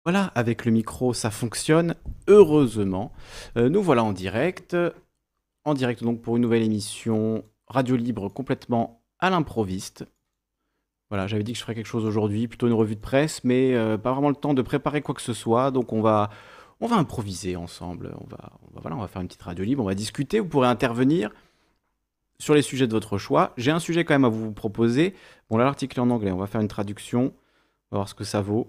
Voilà, avec le micro, ça fonctionne, heureusement. Nous voilà en direct donc pour une nouvelle émission radio libre complètement à l'improviste. Voilà, j'avais dit que je ferais quelque chose aujourd'hui, plutôt une revue de presse, mais pas vraiment le temps de préparer quoi que ce soit, donc on va improviser ensemble. Voilà, on va faire une petite radio libre, on va discuter, vous pourrez intervenir sur les sujets de votre choix. J'ai un sujet quand même à vous proposer. Bon, là, l'article est en anglais, on va faire une traduction, on va voir ce que ça vaut.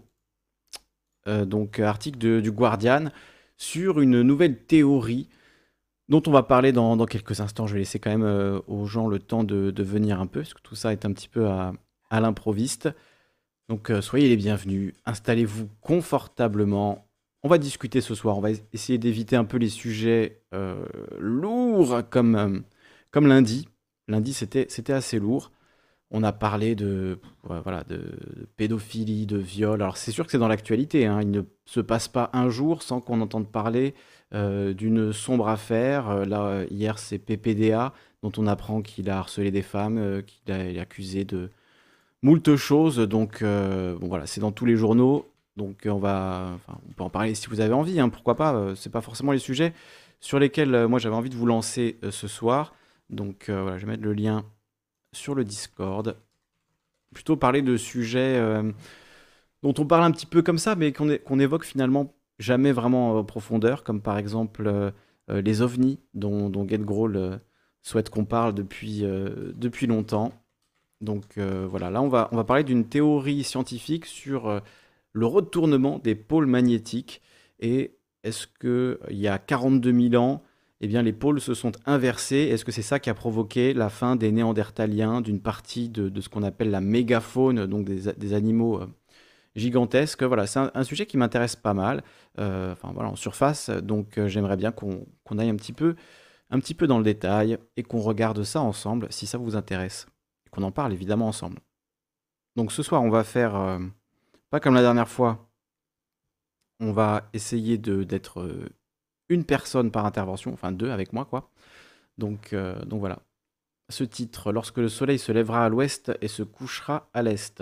Donc article du Guardian sur une nouvelle théorie dont on va parler dans quelques instants. Je vais laisser quand même aux gens le temps de venir un peu, parce que tout ça est un petit peu à l'improviste. Donc soyez les bienvenus, installez-vous confortablement. On va discuter ce soir, on va essayer d'éviter un peu les sujets lourds comme lundi. Lundi, c'était assez lourd. On a parlé ouais, voilà, de pédophilie, de viol. Alors c'est sûr que c'est dans l'actualité, hein. Il ne se passe pas un jour sans qu'on entende parler d'une sombre affaire. Là, hier, c'est PPDA, dont on apprend qu'il a harcelé des femmes, il est accusé de moult choses. Donc bon, voilà, c'est dans tous les journaux. Donc on peut en parler si vous avez envie, hein, pourquoi pas. C'est pas forcément les sujets sur lesquels moi j'avais envie de vous lancer ce soir. Donc voilà, je vais mettre le lien sur le Discord. Plutôt parler de sujets dont on parle un petit peu comme ça, mais qu'on évoque finalement jamais vraiment en profondeur, comme par exemple les ovnis, dont Get Graul souhaite qu'on parle depuis longtemps. Donc voilà, là on va parler d'une théorie scientifique sur le retournement des pôles magnétiques. Et est-ce que il y a 42 000 ans, eh bien, les pôles se sont inversés? Est-ce que c'est ça qui a provoqué la fin des Néandertaliens, d'une partie de ce qu'on appelle la mégafaune, donc des animaux gigantesques? Voilà, c'est un sujet qui m'intéresse pas mal, enfin voilà, en surface. Donc j'aimerais bien qu'on aille un petit peu dans le détail et qu'on regarde ça ensemble, si ça vous intéresse. Et qu'on en parle évidemment ensemble. Donc ce soir, on va faire, pas comme la dernière fois, on va essayer d'être une personne par intervention, enfin deux avec moi, quoi. Donc voilà. Ce titre, lorsque le soleil se lèvera à l'ouest et se couchera à l'est.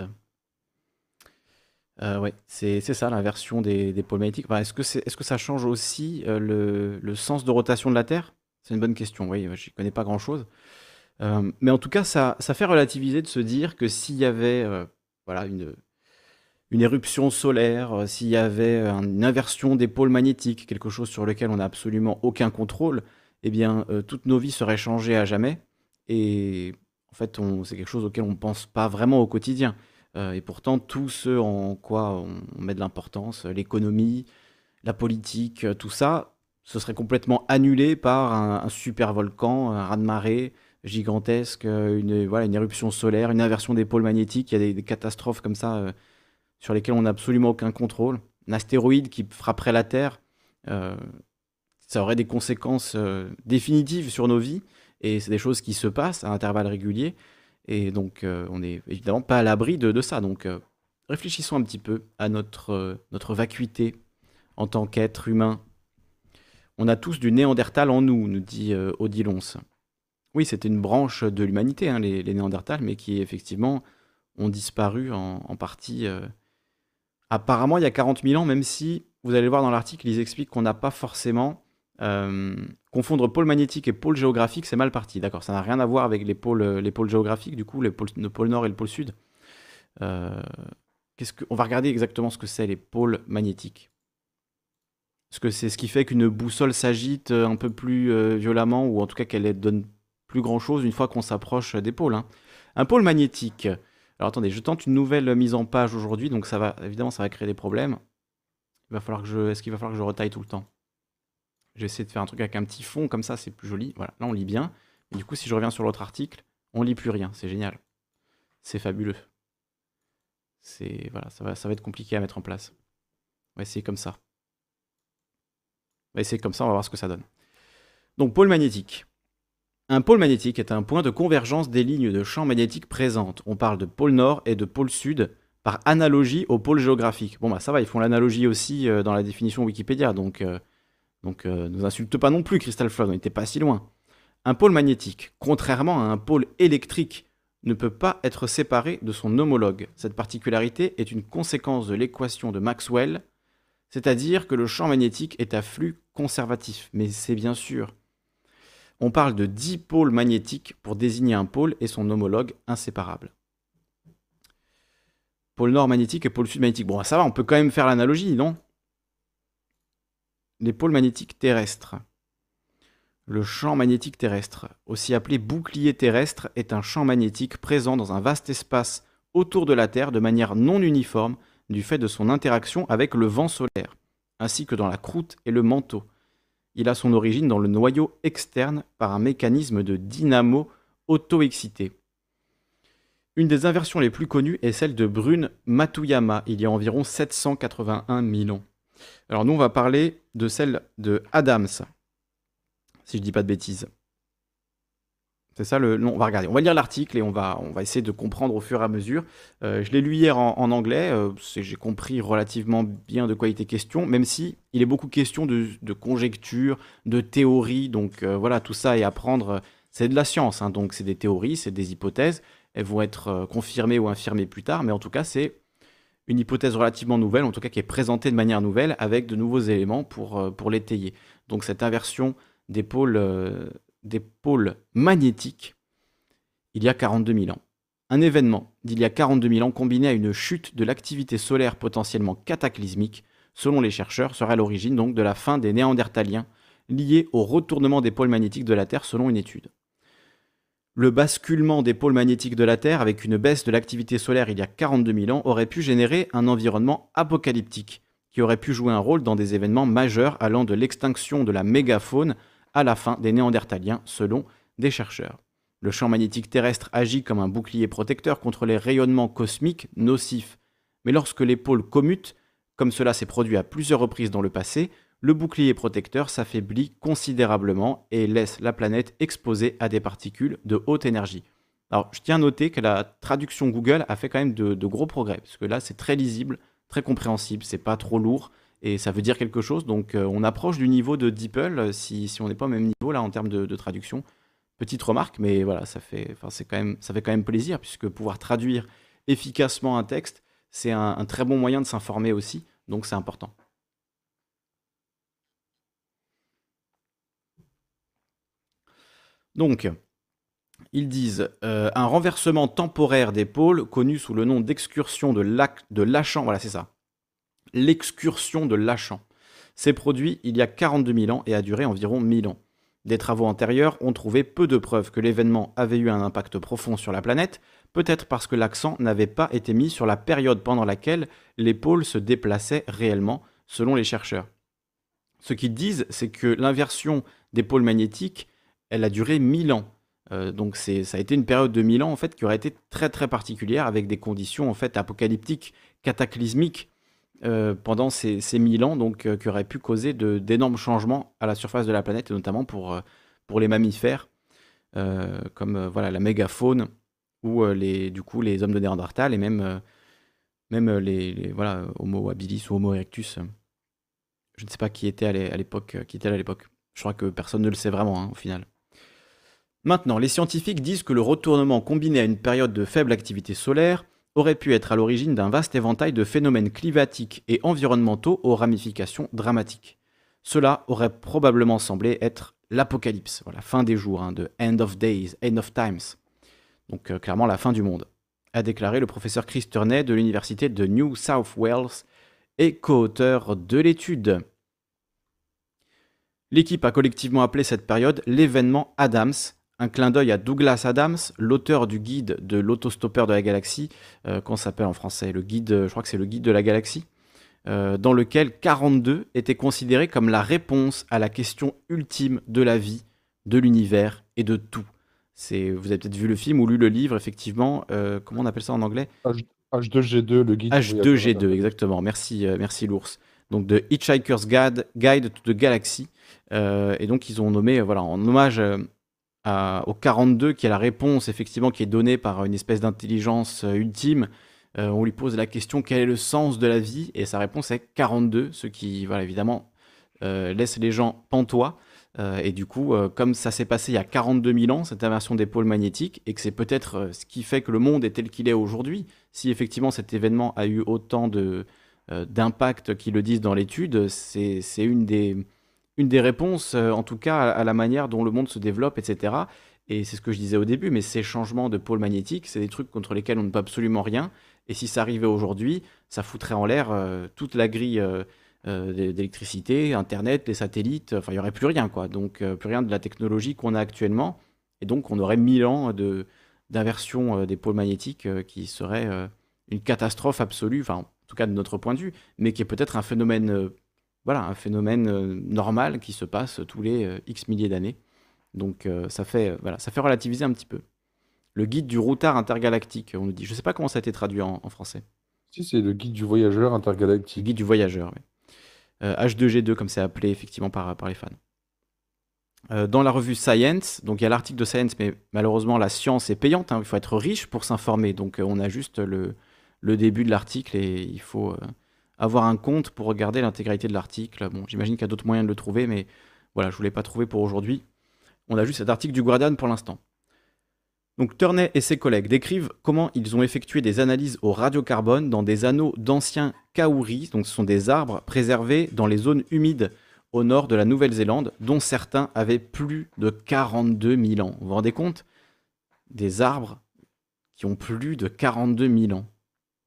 Ouais, c'est ça l'inversion des pôles magnétiques. Enfin, est-ce que ça change aussi le sens de rotation de la Terre? C'est une bonne question, oui, j'y connais pas grand-chose. Mais en tout cas, ça fait relativiser de se dire que s'il y avait voilà, une éruption solaire, s'il y avait une inversion des pôles magnétiques, quelque chose sur lequel on n'a absolument aucun contrôle, eh bien, toutes nos vies seraient changées à jamais. Et en fait, c'est quelque chose auquel on ne pense pas vraiment au quotidien. Et pourtant, tout ce en quoi on met de l'importance, l'économie, la politique, tout ça, ce serait complètement annulé par un super volcan, un raz-de-marée gigantesque, voilà, une éruption solaire, une inversion des pôles magnétiques. Il y a des catastrophes comme ça sur lesquels on n'a absolument aucun contrôle. Un astéroïde qui frapperait la Terre, euh, ça aurait des conséquences définitives sur nos vies. Et c'est des choses qui se passent à intervalles réguliers. Et donc, on n'est évidemment pas à l'abri de ça. Donc, réfléchissons un petit peu à notre vacuité en tant qu'être humain. On a tous du Néandertal en nous, nous dit Odilons. Oui, c'était une branche de l'humanité, hein, les Néandertals, mais qui effectivement ont disparu en partie apparemment, il y a 40 000 ans, même si, vous allez le voir dans l'article, ils expliquent qu'on n'a pas forcément... confondre pôle magnétique et pôle géographique, c'est mal parti. D'accord, ça n'a rien à voir avec les pôles géographiques, du coup, le pôle nord et le pôle sud. Euh, on va regarder exactement ce que c'est les pôles magnétiques. Est-ce que c'est ce qui fait qu'une boussole s'agite un peu plus violemment, ou en tout cas qu'elle donne plus grand-chose une fois qu'on s'approche des pôles, hein. Un pôle magnétique. Alors attendez, je tente une nouvelle mise en page aujourd'hui, donc ça va, évidemment, ça va créer des problèmes. Est-ce qu'il va falloir que je retaille tout le temps? J'ai essayé de faire un truc avec un petit fond, comme ça c'est plus joli. Voilà, là on lit bien. Et du coup, si je reviens sur l'autre article, on lit plus rien. C'est génial. C'est fabuleux. Voilà, ça va être compliqué à mettre en place. On va essayer comme ça. On va essayer comme ça, on va voir ce que ça donne. Donc, pôle magnétique. Un pôle magnétique est un point de convergence des lignes de champ magnétique présentes. On parle de pôle nord et de pôle sud par analogie au pôle géographique. Bon, bah ça va, ils font l'analogie aussi dans la définition Wikipédia, donc nous insulte pas non plus, Crystal Flood, on n'était pas si loin. Un pôle magnétique, contrairement à un pôle électrique, ne peut pas être séparé de son homologue. Cette particularité est une conséquence de l'équation de Maxwell. C'est-à-dire que le champ magnétique est à flux conservatif. Mais c'est bien sûr. On parle de dipôle magnétique pour désigner un pôle et son homologue inséparable. Pôle nord magnétique et pôle sud magnétique. Bon, ça va, on peut quand même faire l'analogie, non? Les pôles magnétiques terrestres. Le champ magnétique terrestre, aussi appelé bouclier terrestre, est un champ magnétique présent dans un vaste espace autour de la Terre de manière non uniforme du fait de son interaction avec le vent solaire, ainsi que dans la croûte et le manteau. Il a son origine dans le noyau externe par un mécanisme de dynamo auto-excité. Une des inversions les plus connues est celle de Brune-Matuyama, il y a environ 781 000 ans. Alors nous, on va parler de celle de Adams, si je dis pas de bêtises. C'est ça le nom. On va regarder. On va lire l'article et on va essayer de comprendre au fur et à mesure. Je l'ai lu hier en anglais. J'ai compris relativement bien de quoi il était question, même si il est beaucoup question de conjectures, de théories. Donc voilà, tout ça est à prendre. C'est de la science, hein, donc c'est des théories, c'est des hypothèses. Elles vont être confirmées ou infirmées plus tard, mais en tout cas, c'est une hypothèse relativement nouvelle, en tout cas qui est présentée de manière nouvelle avec de nouveaux éléments pour l'étayer. Donc cette inversion des pôles magnétiques il y a 42 000 ans. Un événement d'il y a 42 000 ans combiné à une chute de l'activité solaire potentiellement cataclysmique, selon les chercheurs, serait à l'origine donc de la fin des Néandertaliens, liée au retournement des pôles magnétiques de la Terre selon une étude. Le basculement des pôles magnétiques de la Terre avec une baisse de l'activité solaire il y a 42 000 ans aurait pu générer un environnement apocalyptique qui aurait pu jouer un rôle dans des événements majeurs allant de l'extinction de la mégafaune à la fin des Néandertaliens, selon des chercheurs. Le champ magnétique terrestre agit comme un bouclier protecteur contre les rayonnements cosmiques nocifs. Mais lorsque les pôles commutent, comme cela s'est produit à plusieurs reprises dans le passé, le bouclier protecteur s'affaiblit considérablement et laisse la planète exposée à des particules de haute énergie. Alors, je tiens à noter que la traduction Google a fait quand même de gros progrès, parce que là, c'est très lisible, très compréhensible, c'est pas trop lourd, et ça veut dire quelque chose. Donc, on approche du niveau de DeepL, si on n'est pas au même niveau là en termes de traduction. Petite remarque, mais voilà, ça fait quand même plaisir, puisque pouvoir traduire efficacement un texte, c'est un très bon moyen de s'informer aussi, donc c'est important. Donc, ils disent un renversement temporaire des pôles, connu sous le nom d'excursion de Lachan, voilà c'est ça, l'excursion de Lachan, s'est produit il y a 42 000 ans et a duré environ 1000 ans. Des travaux antérieurs ont trouvé peu de preuves que l'événement avait eu un impact profond sur la planète, peut-être parce que l'accent n'avait pas été mis sur la période pendant laquelle les pôles se déplaçaient réellement, selon les chercheurs. Ce qu'ils disent, c'est que l'inversion des pôles magnétiques, elle a duré 1000 ans. Donc ça a été une période de 1000 ans en fait qui aurait été très très particulière avec des conditions en fait apocalyptiques, cataclysmiques pendant ces 1000 ans, donc qui auraient pu causer d'énormes changements à la surface de la planète et notamment pour les mammifères comme voilà la mégafaune ou du coup les hommes de Néandertal et même voilà Homo habilis ou Homo erectus. Je ne sais pas qui était à l'époque. Je crois que personne ne le sait vraiment, hein, au final. Maintenant, les scientifiques disent que le retournement combiné à une période de faible activité solaire aurait pu être à l'origine d'un vaste éventail de phénomènes climatiques et environnementaux aux ramifications dramatiques. Cela aurait probablement semblé être l'apocalypse, la fin des jours, hein, de End of Days, End of Times. Donc clairement la fin du monde, a déclaré le professeur Chris Turney de l'université de New South Wales et co-auteur de l'étude. L'équipe a collectivement appelé cette période l'événement Adams, un clin d'œil à Douglas Adams, l'auteur du guide de l'autostoppeur de la galaxie, qu'on s'appelle en français, le guide, je crois que c'est le guide de la galaxie, dans lequel 42 était considéré comme la réponse à la question ultime de la vie, de l'univers et de tout. Vous avez peut-être vu le film ou lu le livre, effectivement, comment on appelle ça en anglais? H2G2, le guide du voyageur H2G2, éternel. exactement. Merci, merci l'ours. Donc de Hitchhiker's Guide to the Galaxy. Et donc ils ont nommé, voilà, en hommage au 42, qui est la réponse effectivement qui est donnée par une espèce d'intelligence ultime. On lui pose la question quel est le sens de la vie, et sa réponse est 42, ce qui, voilà, évidemment, laisse les gens pantois. Et du coup, comme ça s'est passé il y a 42 000 ans, cette inversion des pôles magnétiques, et que c'est peut-être ce qui fait que le monde est tel qu'il est aujourd'hui, si effectivement cet événement a eu autant d'impact qui le disent dans l'étude, c'est une des réponses, en tout cas, à la manière dont le monde se développe, etc. Et c'est ce que je disais au début, mais ces changements de pôle magnétique, c'est des trucs contre lesquels on ne peut absolument rien. Et si ça arrivait aujourd'hui, ça foutrait en l'air toute la grille d'électricité, Internet, les satellites, enfin, il n'y aurait plus rien, quoi. Donc, plus rien de la technologie qu'on a actuellement. Et donc, on aurait 1000 ans d'inversion des pôles magnétiques qui serait une catastrophe absolue, enfin, en tout cas de notre point de vue, mais qui est peut-être un phénomène, voilà, un phénomène normal qui se passe tous les X milliers d'années. Donc, voilà, ça fait relativiser un petit peu. Le guide du routard intergalactique, on nous dit. Je ne sais pas comment ça a été traduit en français. Si, c'est le guide du voyageur Le intergalactique. guide du voyageur, oui. H2G2, comme c'est appelé effectivement par les fans. Dans la revue Science, donc il y a l'article de Science, mais malheureusement la science est payante, hein, il faut être riche pour s'informer, donc on a juste le début de l'article et il faut avoir un compte pour regarder l'intégralité de l'article. Bon, j'imagine qu'il y a d'autres moyens de le trouver, mais voilà, je ne voulais pas trouver pour aujourd'hui. On a juste cet article du Guardian pour l'instant. Donc Turney et ses collègues décrivent comment ils ont effectué des analyses au radiocarbone dans des anneaux d'anciens kaouris, donc ce sont des arbres préservés dans les zones humides au nord de la Nouvelle-Zélande, dont certains avaient plus de 42 000 ans. Vous vous rendez compte? Des arbres qui ont plus de 42 000 ans.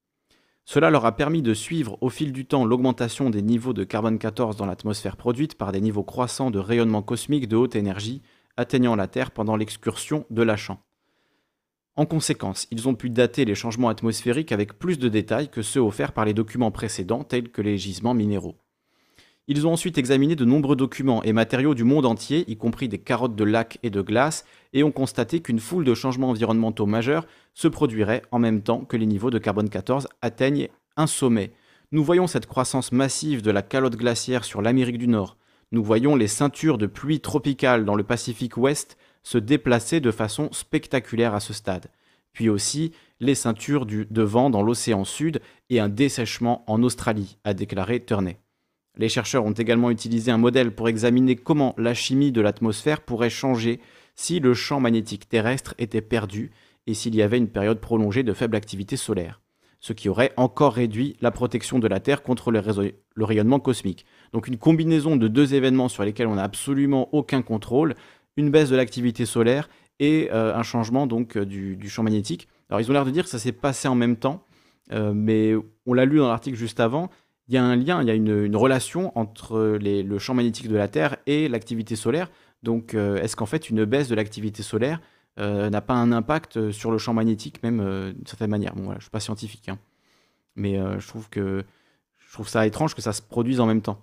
Cela leur a permis de suivre au fil du temps l'augmentation des niveaux de carbone 14 dans l'atmosphère produite par des niveaux croissants de rayonnement cosmique de haute énergie atteignant la Terre pendant l'excursion de Lachan. En conséquence, ils ont pu dater les changements atmosphériques avec plus de détails que ceux offerts par les documents précédents tels que les gisements minéraux. Ils ont ensuite examiné de nombreux documents et matériaux du monde entier, y compris des carottes de lac et de glace, et ont constaté qu'une foule de changements environnementaux majeurs se produiraient en même temps que les niveaux de carbone 14 atteignent un sommet. Nous voyons cette croissance massive de la calotte glaciaire sur l'Amérique du Nord. Nous voyons les ceintures de pluie tropicale dans le Pacifique Ouest se déplacer de façon spectaculaire à ce stade. Puis aussi les ceintures de vent dans l'océan Sud et un dessèchement en Australie, a déclaré Turney. Les chercheurs ont également utilisé un modèle pour examiner comment la chimie de l'atmosphère pourrait changer si le champ magnétique terrestre était perdu et s'il y avait une période prolongée de faible activité solaire, ce qui aurait encore réduit la protection de la Terre contre le rayonnement cosmique. Donc une combinaison de deux événements sur lesquels on n'a absolument aucun contrôle, une baisse de l'activité solaire et un changement donc du champ magnétique. Alors ils ont l'air de dire que ça s'est passé en même temps, mais on l'a lu dans l'article juste avant. Il y a un lien, il y a une relation entre le champ magnétique de la Terre et l'activité solaire. Donc, est-ce qu'en fait, une baisse de l'activité solaire n'a pas un impact sur le champ magnétique, même d'une certaine manière? Bon, voilà, je ne suis pas scientifique, hein, mais je trouve ça étrange que ça se produise en même temps.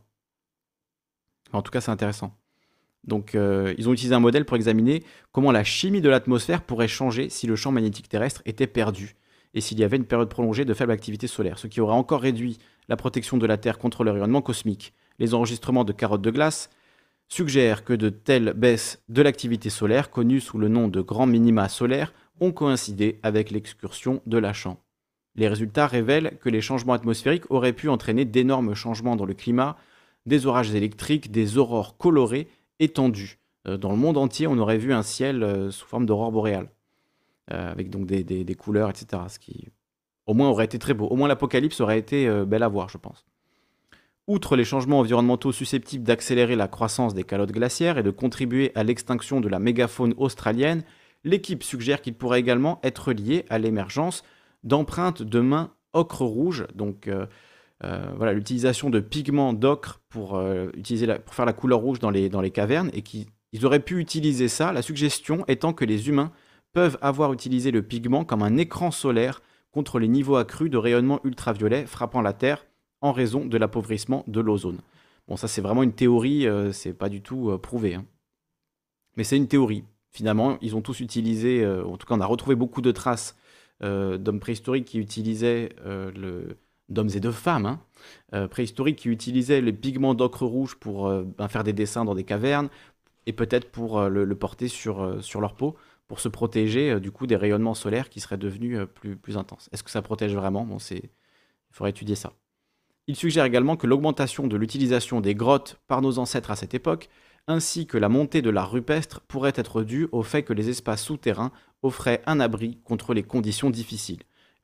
En tout cas, c'est intéressant. Donc, ils ont utilisé un modèle pour examiner comment la chimie de l'atmosphère pourrait changer si le champ magnétique terrestre était perdu et s'il y avait une période prolongée de faible activité solaire, ce qui aurait encore réduit la protection de la Terre contre le rayonnement cosmique. Les enregistrements de carottes de glace suggèrent que de telles baisses de l'activité solaire, connues sous le nom de grands minima solaires, ont coïncidé avec l'excursion de Lachan. Les résultats révèlent que les changements atmosphériques auraient pu entraîner d'énormes changements dans le climat, des orages électriques, des aurores colorées étendues. Dans le monde entier, on aurait vu un ciel sous forme d'aurore boréale, avec donc des couleurs, etc. Ce qui, au moins, aurait été très beau. Au moins, l'apocalypse aurait été belle à voir, je pense. Outre les changements environnementaux susceptibles d'accélérer la croissance des calottes glaciaires et de contribuer à l'extinction de la mégafaune australienne, l'équipe suggère qu'il pourrait également être lié à l'émergence d'empreintes de mains ocre-rouge, donc voilà, l'utilisation de pigments d'ocre pour faire la couleur rouge dans les cavernes, et qu'ils auraient pu utiliser ça, la suggestion étant que les humains peuvent avoir utilisé le pigment comme un écran solaire contre les niveaux accrus de rayonnement ultraviolet frappant la Terre en raison de l'appauvrissement de l'ozone. Bon, ça c'est vraiment une théorie, c'est pas du tout prouvé, hein. Mais c'est une théorie. Finalement, ils ont tous utilisé, en tout cas on a retrouvé beaucoup de traces d'hommes préhistoriques qui utilisaient d'hommes et de femmes, hein, préhistoriques qui utilisaient les pigments d'ocre rouge pour faire des dessins dans des cavernes et peut-être pour le porter sur leur peau pour se protéger du coup des rayonnements solaires qui seraient devenus plus intenses. Est-ce que ça protège vraiment? Bon, il faudrait étudier ça. Il suggère également que l'augmentation de l'utilisation des grottes par nos ancêtres à cette époque, ainsi que la montée de l'art rupestre, pourrait être due au fait que les espaces souterrains offraient un abri contre les conditions difficiles.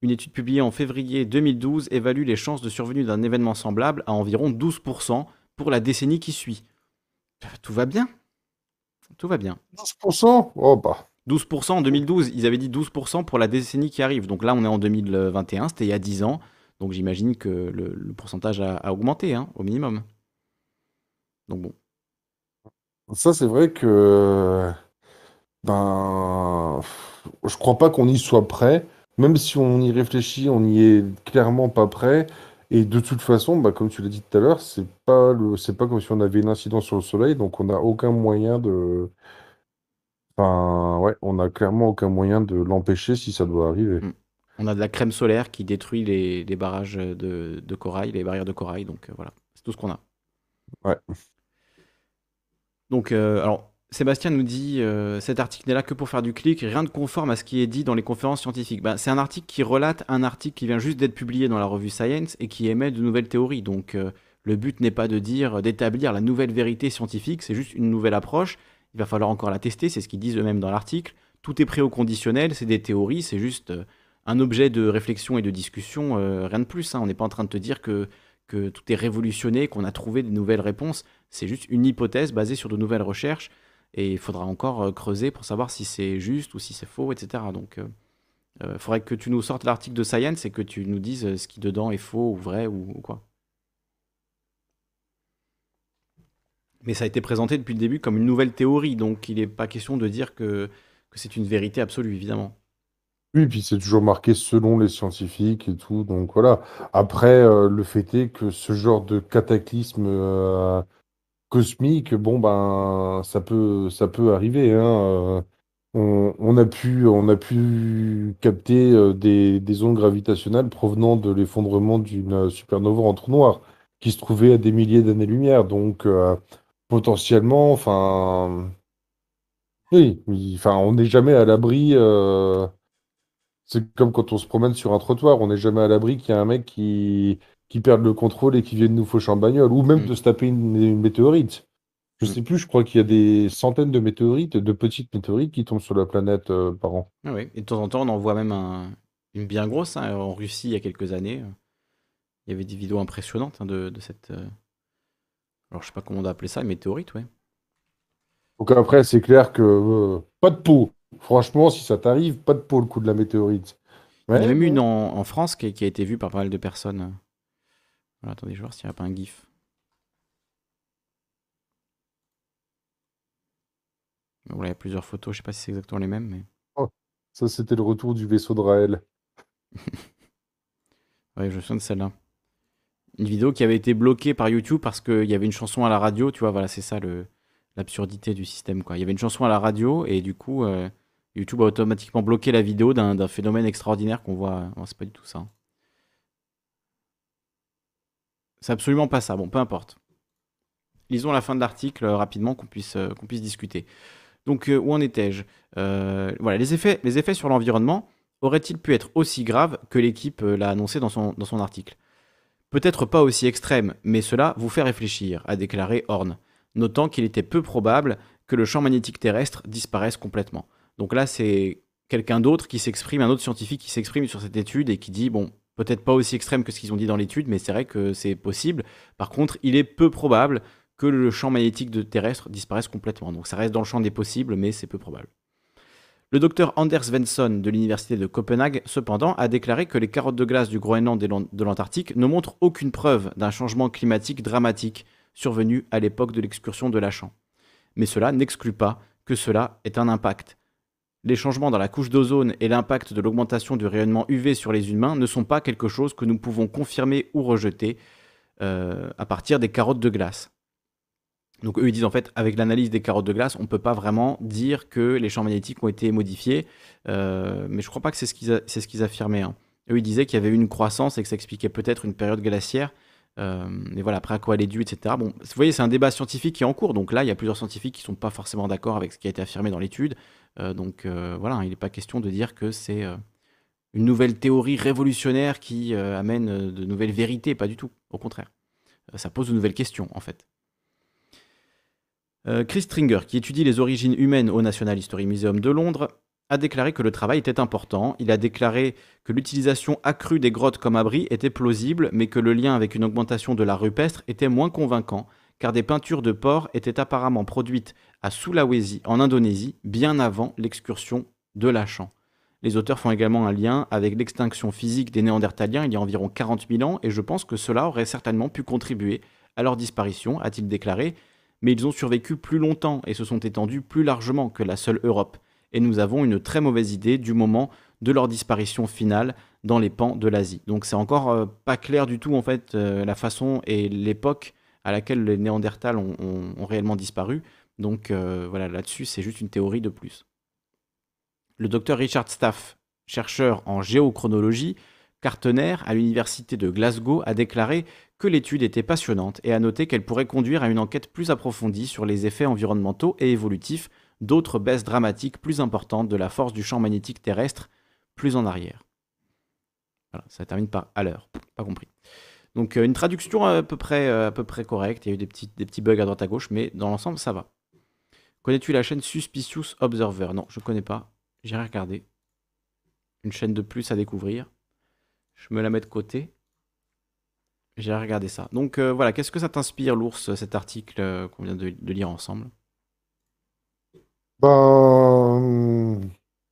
Une étude publiée en février 2012 évalue les chances de survenue d'un événement semblable à environ 12% pour la décennie qui suit. Tout va bien. Tout va bien. 12%? Oh bah. 12% en 2012, ils avaient dit 12% pour la décennie qui arrive. Donc là, on est en 2021, c'était il y a 10 ans. Donc j'imagine que le pourcentage a augmenté, hein, au minimum. Donc bon. Ça, c'est vrai que ben, je crois pas qu'on y soit prêt. Même si on y réfléchit, on n'y est clairement pas prêt. Et de toute façon, bah, comme tu l'as dit tout à l'heure, c'est pas comme si on avait une incidence sur le Soleil, donc on n'a aucun moyen de, enfin, ouais, on a clairement aucun moyen de l'empêcher si ça doit arriver. Mm. On a de la crème solaire qui détruit les barrages de corail, les barrières de corail. Donc voilà, c'est tout ce qu'on a. Ouais. Donc, alors, Sébastien nous dit cet article n'est là que pour faire du clic, rien de conforme à ce qui est dit dans les conférences scientifiques. Ben, c'est un article qui relate un article qui vient juste d'être publié dans la revue Science et qui émet de nouvelles théories. Donc, le but n'est pas de dire, d'établir la nouvelle vérité scientifique, c'est juste une nouvelle approche. Il va falloir encore la tester, c'est ce qu'ils disent eux-mêmes dans l'article. Tout est prêt au conditionnel, c'est des théories, c'est juste un objet de réflexion et de discussion, rien de plus, hein. On n'est pas en train de te dire que tout est révolutionné, qu'on a trouvé de nouvelles réponses. C'est juste une hypothèse basée sur de nouvelles recherches et il faudra encore creuser pour savoir si c'est juste ou si c'est faux, etc. Donc, il faudrait que tu nous sortes l'article de Science et que tu nous dises ce qui dedans est faux ou vrai ou quoi. Mais ça a été présenté depuis le début comme une nouvelle théorie, donc il n'est pas question de dire que c'est une vérité absolue, évidemment. Oui, puis c'est toujours marqué selon les scientifiques et tout, donc voilà. Après, le fait est que ce genre de cataclysme cosmique, bon ben, ça peut arriver, hein. On a pu capter des ondes gravitationnelles provenant de l'effondrement d'une supernova en trou noir, qui se trouvait à des milliers d'années-lumière. Donc, potentiellement, enfin, oui, enfin, on n'est jamais à l'abri. C'est comme quand on se promène sur un trottoir, on n'est jamais à l'abri qu'il y a un mec qui perde le contrôle et qui vienne nous faucher en bagnole, ou même Hmm. de se taper une météorite. Je Hmm. sais plus, je crois qu'il y a des centaines de météorites, de petites météorites qui tombent sur la planète par an. Ah oui. Et de temps en temps, on en voit même une bien grosse, hein, en Russie il y a quelques années. Il y avait des vidéos impressionnantes, hein, de cette. Alors, je sais pas comment on doit appeler ça, une météorite, ouais. Donc après, c'est clair que pas de peau. Franchement, si ça t'arrive, pas de peau le coup de la météorite. Il y en a Mais même une bon, en France qui a été vue par pas mal de personnes. Voilà, attendez, je vais voir s'il n'y a pas un GIF. Voilà, il y a plusieurs photos, je sais pas si c'est exactement les mêmes, mais. oh, ça c'était le retour du vaisseau de Raël. Ouais, je me souviens de celle-là. Une vidéo qui avait été bloquée par YouTube parce qu'il y avait une chanson à la radio, tu vois, voilà, c'est ça l'absurdité du système, quoi. Il y avait une chanson à la radio et du coup, YouTube a automatiquement bloqué la vidéo d'un phénomène extraordinaire qu'on voit. Non, c'est pas du tout ça, hein. C'est absolument pas ça. Bon, peu importe. Lisons la fin de l'article rapidement qu'on puisse discuter. Donc, où en étais-je? Voilà, les effets sur l'environnement auraient-ils pu être aussi graves que l'équipe l'a annoncé dans son article? Peut-être pas aussi extrême, mais cela vous fait réfléchir, a déclaré Horn, notant qu'il était peu probable que le champ magnétique terrestre disparaisse complètement. Donc là, c'est quelqu'un d'autre qui s'exprime, un autre scientifique qui s'exprime sur cette étude et qui dit, bon, peut-être pas aussi extrême que ce qu'ils ont dit dans l'étude, mais c'est vrai que c'est possible. Par contre, il est peu probable que le champ magnétique terrestre disparaisse complètement. Donc ça reste dans le champ des possibles, mais c'est peu probable. Le docteur Anders Svensson de l'université de Copenhague, cependant, a déclaré que les carottes de glace du Groenland et de l'Antarctique ne montrent aucune preuve d'un changement climatique dramatique survenu à l'époque de l'excursion de Lachan. Mais cela n'exclut pas que cela ait un impact. Les changements dans la couche d'ozone et l'impact de l'augmentation du rayonnement UV sur les humains ne sont pas quelque chose que nous pouvons confirmer ou rejeter à partir des carottes de glace. Donc eux, ils disent en fait, avec l'analyse des carottes de glace, on ne peut pas vraiment dire que les champs magnétiques ont été modifiés, mais je ne crois pas que c'est ce qu'ils affirmaient, hein. Eux, ils disaient qu'il y avait eu une croissance et que ça expliquait peut-être une période glaciaire, mais voilà, après à quoi elle est due, etc. Bon, vous voyez, c'est un débat scientifique qui est en cours, donc là, il y a plusieurs scientifiques qui ne sont pas forcément d'accord avec ce qui a été affirmé dans l'étude, donc voilà, hein, il n'est pas question de dire que c'est une nouvelle théorie révolutionnaire qui amène de nouvelles vérités, pas du tout, au contraire. Ça pose de nouvelles questions, en fait. Chris Stringer, qui étudie les origines humaines au National History Museum de Londres, a déclaré que le travail était important. Il a déclaré que l'utilisation accrue des grottes comme abri était plausible, mais que le lien avec une augmentation de l'art rupestre était moins convaincant, car des peintures de porcs étaient apparemment produites à Sulawesi, en Indonésie, bien avant l'excursion de Lachan. Les auteurs font également un lien avec l'extinction physique des Néandertaliens il y a environ 40 000 ans, et je pense que cela aurait certainement pu contribuer à leur disparition, a-t-il déclaré, mais ils ont survécu plus longtemps et se sont étendus plus largement que la seule Europe. Et nous avons une très mauvaise idée du moment de leur disparition finale dans les pans de l'Asie. Donc c'est encore pas clair du tout en fait la façon et l'époque à laquelle les Néandertals ont réellement disparu. Donc voilà, là-dessus c'est juste une théorie de plus. Le docteur Richard Staff, chercheur en géochronologie, quartenaire à l'université de Glasgow, a déclaré que l'étude était passionnante et a noté qu'elle pourrait conduire à une enquête plus approfondie sur les effets environnementaux et évolutifs d'autres baisses dramatiques plus importantes de la force du champ magnétique terrestre plus en arrière. Voilà, ça termine par à l'heure, pas compris. Donc une traduction à peu près correcte, il y a eu des petits bugs à droite à gauche, mais dans l'ensemble ça va. Connais-tu la chaîne Suspicious Observer? Non, je ne connais pas. J'irai regarder. Une chaîne de plus à découvrir. Je me la mets de côté. J'irai regarder ça. Donc voilà, qu'est-ce que ça t'inspire, l'ours, cet article qu'on vient de lire ensemble? Ben,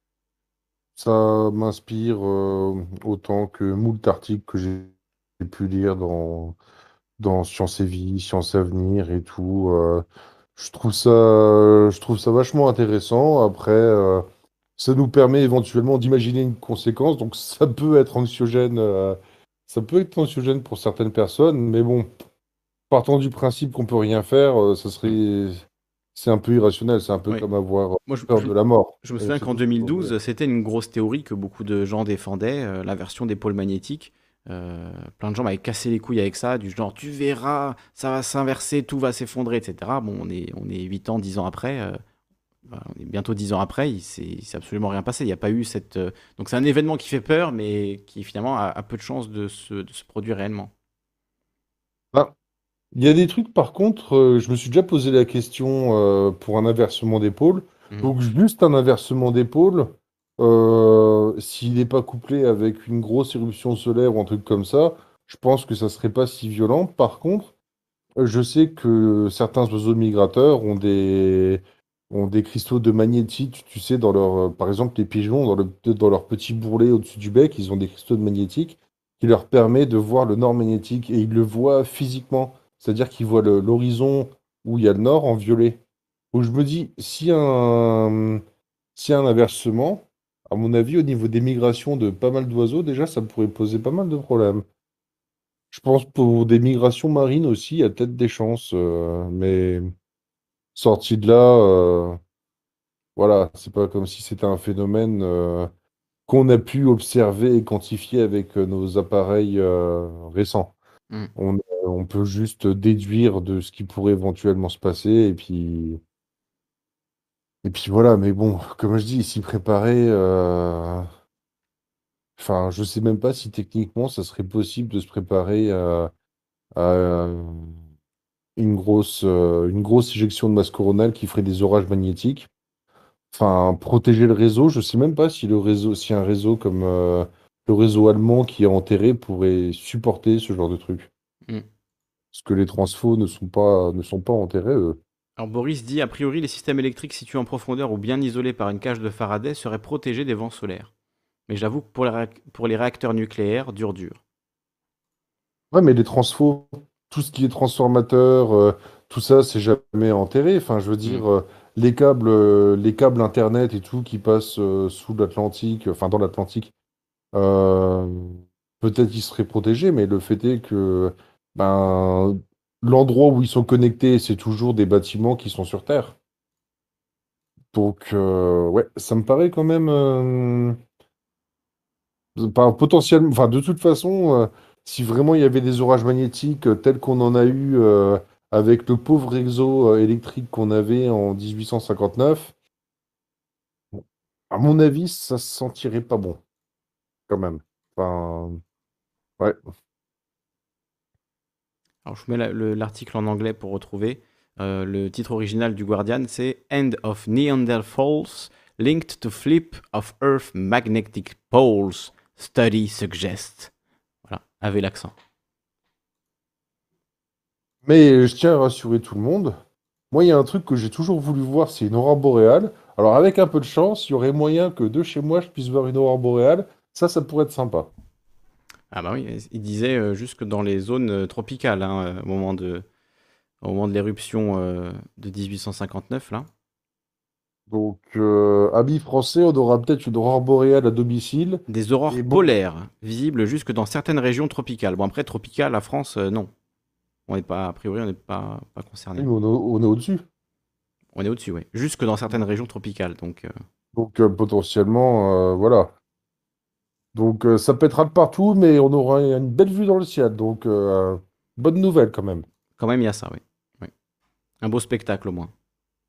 ça m'inspire autant que moult articles que j'ai pu lire dans Sciences et Vie, Sciences et Avenir et tout. Je trouve ça vachement intéressant. Après, ça nous permet éventuellement d'imaginer une conséquence. Donc, ça peut être anxiogène pour certaines personnes. Mais bon, partant du principe qu'on peut rien faire, c'est un peu irrationnel. C'est un peu Oui. comme avoir Moi, peur de la mort. je me Et souviens c'est qu'en tout ce qu'on veut. 2012, c'était une grosse théorie que beaucoup de gens défendaient, la version des pôles magnétiques. Plein de gens m'avaient cassé les couilles avec ça, du genre tu verras, ça va s'inverser, tout va s'effondrer, etc. Bon, on est 8 ans, 10 ans après, on est bientôt 10 ans après, il s'est absolument rien passé. Il n'y a pas eu cette. Donc c'est un événement qui fait peur, mais qui finalement a peu de chances de se produire réellement. Ah, il y a des trucs, par contre, je me suis déjà posé la question pour un inversement d'épaule. Mhm. Donc, juste un inversement d'épaule, s'il n'est pas couplé avec une grosse éruption solaire ou un truc comme ça, je pense que ça serait pas si violent. Par contre, je sais que certains oiseaux migrateurs ont des cristaux de magnétite, tu sais, par exemple, les pigeons, dans leur petit bourrelet au-dessus du bec, ils ont des cristaux de magnétique qui leur permet de voir le nord magnétique et ils le voient physiquement. C'est-à-dire qu'ils voient l'horizon où il y a le nord en violet. Donc je me dis, si un inversement, à mon avis, au niveau des migrations de pas mal d'oiseaux, déjà, ça pourrait poser pas mal de problèmes. Je pense pour des migrations marines aussi, il y a peut-être des chances, mais sorti de là, voilà, c'est pas comme si c'était un phénomène qu'on a pu observer et quantifier avec nos appareils récents. Mhm. On peut juste déduire de ce qui pourrait éventuellement se passer et puis voilà, mais bon, comme je dis, s'y préparer, enfin, je sais même pas si techniquement ça serait possible de se préparer à une grosse éjection de masse coronale qui ferait des orages magnétiques. Enfin, protéger le réseau, je sais même pas si un réseau comme le réseau allemand qui est enterré pourrait supporter ce genre de truc. Mhm. Parce que les transfos ne sont pas enterrés, eux. Alors Boris dit, a priori, les systèmes électriques situés en profondeur ou bien isolés par une cage de Faraday seraient protégés des vents solaires. Mais j'avoue que pour les réacteurs nucléaires, dur. Ouais, mais les transfos, tout ce qui est transformateur, tout ça, c'est jamais enterré. Enfin, je veux Mhm. dire, les câbles Internet et tout qui passent sous l'Atlantique, enfin dans l'Atlantique, euh, peut-être ils seraient protégés, mais le fait est que ben, l'endroit où ils sont connectés, c'est toujours des bâtiments qui sont sur Terre. Donc, ouais, ça me paraît quand même pas potentiellement. Enfin, de toute façon, si vraiment il y avait des orages magnétiques tels qu'on en a eu avec le pauvre réseau électrique qu'on avait en 1859, bon, à mon avis, ça se sentirait pas bon, quand même. Enfin, ouais. Alors je vous mets l'article en anglais pour retrouver. Le titre original du Guardian, c'est End of Neanderthals, linked to flip of Earth magnetic poles, study suggests. Voilà, avec l'accent. Mais je tiens à rassurer tout le monde. Moi, il y a un truc que j'ai toujours voulu voir, c'est une aurore boréale. Alors, avec un peu de chance, il y aurait moyen que de chez moi, je puisse voir une aurore boréale. Ça pourrait être sympa. Ah bah oui, il disait jusque dans les zones tropicales, hein, au moment de l'éruption de 1859, là. Donc, amis français, on aura peut-être une aurore boréale à domicile. Des aurores Et bon, polaires, visibles jusque dans certaines régions tropicales. Bon, après, tropicale, la France, non. On n'est pas, a priori, on n'est pas oui, concerné. mais on est au-dessus. On est au-dessus, oui. Jusque dans certaines régions tropicales, donc... Donc, potentiellement, voilà. Donc, ça pètera de partout, mais on aura une belle vue dans le ciel. Donc, bonne nouvelle quand même. Quand même, il y a ça, oui. Oui. Un beau spectacle, au moins.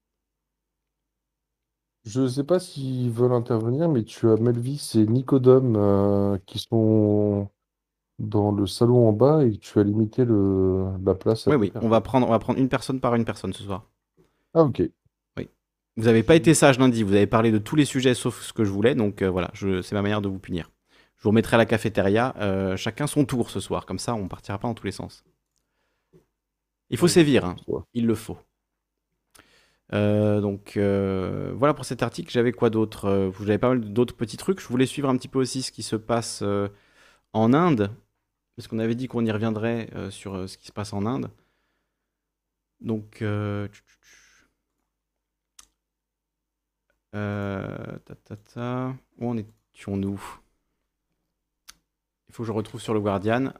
Je ne sais pas s'ils veulent intervenir, mais tu as Melvis et Nicodème qui sont dans le salon en bas et tu as limité la place à Oui, deux oui, personnes. on va prendre une personne par une personne ce soir. Ah, ok. Oui. Vous n'avez pas été sage lundi, vous avez parlé de tous les sujets sauf ce que je voulais, donc voilà, c'est ma manière de vous punir. Je vous remettrai à la cafétéria, chacun son tour ce soir, comme ça on partira pas dans tous les sens. Il faut Ouais, sévir, hein. ouais. Il le faut. Donc voilà pour cet article. J'avais quoi d'autre J'avais pas mal d'autres petits trucs. Je voulais suivre un petit peu aussi ce qui se passe en Inde, parce qu'on avait dit qu'on y reviendrait sur ce qui se passe en Inde. Donc, où en étions-nous? Il faut que je retrouve sur le Guardian.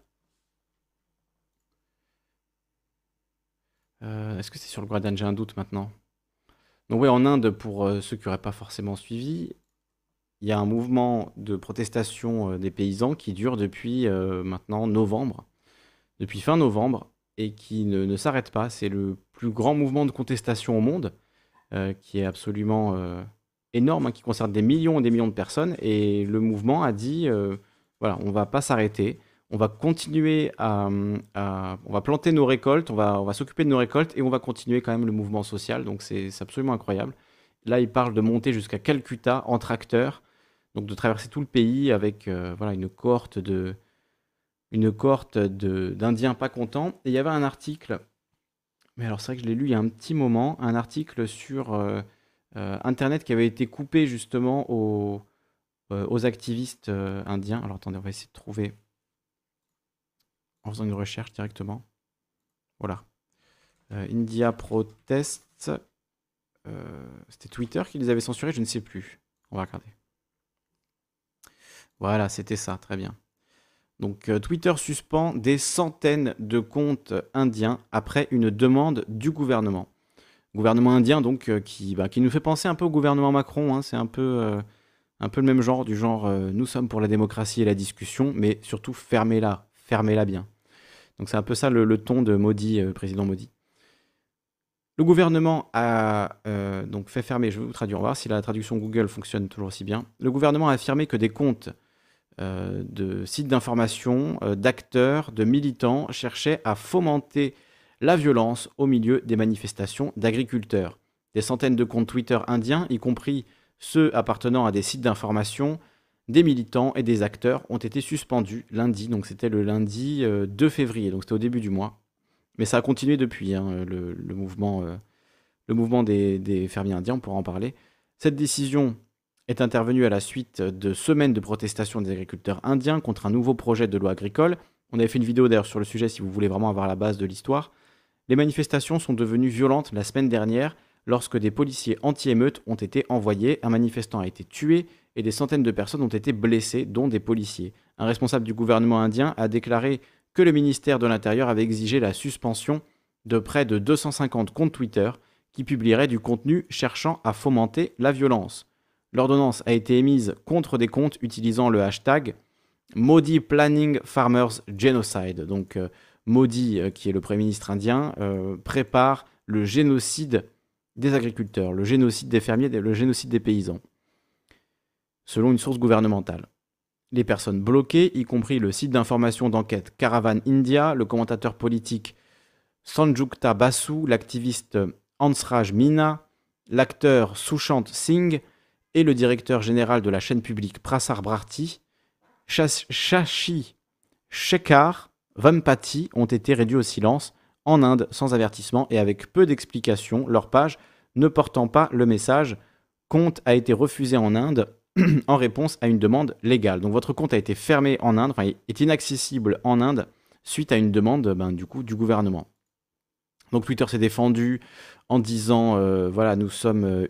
Est-ce que c'est sur le Guardian? J'ai un doute maintenant. Donc oui, en Inde, pour ceux qui n'auraient pas forcément suivi, il y a un mouvement de protestation des paysans qui dure depuis maintenant novembre, depuis fin novembre, et qui ne s'arrête pas. C'est le plus grand mouvement de contestation au monde, qui est absolument énorme, hein, qui concerne des millions et des millions de personnes. Et le mouvement a dit, voilà, on va pas s'arrêter, on va continuer on va planter nos récoltes, on va s'occuper de nos récoltes et on va continuer quand même le mouvement social. Donc c'est absolument incroyable. Là, il parle de monter jusqu'à Calcutta en tracteur, donc de traverser tout le pays avec voilà, une cohorte d'Indiens pas contents. Et il y avait un article, mais alors c'est vrai que je l'ai lu il y a un petit moment, un article sur Internet qui avait été coupé justement aux activistes indiens. Alors attendez, on va essayer de trouver en faisant une recherche directement. Voilà. India Protest. C'était Twitter qui les avait censurés, je ne sais plus. On va regarder. Voilà, c'était ça, très bien. Donc Twitter suspend des centaines de comptes indiens après une demande du gouvernement. Gouvernement indien donc qui nous fait penser un peu au gouvernement Macron, hein, c'est un peu le même genre, du genre nous sommes pour la démocratie et la discussion, mais surtout fermez-la bien. Donc c'est un peu ça le ton de Modi, président Modi. Le gouvernement a donc fait fermer, je vais vous traduire, on va voir si la traduction Google fonctionne toujours aussi bien. Le gouvernement a affirmé que des comptes de sites d'information, d'acteurs, de militants cherchaient à fomenter la violence au milieu des manifestations d'agriculteurs. Des centaines de comptes Twitter indiens, y compris ceux appartenant à des sites d'information, des militants et des acteurs, ont été suspendus lundi. Donc c'était le lundi 2 février, donc c'était au début du mois. Mais ça a continué depuis, hein, le mouvement des fermiers indiens, on pourra en parler. Cette décision est intervenue à la suite de semaines de protestation des agriculteurs indiens contre un nouveau projet de loi agricole. On avait fait une vidéo d'ailleurs sur le sujet si vous voulez vraiment avoir la base de l'histoire. Les manifestations sont devenues violentes la semaine dernière lorsque des policiers anti-émeutes ont été envoyés, un manifestant a été tué et des centaines de personnes ont été blessées, dont des policiers. Un responsable du gouvernement indien a déclaré que le ministère de l'Intérieur avait exigé la suspension de près de 250 comptes Twitter qui publieraient du contenu cherchant à fomenter la violence. L'ordonnance a été émise contre des comptes utilisant le hashtag Modi Planning Farmers Genocide. Donc Modi, qui est le Premier ministre indien, prépare le génocide des agriculteurs, le génocide des fermiers, le génocide des paysans, selon une source gouvernementale. Les personnes bloquées, y compris le site d'information d'enquête Caravan India, le commentateur politique Sanjukta Basu, l'activiste Hansraj Meena, l'acteur Sushant Singh et le directeur général de la chaîne publique Prasar Bharati, Shashi Shekhar Vempati, ont été réduits au silence en Inde sans avertissement et avec peu d'explications, leur page ne portant pas le message « Compte a été refusé en Inde en réponse à une demande légale ». Donc votre compte a été fermé en Inde, enfin est inaccessible en Inde suite à une demande du gouvernement. Donc Twitter s'est défendu en disant voilà, nous sommes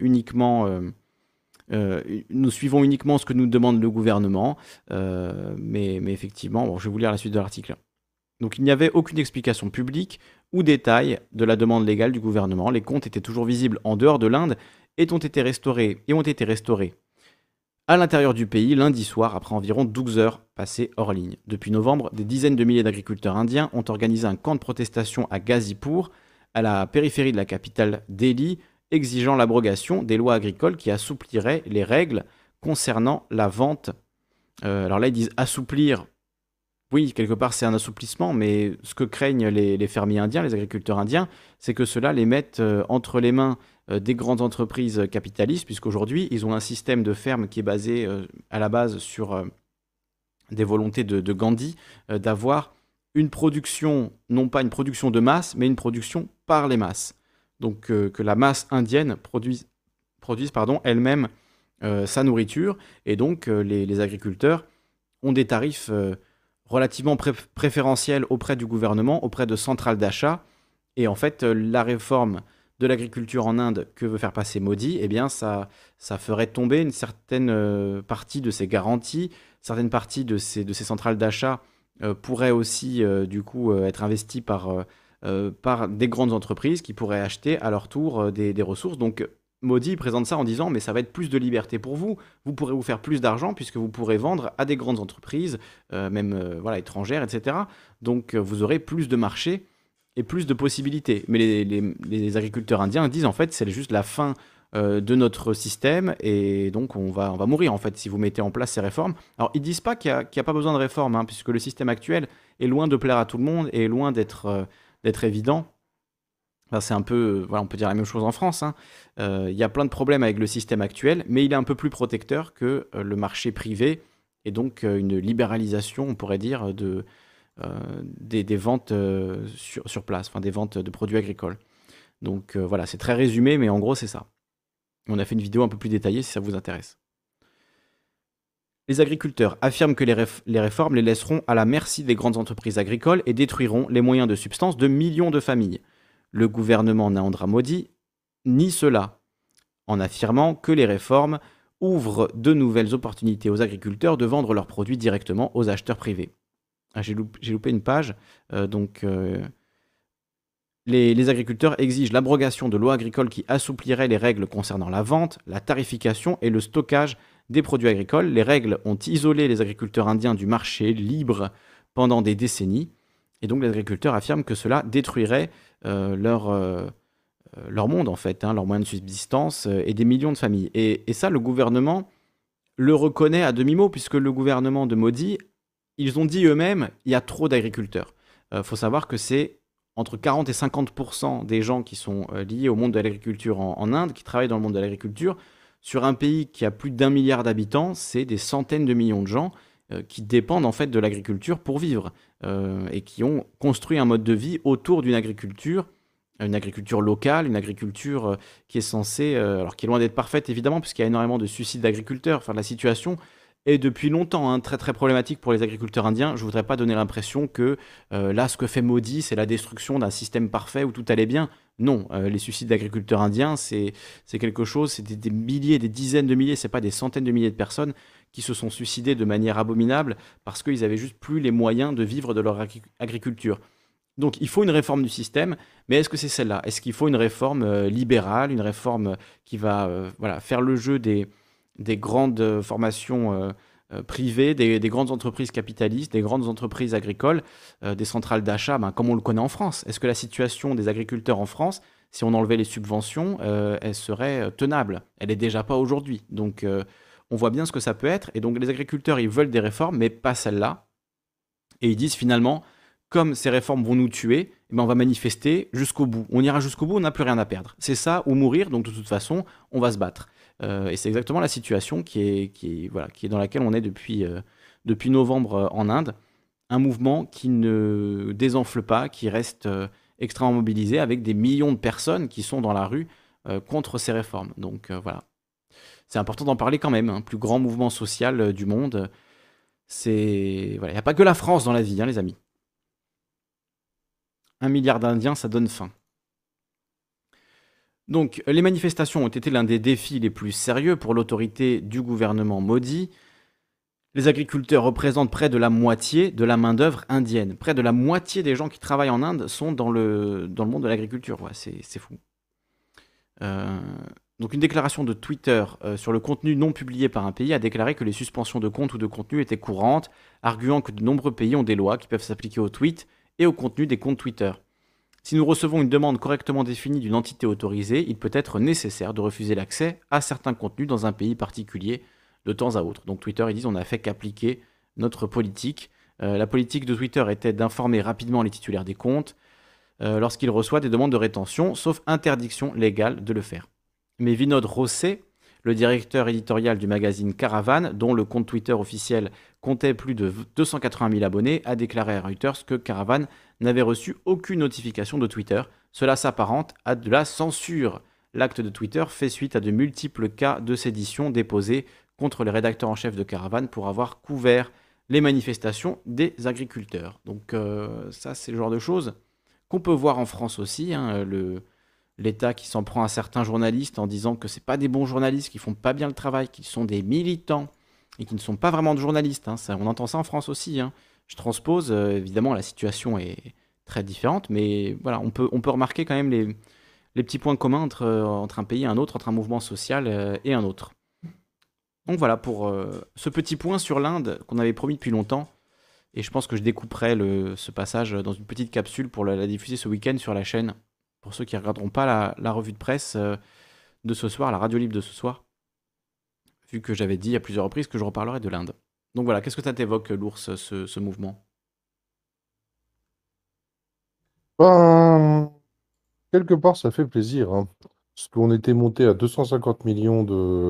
nous suivons uniquement ce que nous demande le gouvernement, mais effectivement, bon, je vais vous lire la suite de l'article. Donc il n'y avait aucune explication publique ou détail de la demande légale du gouvernement. Les comptes étaient toujours visibles en dehors de l'Inde et ont été restaurés à l'intérieur du pays lundi soir après environ 12 heures passées hors ligne. Depuis novembre, des dizaines de milliers d'agriculteurs indiens ont organisé un camp de protestation à Ghazipur, à la périphérie de la capitale Delhi, exigeant l'abrogation des lois agricoles qui assoupliraient les règles concernant la vente. Alors là, ils disent assouplir. Oui, quelque part, c'est un assouplissement, mais ce que craignent les fermiers indiens, les agriculteurs indiens, c'est que cela les mette entre les mains des grandes entreprises capitalistes, puisqu'aujourd'hui, ils ont un système de ferme qui est basé à la base sur des volontés de Gandhi, d'avoir une production, non pas une production de masse, mais une production par les masses. Donc que la masse indienne produise elle-même sa nourriture, et donc les agriculteurs ont des tarifs relativement préférentiels auprès du gouvernement, auprès de centrales d'achat, et en fait la réforme de l'agriculture en Inde que veut faire passer Modi, eh bien ça ferait tomber une certaine partie de ces garanties, certaines parties de ces centrales d'achat pourraient aussi du coup être investies par des grandes entreprises qui pourraient acheter à leur tour des ressources. Donc Modi présente ça en disant mais ça va être plus de liberté pour vous, vous pourrez vous faire plus d'argent puisque vous pourrez vendre à des grandes entreprises, même voilà, étrangères, etc. Donc vous aurez plus de marché et plus de possibilités. Mais les agriculteurs indiens disent en fait c'est juste la fin de notre système et donc on va mourir en fait si vous mettez en place ces réformes. Alors ils disent pas qu'il y a pas besoin de réforme, hein, puisque le système actuel est loin de plaire à tout le monde et est loin d'être évident. Enfin, c'est un peu, voilà, on peut dire la même chose en France, hein. Il y a plein de problèmes avec le système actuel, mais il est un peu plus protecteur que le marché privé et donc une libéralisation, on pourrait dire, des ventes sur place, enfin des ventes de produits agricoles. Donc voilà, c'est très résumé, mais en gros c'est ça. On a fait une vidéo un peu plus détaillée si ça vous intéresse. Les agriculteurs affirment que les réformes les laisseront à la merci des grandes entreprises agricoles et détruiront les moyens de subsistance de millions de familles. Le gouvernement Narendra Modi nie cela, en affirmant que les réformes ouvrent de nouvelles opportunités aux agriculteurs de vendre leurs produits directement aux acheteurs privés. Ah, j'ai loupé une page. Les agriculteurs exigent l'abrogation de lois agricoles qui assoupliraient les règles concernant la vente, la tarification et le stockage des produits agricoles. Les règles ont isolé les agriculteurs indiens du marché libre pendant des décennies. Et donc les agriculteurs affirment que cela détruirait leur monde, en fait, hein, leurs moyens de subsistance et des millions de familles. Et ça, le gouvernement le reconnaît à demi-mot, puisque le gouvernement de Modi, ils ont dit eux-mêmes, il y a trop d'agriculteurs. Faut savoir que c'est entre 40 et 50% des gens qui sont liés au monde de l'agriculture en Inde, qui travaillent dans le monde de l'agriculture. Sur un pays qui a plus d'1 milliard d'habitants, c'est des centaines de millions de gens qui dépendent en fait de l'agriculture pour vivre et qui ont construit un mode de vie autour d'une agriculture locale, une agriculture qui est censée, alors qui est loin d'être parfaite évidemment, puisqu'il y a énormément de suicides d'agriculteurs. Enfin, la situation est depuis longtemps très très problématique pour les agriculteurs indiens. Je voudrais pas donner l'impression que là, ce que fait Modi, c'est la destruction d'un système parfait où tout allait bien. Non, les suicides d'agriculteurs indiens, c'est quelque chose, c'est des milliers, des dizaines de milliers, c'est pas des centaines de milliers de personnes qui se sont suicidées de manière abominable parce qu'ils avaient juste plus les moyens de vivre de leur agriculture. Donc il faut une réforme du système, mais est-ce que c'est celle-là? Est-ce qu'il faut une réforme libérale, une réforme qui va faire le jeu des grandes formations privées, des grandes entreprises capitalistes, des grandes entreprises agricoles, des centrales d'achat, comme on le connaît en France? Est-ce que la situation des agriculteurs en France, si on enlevait les subventions, elle serait tenable? Elle n'est déjà pas aujourd'hui. Donc on voit bien ce que ça peut être. Et donc les agriculteurs, ils veulent des réformes, mais pas celle-là. Et ils disent finalement, comme ces réformes vont nous tuer, on va manifester jusqu'au bout. On ira jusqu'au bout, on n'a plus rien à perdre. C'est ça ou mourir, donc de toute façon, on va se battre. Et c'est exactement la situation voilà, qui est dans laquelle on est depuis novembre en Inde. Un mouvement qui ne désenfle pas, qui reste extrêmement mobilisé, avec des millions de personnes qui sont dans la rue contre ces réformes. Donc voilà, c'est important d'en parler quand même. Un plus grand mouvement social du monde. Voilà, il n'y a pas que la France dans la vie, hein, les amis. 1 milliard d'Indiens, ça donne faim. Donc, les manifestations ont été l'un des défis les plus sérieux pour l'autorité du gouvernement Modi. Les agriculteurs représentent près de la moitié de la main-d'œuvre indienne. Près de la moitié des gens qui travaillent en Inde sont dans le monde de l'agriculture. Ouais, c'est fou. Euh, donc, une déclaration de Twitter sur le contenu non publié par un pays a déclaré que les suspensions de comptes ou de contenu étaient courantes, arguant que de nombreux pays ont des lois qui peuvent s'appliquer aux tweets et au contenu des comptes Twitter. Si nous recevons une demande correctement définie d'une entité autorisée, il peut être nécessaire de refuser l'accès à certains contenus dans un pays particulier de temps à autre. Donc Twitter, ils disent on n'a fait qu'appliquer notre politique. La politique de Twitter était d'informer rapidement les titulaires des comptes lorsqu'ils reçoivent des demandes de rétention, sauf interdiction légale de le faire. Mais Vinod Rosset, le directeur éditorial du magazine Caravan, dont le compte Twitter officiel comptait plus de 280 000 abonnés, a déclaré à Reuters que Caravan n'avait reçu aucune notification de Twitter. Cela s'apparente à de la censure. L'acte de Twitter fait suite à de multiples cas de sédition déposés contre les rédacteurs en chef de Caravan pour avoir couvert les manifestations des agriculteurs. Donc ça, c'est le genre de choses qu'on peut voir en France aussi, hein, l'État qui s'en prend à certains journalistes en disant que c'est pas des bons journalistes, qui font pas bien le travail, qui sont des militants et qui ne sont pas vraiment de journalistes. Hein. Ça, on entend ça en France aussi. Hein. Je transpose, évidemment, la situation est très différente, mais voilà, on peut remarquer quand même les petits points communs entre un pays et un autre, entre un mouvement social et un autre. Donc voilà pour ce petit point sur l'Inde qu'on avait promis depuis longtemps. Et je pense que je découperai ce passage dans une petite capsule pour la diffuser ce week-end sur la chaîne. Pour ceux qui ne regarderont pas la revue de presse de ce soir, la radio libre de ce soir. Vu que j'avais dit à plusieurs reprises que je reparlerai de l'Inde. Donc voilà, qu'est-ce que ça t'évoque, l'ours, ce mouvement? Ben, quelque part, ça fait plaisir, hein, parce qu'on était monté à 250 millions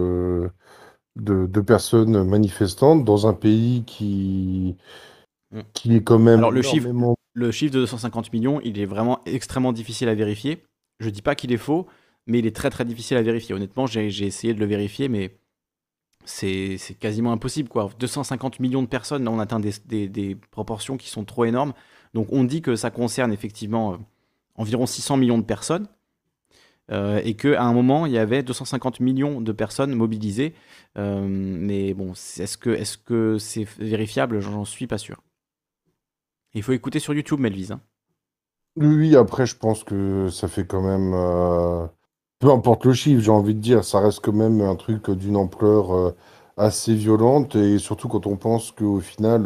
de personnes manifestantes dans un pays Mm. qui est quand même Alors énormément. le chiffre de 250 millions, il est vraiment extrêmement difficile à vérifier. Je dis pas qu'il est faux, mais il est très très difficile à vérifier. Honnêtement, j'ai essayé de le vérifier, mais c'est quasiment impossible, quoi. 250 millions de personnes, là on atteint des proportions qui sont trop énormes. Donc on dit que ça concerne effectivement environ 600 millions de personnes, et qu'à un moment il y avait 250 millions de personnes mobilisées. Mais bon, est-ce que c'est vérifiable? J'en suis pas sûr. Il faut écouter sur YouTube, Melvise. Hein. Oui, après, je pense que ça fait quand même. Peu importe le chiffre, j'ai envie de dire, ça reste quand même un truc d'une ampleur assez violente, et surtout quand on pense qu'au final,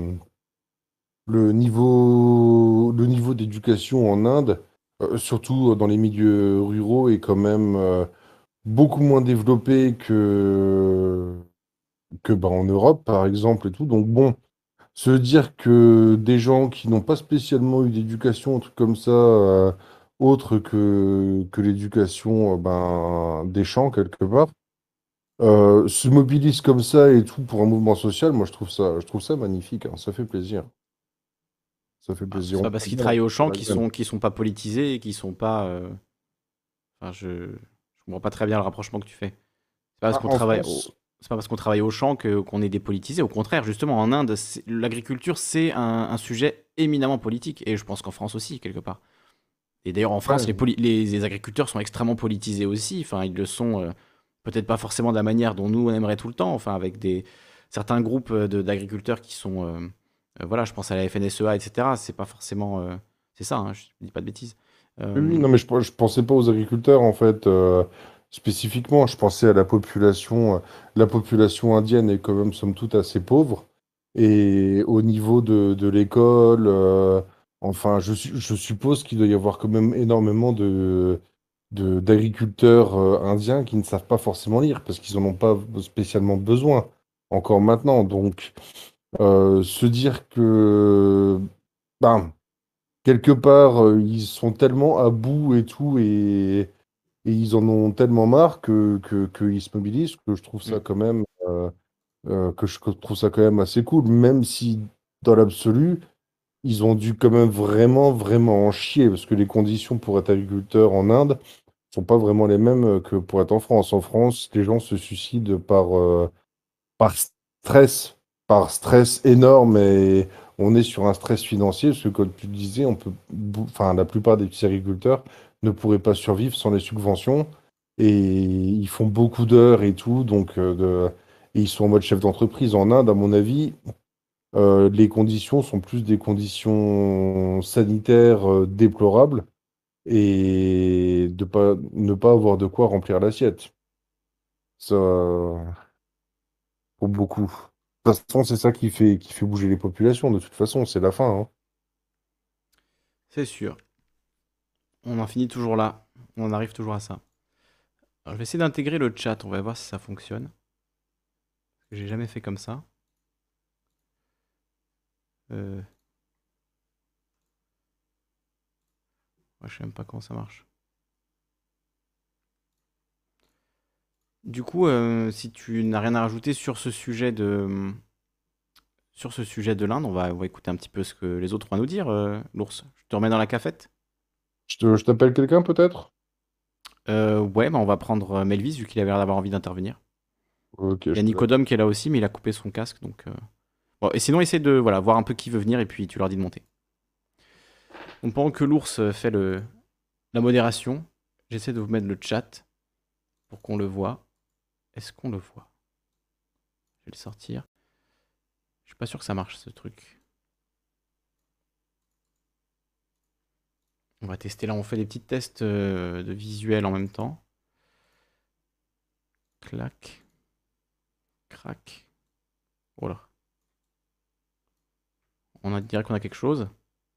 le niveau d'éducation en Inde, surtout dans les milieux ruraux, est quand même beaucoup moins développé que bah, en Europe, par exemple, et tout. Donc bon, se dire que des gens qui n'ont pas spécialement eu d'éducation, un truc comme ça, autre que l'éducation ben, des champs, quelque part, se mobilisent comme ça et tout pour un mouvement social, moi je trouve ça magnifique, hein. Ça fait plaisir. Ça fait Ah, plaisir. c'est On pas parce voit qu'ils bien travaillent au dans champ la gueule. qui sont pas politisés et qui sont pas. Enfin, je comprends pas très bien le rapprochement que tu fais. C'est pas parce Ah, qu'on en travaille France, c'est pas parce qu'on travaille au champ qu'on est dépolitisé. Au contraire, justement, en Inde, l'agriculture c'est un sujet éminemment politique et je pense qu'en France aussi quelque part. Et d'ailleurs en France, ouais, les agriculteurs sont extrêmement politisés aussi. Enfin, ils le sont peut-être pas forcément de la manière dont nous on aimerait tout le temps. Enfin, avec certains groupes d'agriculteurs qui sont voilà, je pense à la FNSEA, etc. C'est pas forcément c'est ça. Hein, je dis pas de bêtises. oui, oui, Euh, non, mais je pensais pas aux agriculteurs, en fait, spécifiquement. Je pensais à la population. La population indienne est quand même, somme toute, assez pauvre. Et au niveau de l'école, enfin, je suppose qu'il doit y avoir quand même énormément d'agriculteurs indiens qui ne savent pas forcément lire, parce qu'ils n'en ont pas spécialement besoin, encore maintenant. Donc, se dire que... ben, quelque part, ils sont tellement à bout et tout, et et ils en ont tellement marre qu'ils se mobilisent que je trouve Mm. ça quand même, trouve ça quand même assez cool, même si dans l'absolu, ils ont dû quand même vraiment, vraiment en chier, parce que les conditions pour être agriculteur en Inde sont pas vraiment les mêmes que pour être en France. En France, les gens se suicident par stress, par stress énorme, et on est sur un stress financier, parce que comme tu le disais, enfin, la plupart des petits agriculteurs ne pourraient pas survivre sans les subventions, et ils font beaucoup d'heures et tout, et ils sont en mode chef d'entreprise. En Inde, à mon avis, les conditions sont plus des conditions sanitaires déplorables, et ne pas avoir de quoi remplir l'assiette. Ça, pour beaucoup. De toute façon, c'est ça qui fait bouger les populations, de toute façon, c'est la fin, hein. C'est sûr. On en finit toujours là. On en arrive toujours à ça. Alors, je vais essayer d'intégrer le chat. On va voir si ça fonctionne. J'ai jamais fait comme ça. Euh... ouais, je sais même pas comment ça marche. Du coup, si tu n'as rien à rajouter sur ce sujet de l'Inde, on va écouter un petit peu ce que les autres ont à nous dire, l'ours. Je te remets dans la cafette. Je t'appelle quelqu'un, peut-être? Ouais, bah on va prendre Melvis, vu qu'il avait l'air d'avoir envie d'intervenir. Ok, Il y a je te laisse. Nicodome qui est là aussi, mais il a coupé son casque, donc... Bon, et sinon, essaie de voilà, voir un peu qui veut venir, et puis tu leur dis de monter. Donc pendant que l'ours fait la modération, j'essaie de vous mettre le chat pour qu'on le voit. Est-ce qu'on le voit? Je vais le sortir. Je suis pas sûr que ça marche, ce truc. On va tester là, on fait des petits tests de visuel en même temps. Clac, crac. Oh là. Dirait qu'on a quelque chose.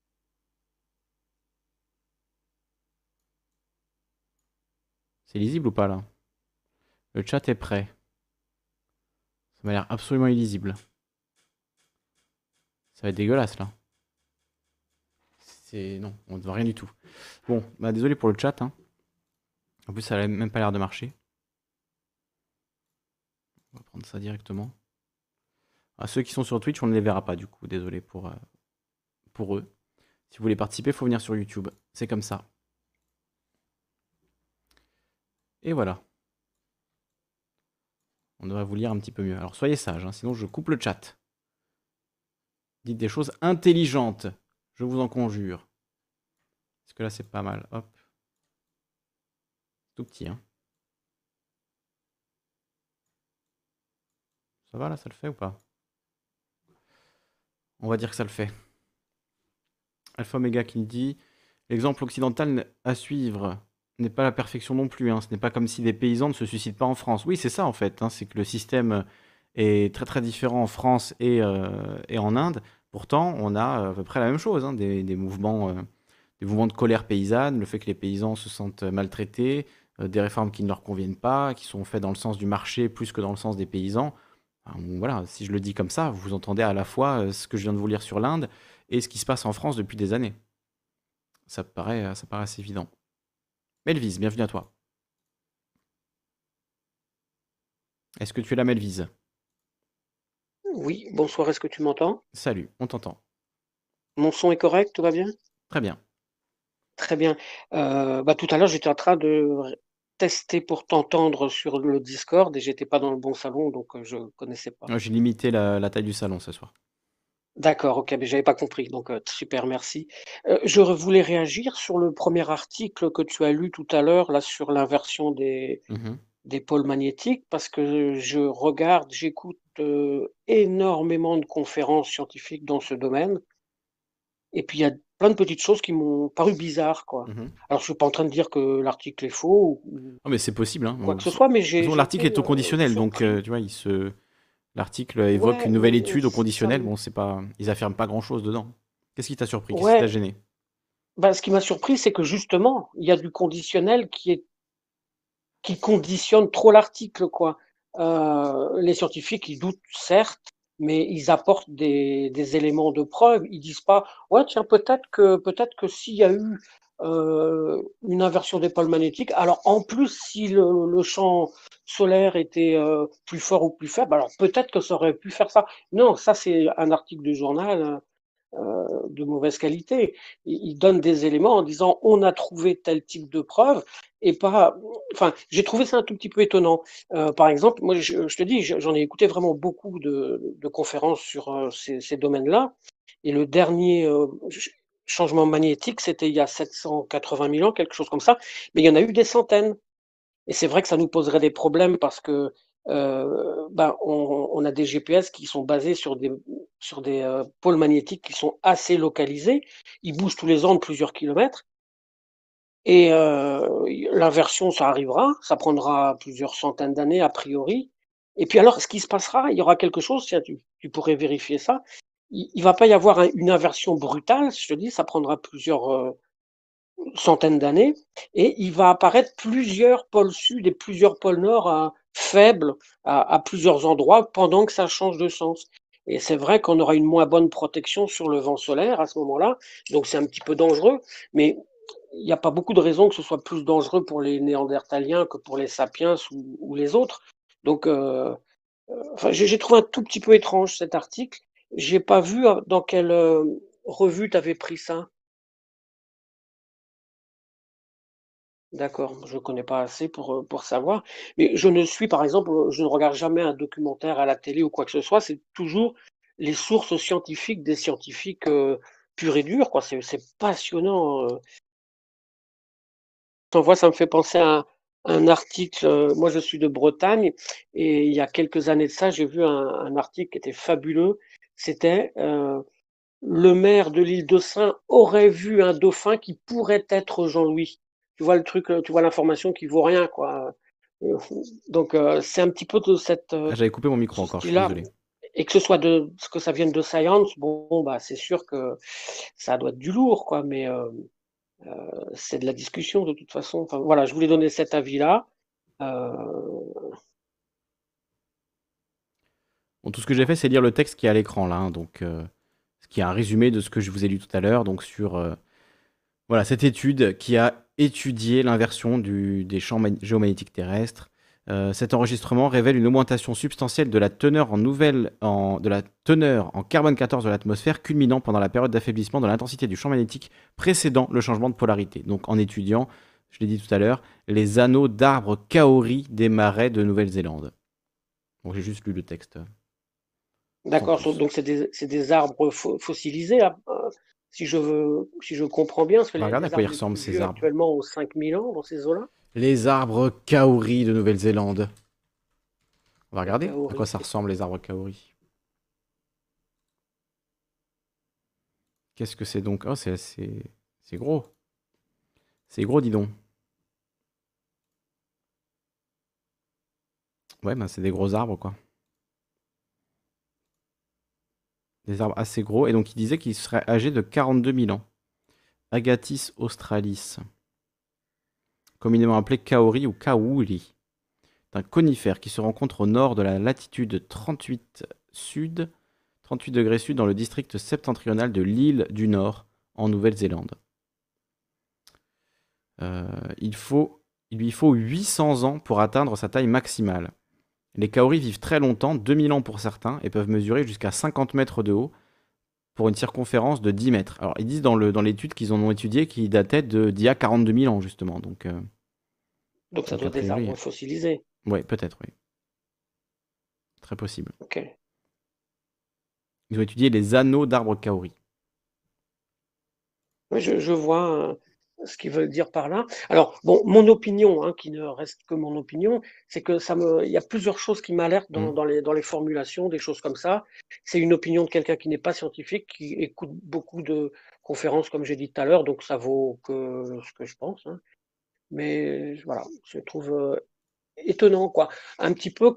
C'est lisible ou pas là? Le chat est prêt. Ça m'a l'air absolument illisible. Ça va être dégueulasse là. Non, on ne voit rien du tout. Bon, bah désolé pour le chat, hein. En plus, ça n'a même pas l'air de marcher. On va prendre ça directement. Ah, ceux qui sont sur Twitch, on ne les verra pas du coup. Désolé pour eux. Si vous voulez participer, il faut venir sur YouTube. C'est comme ça. Et voilà. On devrait vous lire un petit peu mieux. Alors soyez sages, hein, sinon je coupe le chat. Dites des choses intelligentes. Je vous en conjure. Parce que là, c'est pas mal. Hop. Tout petit, hein. Ça va là, ça le fait ou pas? On va dire que ça le fait. Alpha Omega qui me dit l'exemple occidental à suivre n'est pas la perfection non plus, hein. Ce n'est pas comme si des paysans ne se suicident pas en France. Oui, c'est ça en fait, hein. C'est que le système est très très différent en France et en Inde. Pourtant, on a à peu près la même chose, hein. Des mouvements de colère paysanne, le fait que les paysans se sentent maltraités, des réformes qui ne leur conviennent pas, qui sont faites dans le sens du marché plus que dans le sens des paysans. Enfin, bon, voilà, si je le dis comme ça, vous entendez à la fois ce que je viens de vous lire sur l'Inde et ce qui se passe en France depuis des années. Ça paraît assez évident. Melvise, bienvenue à toi. Est-ce que tu es là, Melvise? Oui, bonsoir, est-ce que tu m'entends? Salut, on t'entend. Mon son est correct, tout va bien? Très bien. Très bien. Tout à l'heure, j'étais en train de tester pour t'entendre sur le Discord et j'étais pas dans le bon salon, donc je connaissais pas. J'ai limité la taille du salon ce soir. D'accord, OK, mais j'avais pas compris, donc super, merci. Voulais réagir sur le premier article que tu as lu tout à l'heure, là, sur l'inversion Mhm, des pôles magnétiques, parce que j'écoute, énormément de conférences scientifiques dans ce domaine. Et puis il y a plein de petites choses qui m'ont paru bizarres, quoi. mhm. Alors je suis pas en train de dire que l'article est faux ou Oh, mais c'est possible, hein. quoi que ce soit, mais De toute façon, j'ai l'article été, est au conditionnel, donc surpris. tu vois, l'article évoque Ouais, une nouvelle mais étude au ça conditionnel. m Bon, c'est pas, ils affirment pas grand-chose dedans. Qu'est-ce qui t'a surpris? Qu'est-ce qui t'a ouais, gêné? ce qui m'a surpris, c'est que justement, il y a du conditionnel qui conditionne trop l'article, quoi. Les scientifiques, ils doutent certes, mais ils apportent des éléments de preuve. Ils disent pas: «Ouais, tiens, peut-être que s'il y a eu, une inversion des pôles magnétiques. Alors en plus, si le champ solaire était plus fort ou plus faible, alors peut-être que ça aurait pu faire ça. Non, ça c'est un article de journal de mauvaise qualité. Il donne des éléments en disant on a trouvé tel type de preuve et pas. Enfin, j'ai trouvé ça un tout petit peu étonnant. Par exemple, moi je te dis, j'en ai écouté vraiment beaucoup de conférences sur ces domaines-là. Et le dernier changement magnétique, c'était il y a 780 000 ans, quelque chose comme ça. Mais il y en a eu des centaines. Et c'est vrai que ça nous poserait des problèmes parce que on a des GPS qui sont basés sur des pôles magnétiques qui sont assez localisés. Ils bougent tous les ans de plusieurs kilomètres. Et l'inversion, ça arrivera. Ça prendra plusieurs centaines d'années a priori. Et puis alors, ce qui se passera, il y aura quelque chose, tiens, tu pourrais vérifier ça. Il ne va pas y avoir une inversion brutale, je te dis, ça prendra plusieurs centaines d'années, et il va apparaître plusieurs pôles sud et plusieurs pôles nord faibles à plusieurs endroits pendant que ça change de sens. Et c'est vrai qu'on aura une moins bonne protection sur le vent solaire à ce moment-là, donc c'est un petit peu dangereux, mais il n'y a pas beaucoup de raisons que ce soit plus dangereux pour les Néandertaliens que pour les Sapiens ou les autres. Donc, enfin, j'ai trouvé un tout petit peu étrange cet article. J'ai pas vu dans quelle revue tu avais pris ça. D'accord, je ne connais pas assez pour savoir. Mais je ne suis, par exemple, je ne regarde jamais un documentaire à la télé ou quoi que ce soit. C'est toujours les sources scientifiques des scientifiques purs et durs, quoi. C'est passionnant. On voit, ça me fait penser à un article. Moi, je suis de Bretagne et il y a quelques années de ça, j'ai vu un article qui était fabuleux. C'était le maire de l'île de Saint aurait vu un dauphin qui pourrait être Jean-Louis. Tu vois le truc, tu vois l'information qui vaut rien, quoi. Euh, Donc c'est un petit peu de Ah, j'avais coupé mon micro ce encore, je suis style-là. désolé. Et que ce soit que ça vienne de Science, bon, bah c'est sûr que ça doit être du lourd, quoi. Mais c'est de la discussion de toute façon. Enfin, voilà, je voulais donner cet avis-là. Euh, Bon, tout ce que j'ai fait, c'est lire le texte qui est à l'écran là, hein, donc ce qui est un résumé de ce que je vous ai lu tout à l'heure, donc sur voilà, cette étude qui a étudié l'inversion des champs géomagnétiques terrestres. Cet enregistrement révèle une augmentation substantielle de la teneur de la teneur en carbone 14 de l'atmosphère, culminant pendant la période d'affaiblissement de l'intensité du champ magnétique précédant le changement de polarité. Donc en étudiant, je l'ai dit tout à l'heure, les anneaux d'arbres kaori des marais de Nouvelle-Zélande. Donc j'ai juste lu le texte, sans d'accord, plus. donc c'est des arbres fossilisés, si je comprends bien, parce que On va regarder à les quoi ils arbres les ressemblent plus ces vieux arbres. actuellement ont 5000 ans dans ces eaux-là. Les arbres kaori de Nouvelle-Zélande. On va Les regarder à quoi Kaori, ça ressemble les arbres kaori. Qu'est-ce que c'est donc? Oh, c'est gros. C'est gros, dis donc. Ouais, ben c'est des gros arbres, quoi. Des arbres assez gros. Et donc, il disait qu'ils seraient âgés de 42 000 ans. Agathis australis, communément appelé kaori ou kaouri. C'est un conifère qui se rencontre au nord de la latitude 38 sud, 38 degrés sud dans le district septentrional de l'île du Nord, en Nouvelle-Zélande. Euh, il, il lui faut 800 ans pour atteindre sa taille maximale. Les kaoris vivent très longtemps, 2000 ans pour certains, et peuvent mesurer jusqu'à 50 mètres de haut pour une circonférence de 10 mètres. Alors, ils disent dans l'étude qu'ils en ont étudié qui datait d'il y a 42 000 ans, justement. donc ça doit a être des priori, arbres fossilisés. ouais, peut-être, oui. Très possible. Ok. Ils ont étudié les anneaux d'arbres kaori. Oui, je vois ce qu'ils veulent dire par là. Alors, bon, mon opinion, hein, qui ne reste que mon opinion, c'est que il y a plusieurs choses qui m'alertent Hmm. dans les formulations, des choses comme ça. C'est une opinion de quelqu'un qui n'est pas scientifique, qui écoute beaucoup de conférences, comme j'ai dit tout à l'heure, donc ça vaut que ce que je pense, hein. Mais voilà, je trouve étonnant, quoi. Un petit peu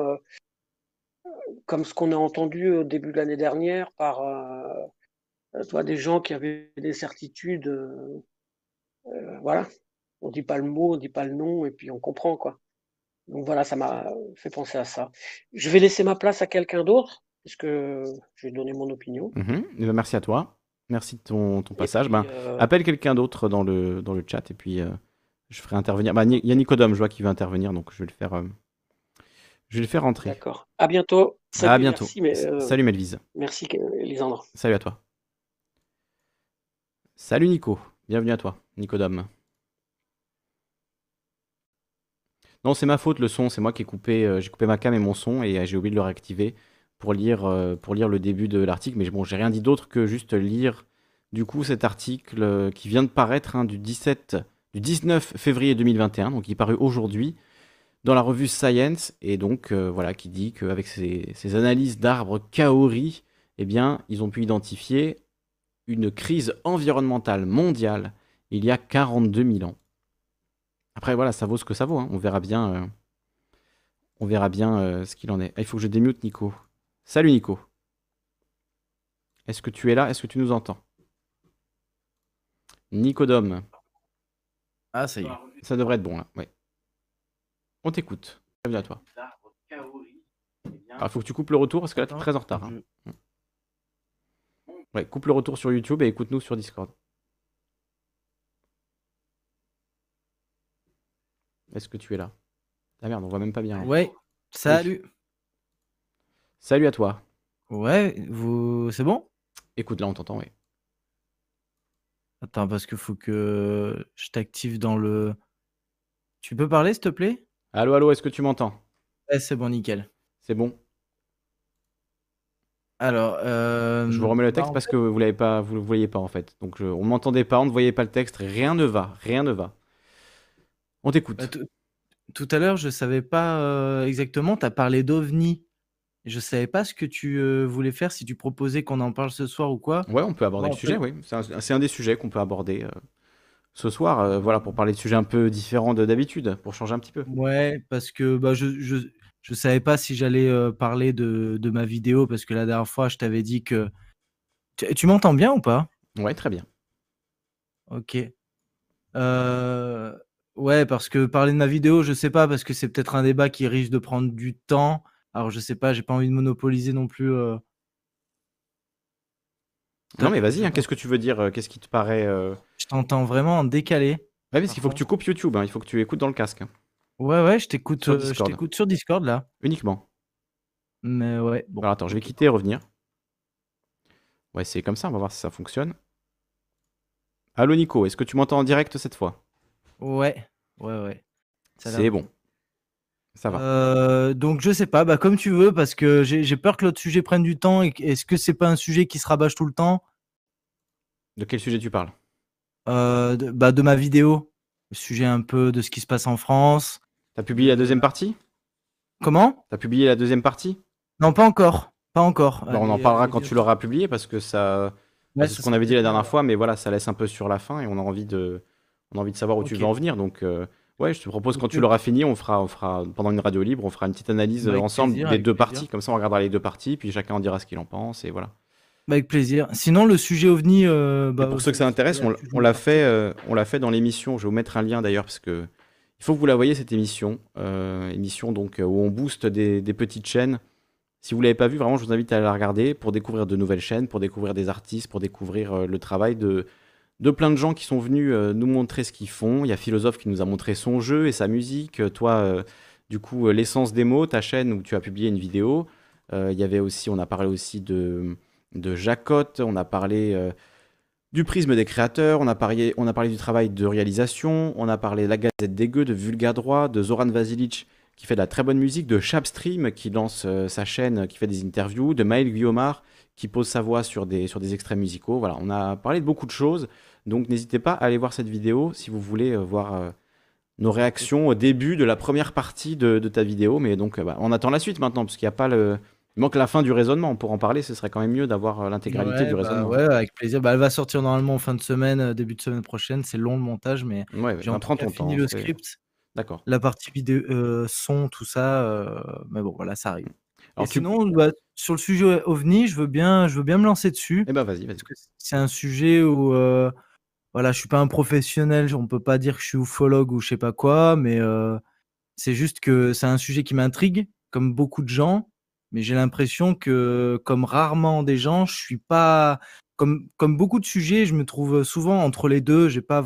comme ce qu'on a entendu au début de l'année dernière par toi, des gens qui avaient des certitudes. Voilà, on dit pas le mot, on dit pas le nom, et puis on comprend, quoi. Donc voilà, ça m'a fait penser à ça. Je vais laisser ma place à quelqu'un d'autre, parce que je vais donner mon opinion. Mhm. Eh ben, merci à toi. Merci de ton Et passage. puis, Ben, appelle quelqu'un d'autre dans le chat et puis je ferai intervenir. Bah, il y a Nicodome, je vois qu'il veut intervenir, donc je vais le faire rentrer. d'accord. À bientôt. À Salut, bientôt. merci, mais Salut Melvise. merci, Lisandre. Salut à toi. Salut Nico. Bienvenue à toi, Nicodome. Non, c'est ma faute, le son. C'est moi qui j'ai coupé ma cam et mon son et j'ai oublié de le réactiver pour lire le début de l'article. Mais bon, j'ai rien dit d'autre que juste lire du coup cet article qui vient de paraître du 19 février 2021, donc il paru aujourd'hui dans la revue Science et donc voilà qui dit qu'avec ces analyses d'arbres kaori, eh bien, ils ont pu identifier une crise environnementale mondiale il y a 42 000 ans. Après, voilà, ça vaut ce que ça vaut. Hein. On verra bien, ce qu'il en est. Ah, il faut que je démute Nico. Salut Nico. Est-ce que tu es là? Est-ce que tu nous entends? Nicodome. Ah, ça y est. Ça devrait être bon là. Ouais. On t'écoute. Bienvenue à toi. Alors, il faut que tu coupes le retour parce que là, tu es très en retard. Hein. Ouais, coupe le retour sur YouTube et écoute-nous sur Discord. Est-ce que tu es là? Ah merde, on voit même pas bien. Hein. Ouais, salut. Salut à toi. Ouais, c'est bon? Écoute, là, on t'entend, oui. Attends, parce qu'il faut que je t'active dans le... Tu peux parler, s'il te plaît? Allô, allô, est-ce que tu m'entends? Ouais, c'est bon, nickel. C'est bon. Alors, je vous remets le texte parce que vous le voyez pas en fait. Donc on m'entendait pas, on ne voyait pas le texte, rien ne va, rien ne va. On t'écoute. Bah, tout à l'heure, je savais pas exactement, tu as parlé d'OVNI. Je savais pas ce que tu voulais faire, si tu proposais qu'on en parle ce soir ou quoi. Ouais, on peut aborder le sujet, oui. C'est un des sujets qu'on peut aborder ce soir, voilà, pour parler de sujets un peu différents de d'habitude, pour changer un petit peu. Ouais, parce que bah, je savais pas si j'allais parler de ma vidéo, parce que la dernière fois, je t'avais dit que... Tu m'entends bien ou pas? Ouais, très bien. Ok. Ouais, parce que parler de ma vidéo, je sais pas, parce que c'est peut-être un débat qui risque de prendre du temps. Alors, je sais pas, j'ai pas envie de monopoliser non plus. Non, mais vas-y, hein, qu'est-ce que tu veux dire? Qu'est-ce qui te paraît Je t'entends vraiment en décalé. Ouais, parce qu'il faut que tu coupes YouTube, hein, il faut que tu écoutes dans le casque. Ouais, je t'écoute Sur sur Discord là. Uniquement. Mais ouais, bon. Alors attends, je vais quitter et revenir. Ouais, c'est comme ça, on va voir si ça fonctionne. Allô Nico, est-ce que tu m'entends en direct cette fois? Ouais. C'est bon. Ça va. Donc je sais pas, bah comme tu veux, parce que j'ai peur que l'autre sujet prenne du temps. Est-ce que c'est pas un sujet qui se rabâche tout le temps? De quel sujet tu parles? De ma vidéo. Le sujet un peu de ce qui se passe en France. T'as publié la deuxième partie? Comment? T'as publié la deuxième partie? Non, pas encore. Pas encore. Bah, on en parlera quand tu l'auras publié parce que ça. Ouais, c'est ce qu'on avait dit la dernière fois, mais voilà, ça laisse un peu sur la fin et on a envie de savoir où tu veux en venir. Donc, ouais, je te propose quand tu l'auras fini, on fera pendant une radio libre, on fera une petite analyse Avec ensemble plaisir, des avec deux plaisir. parties. Comme ça, on regardera les deux parties, puis chacun en dira ce qu'il en pense et voilà. Avec plaisir. Sinon, le sujet OVNI. Et pour ceux que ça intéresse, on l'a fait dans l'émission. Je vais vous mettre un lien d'ailleurs parce que il faut que vous la voyez cette émission, émission donc où on booste des petites chaînes. Si vous l'avez pas vu, vraiment, je vous invite à la regarder pour découvrir de nouvelles chaînes, pour découvrir des artistes, pour découvrir le travail de plein de gens qui sont venus nous montrer ce qu'ils font. Il y a Philosophe qui nous a montré son jeu et sa musique. Toi, du coup, l'essence des mots, ta chaîne où tu as publié une vidéo. Il y avait aussi, on a parlé aussi de Jacotte, on a parlé du prisme des créateurs, on a parlé du travail de réalisation, on a parlé de la Gazette des Gueux, de Vulgadroit, de Zoran Vasilic qui fait de la très bonne musique, de Chapstream qui lance sa chaîne, qui fait des interviews, de Maël Guillaumard qui pose sa voix sur des extraits musicaux. Voilà, on a parlé de beaucoup de choses, donc n'hésitez pas à aller voir cette vidéo si vous voulez voir nos réactions au début de la première partie de ta vidéo. Mais donc, on attend la suite maintenant, parce qu'il n'y a pas il manque la fin du raisonnement. Pour en parler, ce serait quand même mieux d'avoir l'intégralité du raisonnement. Ouais, avec plaisir. Elle va sortir normalement en fin de semaine, début de semaine prochaine. C'est long le montage, mais j'ai en tout cas fini le script. D'accord. La partie vidéo, son, tout ça, mais bon, voilà, ça arrive. Alors, sinon, sur le sujet OVNI, je veux bien me lancer dessus. Eh ben, vas-y. Parce que c'est un sujet où, voilà, je suis pas un professionnel, on peut pas dire que je suis ufologue ou je sais pas quoi, mais c'est juste que c'est un sujet qui m'intrigue, comme beaucoup de gens, mais j'ai l'impression que, comme rarement des gens, je suis pas... comme beaucoup de sujets, je me trouve souvent entre les deux.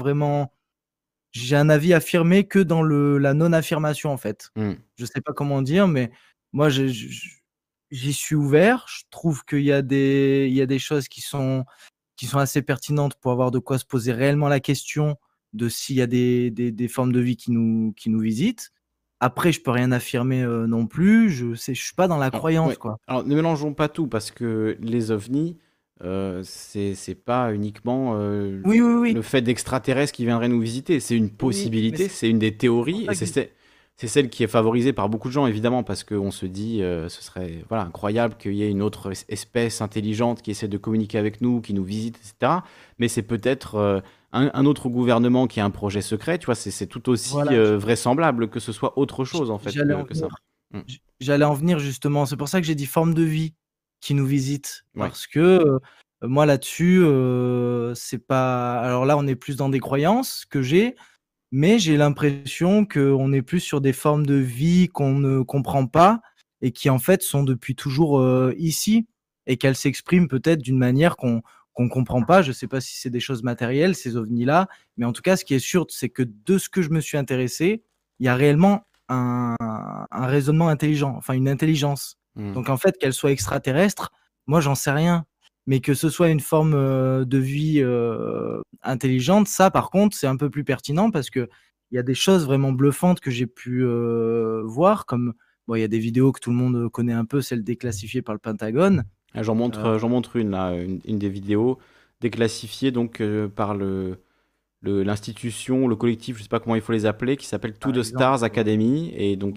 J'ai un avis affirmé que dans la non-affirmation, en fait. Mmh. Je sais pas comment dire, mais moi, j'y suis ouvert. Je trouve qu'il y a des choses qui sont assez pertinentes pour avoir de quoi se poser réellement la question de s'il y a des formes de vie qui nous visitent. Après, je peux rien affirmer non plus. Je suis pas dans la Alors, croyance, ouais. quoi. Alors, ne mélangeons pas tout parce que les ovnis, c'est pas uniquement Oui, oui, oui. le fait d'extraterrestres qui viendraient nous visiter. C'est une Oui, mais possibilité, c'est c'est une des pour théories et ça que c'est celle qui est favorisée par beaucoup de gens, évidemment, parce qu'on se dit ce serait voilà, incroyable qu'il y ait une autre espèce intelligente qui essaie de communiquer avec nous, qui nous visite, etc. Mais c'est peut-être un autre gouvernement qui a un projet secret, tu vois, c'est tout aussi voilà, vraisemblem que ce soit autre chose, en fait, j'allais en que ça. venir. Mm. J'allais en venir justement. C'est pour ça que j'ai dit forme de vie qui nous visite. Ouais. Parce que moi là-dessus, c'est pas. Alors là, on est plus dans des croyances que j'ai, mais j'ai l'impression qu'on est plus sur des formes de vie qu'on ne comprend pas et qui en fait sont depuis toujours ici et qu'elles s'expriment peut-être d'une manière qu'on comprend pas. Je sais pas si c'est des choses matérielles, ces ovnis-là, mais en tout cas, ce qui est sûr, c'est que de ce que je me suis intéressé, il y a réellement un raisonnement intelligent, enfin une intelligence. Mm. Donc en fait, qu'elle soit extraterrestre, moi j'en sais rien. Mais que ce soit une forme de vie intelligente, ça par contre, c'est un peu plus pertinent parce que il y a des choses vraiment bluffantes que j'ai pu voir, comme bon, il y a des vidéos que tout le monde connaît un peu, celles déclassifiées par le Pentagone. Ah, Euh, j'en montre une là, une des vidéos déclassifiées donc par l'institution, le collectif, je sais pas comment il faut les appeler, qui s'appelle To Par the exemple, Stars Academy et donc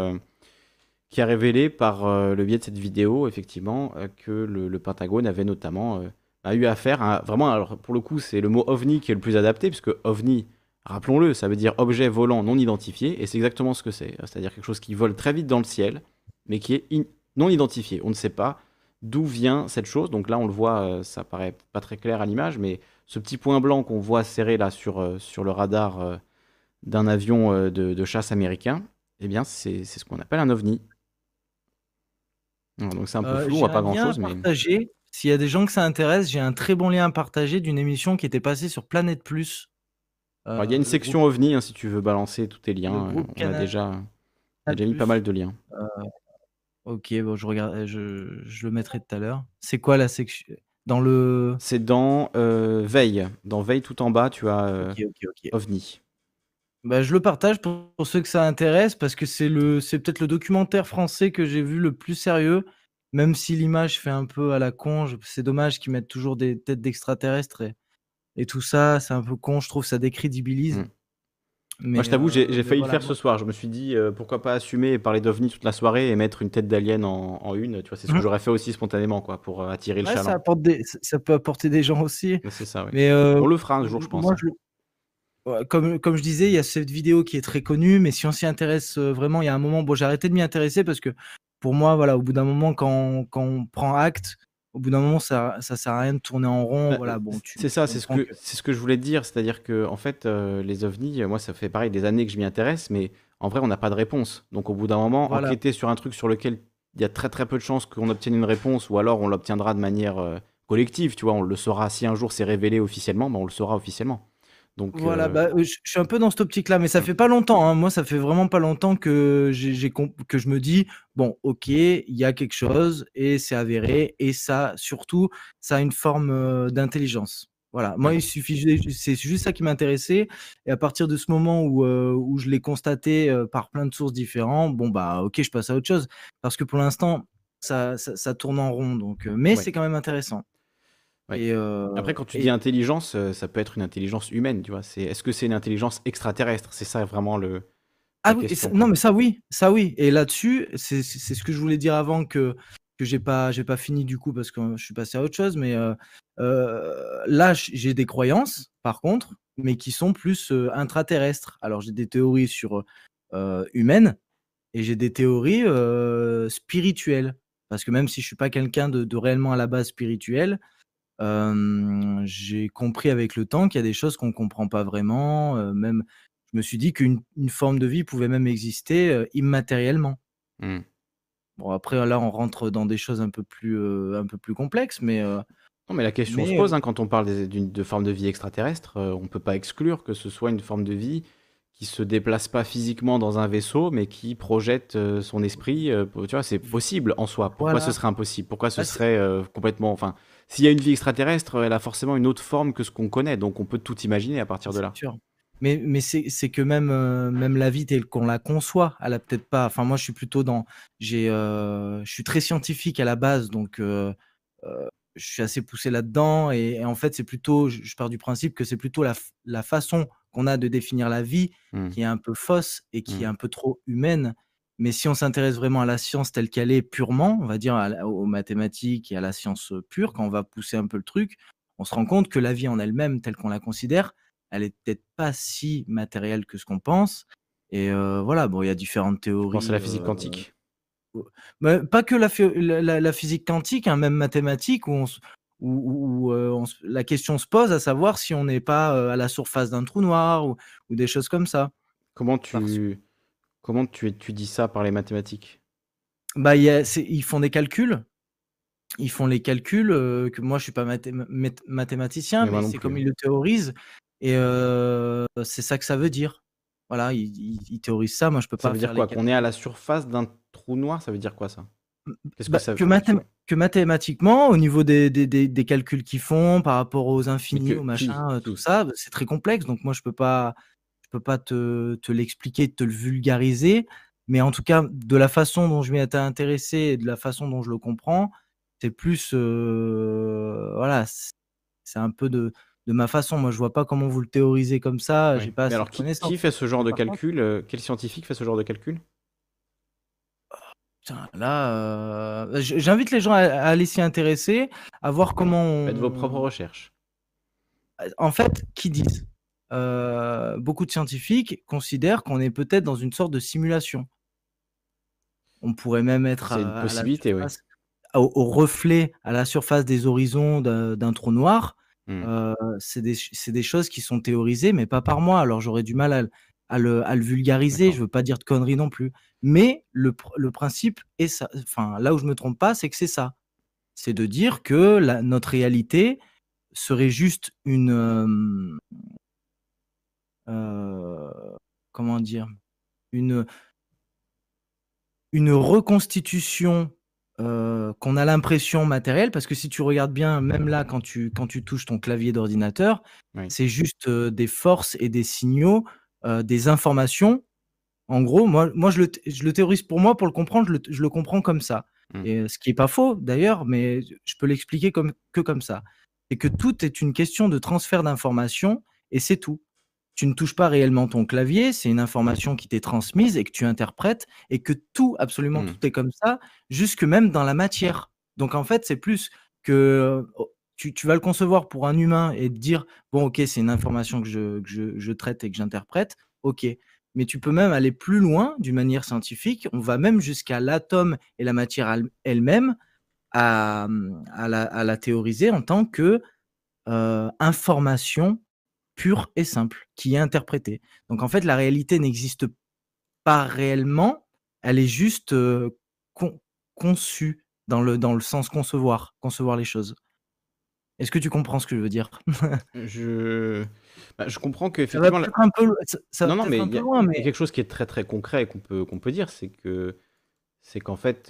qui a révélé par le biais de cette vidéo effectivement que le Pentagone avait notamment a eu affaire à vraiment, alors pour le coup c'est le mot ovni qui est le plus adapté puisque ovni, rappelons-le, ça veut dire objet volant non identifié et c'est exactement ce que c'est-à-dire quelque chose qui vole très vite dans le ciel mais qui est non identifié. On ne sait pas d'où vient cette chose. Donc là, on le voit, ça paraît pas très clair à l'image, mais ce petit point blanc qu'on voit serré là sur le radar d'un avion de chasse américain, eh bien, c'est ce qu'on appelle un ovni. Alors, donc c'est un peu flou, on j'ai voit un pas lien à grand-chose, mais partager. S'il y a des gens que ça intéresse, j'ai un très bon lien à partager d'une émission qui était passée sur Planète Plus, alors, il y a une le groupe, section ovni, hein, si tu veux balancer tous tes le liens. groupe Canal On a déjà mis pas Plus. mal de liens. Ok, bon, je regarde, je le mettrai tout à l'heure. C'est quoi la section dans le. C'est dans Veille. Dans Veille, tout en bas, tu as Ok, ok, ok. ovni. Bah, je le partage pour ceux que ça intéresse parce que c'est peut-être le documentaire français que j'ai vu le plus sérieux, même si l'image fait un peu à la con. C'est dommage qu'ils mettent toujours des têtes d'extraterrestres et tout ça, c'est un peu con, je trouve, ça décrédibilise. Mm. Moi, je Mais, t'avoue, j'ai failli le voilà, faire ce soir. Je me suis dit, pourquoi pas assumer et parler d'OVNI toute la soirée et mettre une tête d'alien en une. Tu vois, c'est ce que Mhm. j'aurais fait aussi spontanément, quoi, pour attirer le Ouais, chaland. ça peut apporter des gens aussi. Mais c'est ça, ouais. Mais On le fera un jour, je pense. moi, ouais, comme je disais, il y a cette vidéo qui est très connue, mais si on s'y intéresse vraiment, il y a un moment, bon, j'ai arrêté de m'y intéresser parce que pour moi, voilà, au bout d'un moment, quand on prend acte, au bout d'un moment, ça sert à rien de tourner en rond. Bah, Voilà, bon, c'est tu ça, comprends que. c'est ce que je voulais te dire. C'est-à-dire que, en fait, les ovnis, moi, ça fait pareil des années que je m'y intéresse, mais en vrai, on n'a pas de réponse. Donc, au bout d'un moment, Voilà, enquêter sur un truc sur lequel il y a très très peu de chances qu'on obtienne une réponse, ou alors on l'obtiendra de manière collective, tu vois, on le saura si un jour c'est révélé officiellement, bah, on le saura officiellement. Donc, voilà, bah, je suis un peu dans cette optique-là, mais ça fait pas longtemps, hein. Moi, ça fait vraiment pas longtemps que que je me dis, bon, ok, il y a quelque chose et c'est avéré et ça, surtout, ça a une forme d'intelligence. Voilà, moi, ouais. c'est juste ça qui m'intéressait. Et à partir de ce moment où je l'ai constaté par plein de sources différentes, bon, bah, ok, je passe à autre chose. Parce que pour l'instant, ça tourne en rond, donc, mais Ouais. c'est quand même intéressant. Ouais. Et, Après, quand tu dis et intelligence, ça peut être une intelligence humaine, tu vois. Est-ce que c'est une intelligence extraterrestre? C'est ça vraiment ah la oui, question, non, quoi. mais ça oui, ça oui. Et là-dessus, c'est ce que je voulais dire avant que j'ai pas fini du coup parce que je suis passé à autre chose. Mais là, j'ai des croyances, par contre, mais qui sont plus intraterrestres. Alors j'ai des théories sur humaines et j'ai des théories spirituelles. Parce que même si je suis pas quelqu'un de réellement à la base spirituel, j'ai compris avec le temps qu'il y a des choses qu'on comprend pas vraiment, même je me suis dit qu'une forme de vie pouvait même exister, immatériellement. Hmm. Bon après là, on rentre dans des choses un peu plus complexes, mais Non, mais la question se Mais pose, hein, quand on parle de forme de vie extraterrestre, on ne peut pas exclure que ce soit une forme de vie qui se déplace pas physiquement dans un vaisseau, mais qui projette son esprit. Tu vois, c'est possible en soi. Pourquoi ce voilà. serait impossible? Pourquoi ce Bah, serait complètement... Enfin, s'il y a une vie extraterrestre, elle a forcément une autre forme que ce qu'on connaît, donc on peut tout imaginer à partir de c'est là. sûr. Mais c'est que même la vie telle qu'on la conçoit, elle a peut-être pas. Enfin, moi, je suis plutôt dans. Je suis très scientifique à la base, donc je suis assez poussé là-dedans. Et en fait, c'est plutôt. Je pars du principe que c'est plutôt la façon qu'on a de définir la vie Hmm, qui est un peu fausse et qui est hmm. un peu trop humaine. Mais si on s'intéresse vraiment à la science telle qu'elle est purement, on va dire aux mathématiques et à la science pure, quand on va pousser un peu le truc, on se rend compte que la vie en elle-même, telle qu'on la considère, elle est peut-être pas si matérielle que ce qu'on pense. Et voilà, bon, il y a différentes Tu penses à théories. la physique quantique? Bah, pas que la physique quantique, hein, même mathématique, la question se pose à savoir si on n'est pas à la surface d'un trou noir ou des choses comme ça. Comment Parce tu, comment tu étudies ça par les mathématiques? bah, ils font des calculs. Ils font les calculs, que moi je suis pas mathématicien, Mais moi mais non c'est plus, comme hein. ils le théorisent et c'est ça que ça veut dire. Voilà, ils théorisent ça, moi je peux Ça pas veut dire faire les quoi? Qu'on est à calculs. la surface d'un trou noir? Ça veut dire quoi ça? Qu'est-ce que Bah, ça veut... que mathématiquement, au niveau des calculs qu'ils font par rapport aux Mais infinis, aux qui? machins, tout Qui? ça, bah, c'est très complexe, donc moi je peux pas te l'expliquer, te le vulgariser, mais en tout cas, de la façon dont je m'y étais intéressé et de la façon dont je le comprends, c'est plus, voilà, c'est un peu de ma façon. Moi, je vois pas comment vous le théorisez comme ça, Oui. j'ai pas Mais assez alors, de qui connaissances. fait ce genre Mais de par contre, calcul? Quel scientifique fait ce genre de calcul? putain, là, j'invite les gens à aller s'y intéresser, à voir comment Faites vos propres on recherches. en fait, qui disent? Beaucoup de scientifiques considèrent qu'on est peut-être dans une sorte de simulation. On pourrait même être C'est une à la possibilité, oui. surface, au reflet, à la surface des horizons d'un trou noir. Hmm. C'est des choses qui sont théorisées, mais pas par moi. Alors j'aurais du mal à le vulgariser, D'accord. je veux pas dire de conneries non plus. Mais le principe est ça, enfin, là où je me trompe pas, c'est que c'est ça. C'est de dire que notre réalité serait juste comment dire? Une une reconstitution, qu'on a l'impression matérielle, parce que si tu regardes bien, même là, quand tu touches ton clavier d'ordinateur, Oui. c'est juste, des forces et des signaux, des informations. En gros, moi je le théorise pour moi, pour le comprendre, je le comprends comme ça Hmm. et ce qui est pas faux d'ailleurs, mais je peux l'expliquer comme ça. C'est que tout est une question de transfert d'informations et c'est tout. Tu ne touches pas réellement ton clavier, c'est une information qui t'est transmise et que tu interprètes et que tout, absolument Hmm. tout est comme ça, jusque même dans la matière. Donc en fait, c'est plus que, tu vas le concevoir pour un humain et te dire: «Bon OK, c'est une information que je traite et que j'interprète». OK. Mais tu peux même aller plus loin d'une manière scientifique. On va même jusqu'à l'atome et la matière elle-même à la théoriser en tant que, information pure et simple, qui est interprétée. Donc en fait, la réalité n'existe pas réellement, elle est juste, con conçue dans le sens concevoir les choses. Est-ce que tu comprends ce que je veux dire? Je... je comprends Ça va qu'effectivement... peut-être un peu ça va Non, non, peut-être mais un il y peu a, loin, il y a mais quelque chose qui est très très concret et qu'on peut dire, c'est qu'en fait,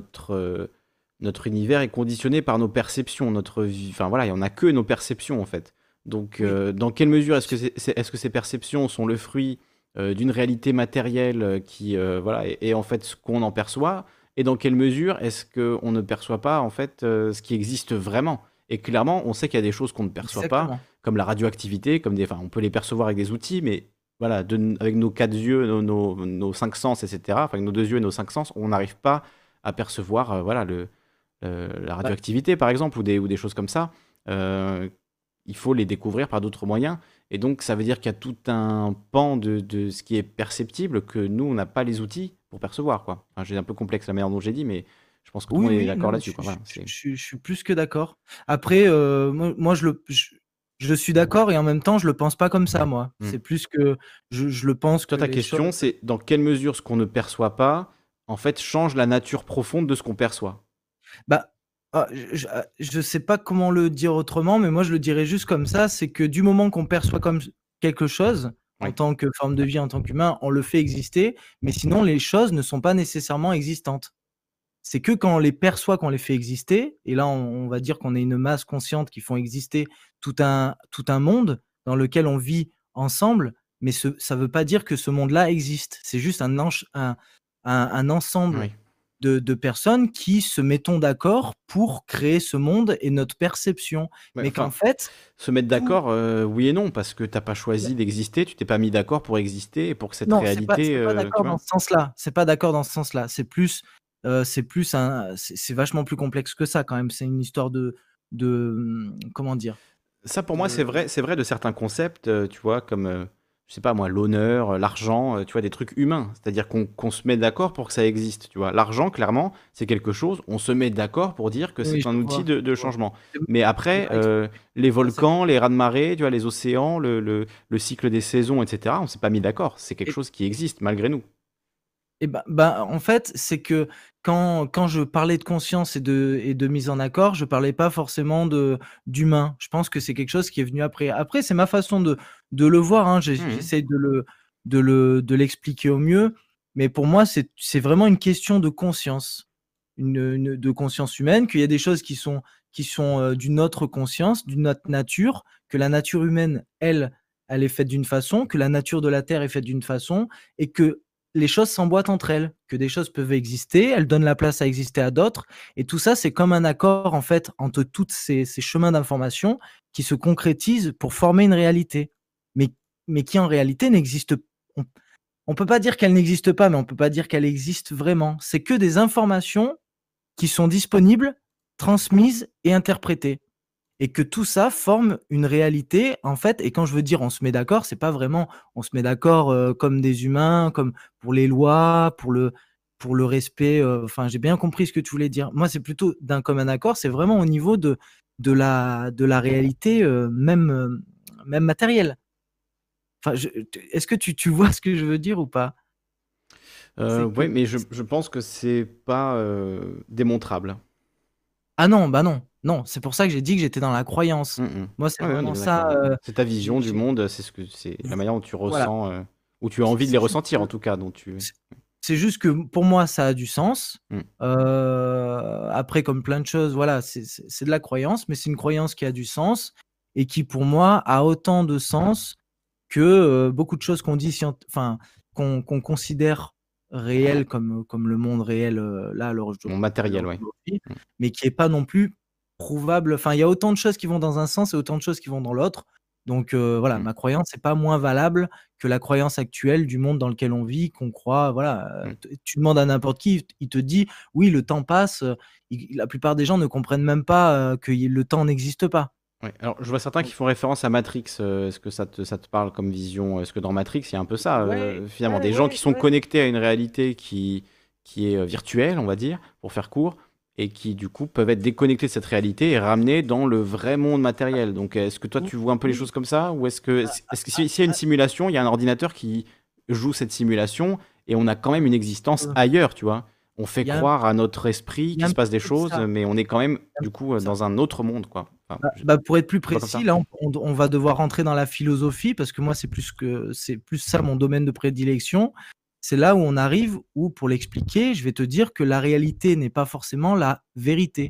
notre univers est conditionné par nos perceptions, notre vie. Enfin voilà, il n'y en a que nos perceptions en fait. Donc, oui, dans quelle mesure est-ce que ces perceptions sont le fruit d'une réalité matérielle qui voilà, est en fait ce qu'on en perçoit, et dans quelle mesure est-ce qu'on ne perçoit pas en fait ce qui existe vraiment? Et clairement, on sait qu'il y a des choses qu'on ne perçoit pas, exactement. comme la radioactivité, enfin, on peut les percevoir avec des outils, mais voilà, avec nos quatre yeux, nos cinq sens, etc., enfin, avec nos deux yeux et nos cinq sens, on n'arrive pas à percevoir voilà, la Bah, radioactivité, par exemple, ou des choses comme ça. Euh, il faut les découvrir par d'autres moyens. Et donc, ça veut dire qu'il y a tout un pan de ce qui est perceptible que nous, on n'a pas les outils pour percevoir, quoi. Enfin, j'ai un peu complexe la manière dont j'ai dit, mais je pense que tout le oui, monde est oui, d'accord non, mais là-dessus, quoi. Voilà, c'est... je suis plus que d'accord. Après, moi je suis d'accord et en même temps, je le pense pas comme ça, moi. Hmm. C'est plus que je le pense que Toi, ta les choses. question, c'est dans quelle mesure ce qu'on ne perçoit pas, en fait, change la nature profonde de ce qu'on perçoit. Bah, Je sais pas comment le dire autrement, mais moi je le dirais juste comme ça, c'est que du moment qu'on perçoit comme quelque chose, en Oui. tant que forme de vie, en tant qu'humain, on le fait exister, mais sinon les choses ne sont pas nécessairement existantes. C'est que quand on les perçoit, qu'on les fait exister, et là on va dire qu'on est une masse consciente qui font exister tout un monde dans lequel on vit ensemble, mais ça veut pas dire que ce monde-là existe. C'est juste un ensemble Oui. de personnes qui se mettons d'accord pour créer ce monde et notre perception. Ouais, Mais qu'en enfin, fait, se mettre tout d'accord, oui et non, parce que t'as pas choisi d'exister, tu t'es pas mis d'accord pour exister et pour que cette non, c'est pas réalité, c'est pas tu d'accord dans vois? ce sens-là. C'est pas d'accord dans ce sens-là. C'est vachement plus complexe que ça quand même. C'est une histoire comment dire? Ça, pour moi, De c'est vrai de certains concepts, tu vois, comme, je sais pas moi, l'honneur, l'argent, tu vois, des trucs humains. C'est-à-dire qu'on se met d'accord pour que ça existe, tu vois. L'argent, clairement, c'est quelque chose, on se met d'accord pour dire que oui, c'est un outil je de vois. changement. C'est Mais c'est après, mal exprimé. les Ça, c'est volcans, les raz-de-marée, tu vois, les océans, le cycle des saisons, et cetera, on s'est pas mis d'accord. C'est quelque et chose qui existe malgré nous. en fait, c'est que quand je parlais de conscience et de mise en accord, je parlais pas forcément d'humain. Je pense que c'est quelque chose qui est venu après. Après, c'est ma façon de le voir, hein. Mmh. J'essaie de l'expliquer au mieux, mais pour moi, c'est vraiment une question de conscience. De conscience humaine, qu'il y a des choses qui sont d'une autre conscience, d'une autre nature, que la nature humaine, elle est faite d'une façon, que la nature de la terre est faite d'une façon et que les choses s'emboîtent entre elles, que des choses peuvent exister, elles donnent la place à exister à d'autres et tout ça, c'est comme un accord, en fait, entre toutes ces chemins d'information qui se concrétisent pour former une réalité, mais qui en réalité n'existe on peut pas dire qu'elle n'existe pas, mais on peut pas dire qu'elle existe vraiment. C'est que des informations qui sont disponibles, transmises et interprétées et que tout ça forme une réalité, en fait. Et quand je veux dire on se met d'accord, c'est pas vraiment on se met d'accord, comme des humains, comme pour les lois, pour le respect, enfin, j'ai bien compris ce que tu voulais dire. Moi, c'est plutôt d'un commun accord, c'est vraiment au niveau de la réalité, même matérielle. Enfin, est-ce que tu vois ce que je veux dire ou pas? C'est Ouais, que mais je pense que c'est pas, démontrable. ah non, bah non, non, c'est pour ça que j'ai dit que j'étais dans la croyance. Mmh mh. Moi, c'est Ouais, ouais, on est vraiment bien ça, d'accord, ouais. C'est ta vision du j'ai monde, c'est la manière dont tu voilà, ressens, ou tu as c'est envie de les c'est juste ressentir en tout cas, dont tu c'est c'est juste que pour moi, ça a du sens. mmh, Après comme plein de choses, voilà, c'est de la croyance, mais c'est une croyance qui a du sens et qui pour moi a autant de sens que, beaucoup de choses qu'on dit enfin, qu'on considère réelles comme le monde réel, là mon à l'heure matériel, ouais. d'aujourd'hui, Mmh. mais qui est pas non plus prouvable. Enfin, il y a autant de choses qui vont dans un sens et autant de choses qui vont dans l'autre. Donc, voilà, Mmh. ma croyance est pas moins valable que la croyance actuelle du monde dans lequel on vit, qu'on croit, voilà, Mmh. t tu demandes à n'importe qui, il te dit: «Oui, le temps passe», la plupart des gens ne comprennent même pas, que le temps n'existe pas. Ouais, alors je vois certains qui Donc font référence à Matrix, est-ce que ça te parle comme vision? Est-ce que dans Matrix, il y a un peu ça, Ouais, finalement, ouais, des gens qui ouais, sont ouais. connectés à une réalité qui est, virtuelle, on va dire, pour faire court, et qui du coup peuvent être déconnectés de cette réalité et ramenés dans le vrai monde matériel. Donc est-ce que toi ou tu vois un peu les oui, choses comme ça? Ou ah est-ce que ah s'il y a une ah simulation, il y a un ordinateur qui joue cette simulation et on a quand même une existence ah, ailleurs, tu vois? On fait il y a un croire à notre esprit il y a qu'il un se passe petit des peu de choses, ça, mais on est quand même il y a un du petit coup, peu de ça. dans un autre monde, quoi. Enfin, Pour être plus tu vois comme précis, ça? là, on va devoir rentrer dans la philosophie parce que moi, c'est plus ça mon domaine de prédilection. C'est là où on arrive où, pour l'expliquer, je vais te dire que la réalité n'est pas forcément la vérité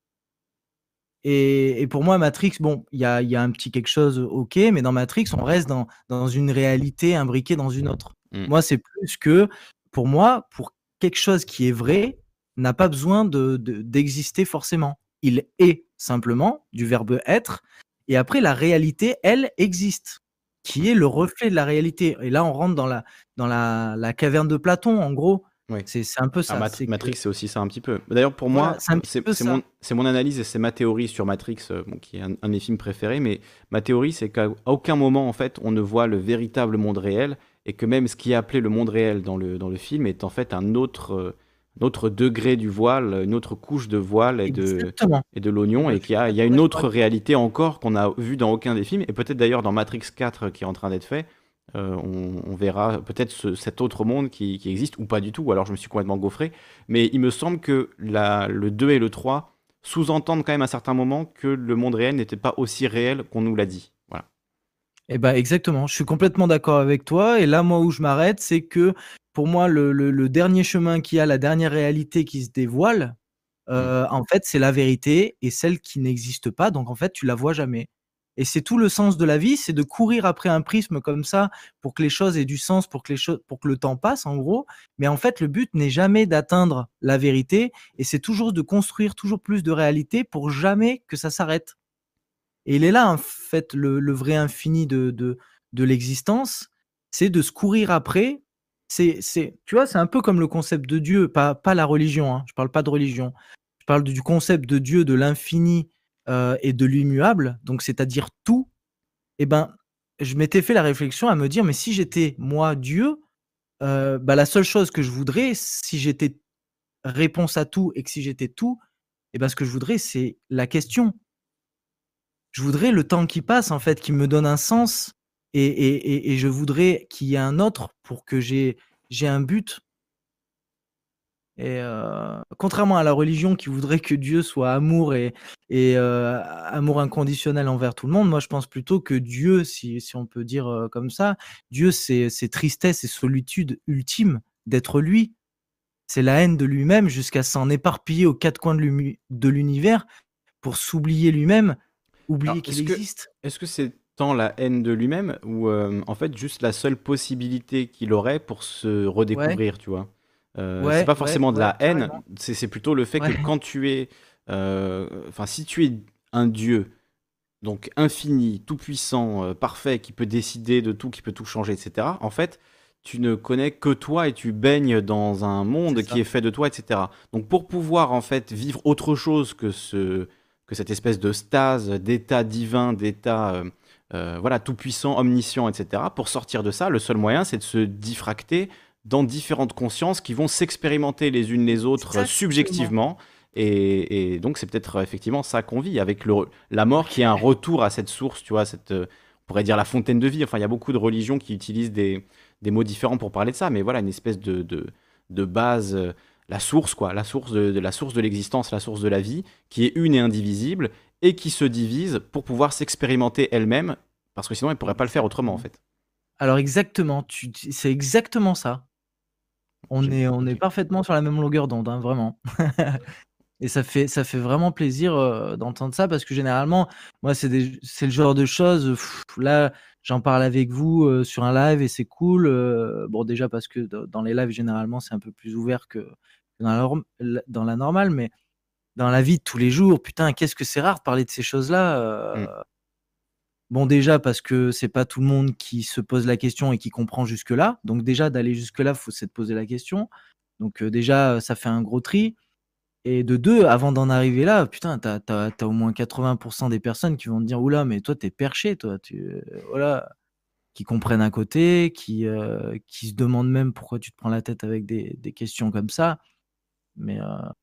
et pour moi, Matrix, bon, il y a un petit quelque chose, OK, mais dans Matrix, on reste dans une réalité imbriquée dans une autre. Mmh. Moi, c'est plus que pour moi, pour quelque chose qui est vrai, n'a pas besoin d'exister forcément. Il est simplement du verbe être et après la réalité, elle, existe, Mmh. qui est le reflet de la réalité et là, on rentre dans la caverne de Platon, en gros. Oui. C'est un peu Ah, ça, c'est que Matrix, c'est aussi ça un petit peu. D'ailleurs, pour voilà, moi, c'est un petit peu ça. c'est mon analyse et c'est ma théorie sur Matrix, bon, qui est un de mes films préférés, mais ma théorie, c'est qu'à aucun moment, en fait, on ne voit le véritable monde réel et que même ce qui est appelé le monde réel dans le film est en fait un autre degré du voile, une autre couche de voile Exactement. et de l'oignon Moi, et je suis il y a complètement une d'accord autre avec réalité encore qu'on a vue dans aucun des films et peut-être d'ailleurs dans Matrix 4 qui est en train d'être fait, on verra peut-être cet autre monde qui existe ou pas du tout, ou alors je me suis complètement gaufré. Mais il me semble que le 2 et le 3 sous-entendre quand même à certains moments que le monde réel n'était pas aussi réel qu'on nous l'a dit. Voilà. Et ben exactement, je suis complètement d'accord avec toi. Et là, moi, où je m'arrête, c'est que pour moi, le dernier chemin qui a la dernière réalité qui se dévoile, en fait, c'est la vérité et celle qui n'existe pas. Donc, en fait, tu la vois jamais. Et c'est tout le sens de la vie, c'est de courir après un prisme comme ça pour que les choses aient du sens, pour que le temps passe, en gros. Mais en fait, le but n'est jamais d'atteindre la vérité et c'est toujours de construire toujours plus de réalité pour jamais que ça s'arrête. Et il est là, en fait, le vrai infini de l'existence, c'est de se courir après. Tu vois, c'est un peu comme le concept de Dieu, pas la religion, hein, je parle pas de religion. Je parle du concept de Dieu, de l'infini, et de l'immuable, donc c'est-à-dire tout. Et ben, je m'étais fait la réflexion à me dire: «Mais si j'étais moi Dieu, bah, la seule chose que je voudrais, si j'étais réponse à tout et que si j'étais tout, et ben, ce que je voudrais, c'est la question». Je voudrais le temps qui passe, en fait, qui me donne un sens et je voudrais qu'il y ait un autre pour que j'ai un but et contrairement à la religion qui voudrait que Dieu soit amour et amour inconditionnel envers tout le monde, moi, je pense plutôt que Dieu, si on peut dire, comme ça, Dieu, c'est tristesse et solitude ultime d'être lui. C'est la haine de lui-même jusqu'à s'en éparpiller aux 4 coins de l'univers pour s'oublier lui-même, Alors, oublier qu'il existe. est-ce que c'est tant la haine de lui-même ou en fait juste la seule possibilité qu'il aurait pour se Ouais. redécouvrir, tu vois? C'est Ouais, pas ouais, forcément de ouais, la haine, carrément. c'est plutôt le fait que Ouais, quand tu es, enfin si tu es un dieu, donc infini, tout-puissant, parfait, qui peut décider de tout, qui peut tout changer, et cetera, en fait, tu ne connais que toi et tu baignes dans un c'est monde qui ça. est fait de toi, et cetera. Donc pour pouvoir en fait vivre autre chose que cette espèce de stase, d'état divin, d'état voilà, tout-puissant, omniscient, etc., pour sortir de ça, le seul moyen, c'est de se diffracter dans différentes consciences qui vont s'expérimenter les unes les autres Exactement. subjectivement. Et donc, c'est peut-être effectivement ça qu'on vit avec la mort qui est un OK. retour à cette source, tu vois, on pourrait dire la fontaine de vie. Enfin, il y a beaucoup de religions qui utilisent des mots différents pour parler de ça, mais voilà, une espèce de base, la source, quoi, la source de l'existence, la source de la vie, qui est une et indivisible, et qui se divise pour pouvoir s'expérimenter elle-même, parce que sinon, elle ne pourrait pas le faire autrement, en Exactement. fait. Alors exactement, c'est exactement ça. On est Ok. parfaitement sur la même longueur d'onde, hein, vraiment. Et ça fait vraiment plaisir, d'entendre ça parce que généralement, moi, c'est le genre de choses, là, j'en parle avec vous, sur un live et c'est cool, bon, déjà parce que dans les lives, généralement, c'est un peu plus ouvert que dans la normale, mais dans la vie de tous les jours, putain, qu'est-ce que c'est rare de parler de ces choses-là, Mm. bon, déjà parce que c'est pas tout le monde qui se pose la question et qui comprend jusque-là. Donc déjà d'aller jusque-là, c'est de poser la question. Donc déjà, ça fait un gros tri et de 2, avant d'en arriver là, putain, tu as au moins 80 des personnes qui vont te dire: «Ouh là, mais toi, tu es perché, toi, voilà», qui comprennent un côté, qui se demandent même pourquoi tu te prends la tête avec des questions comme ça. Mais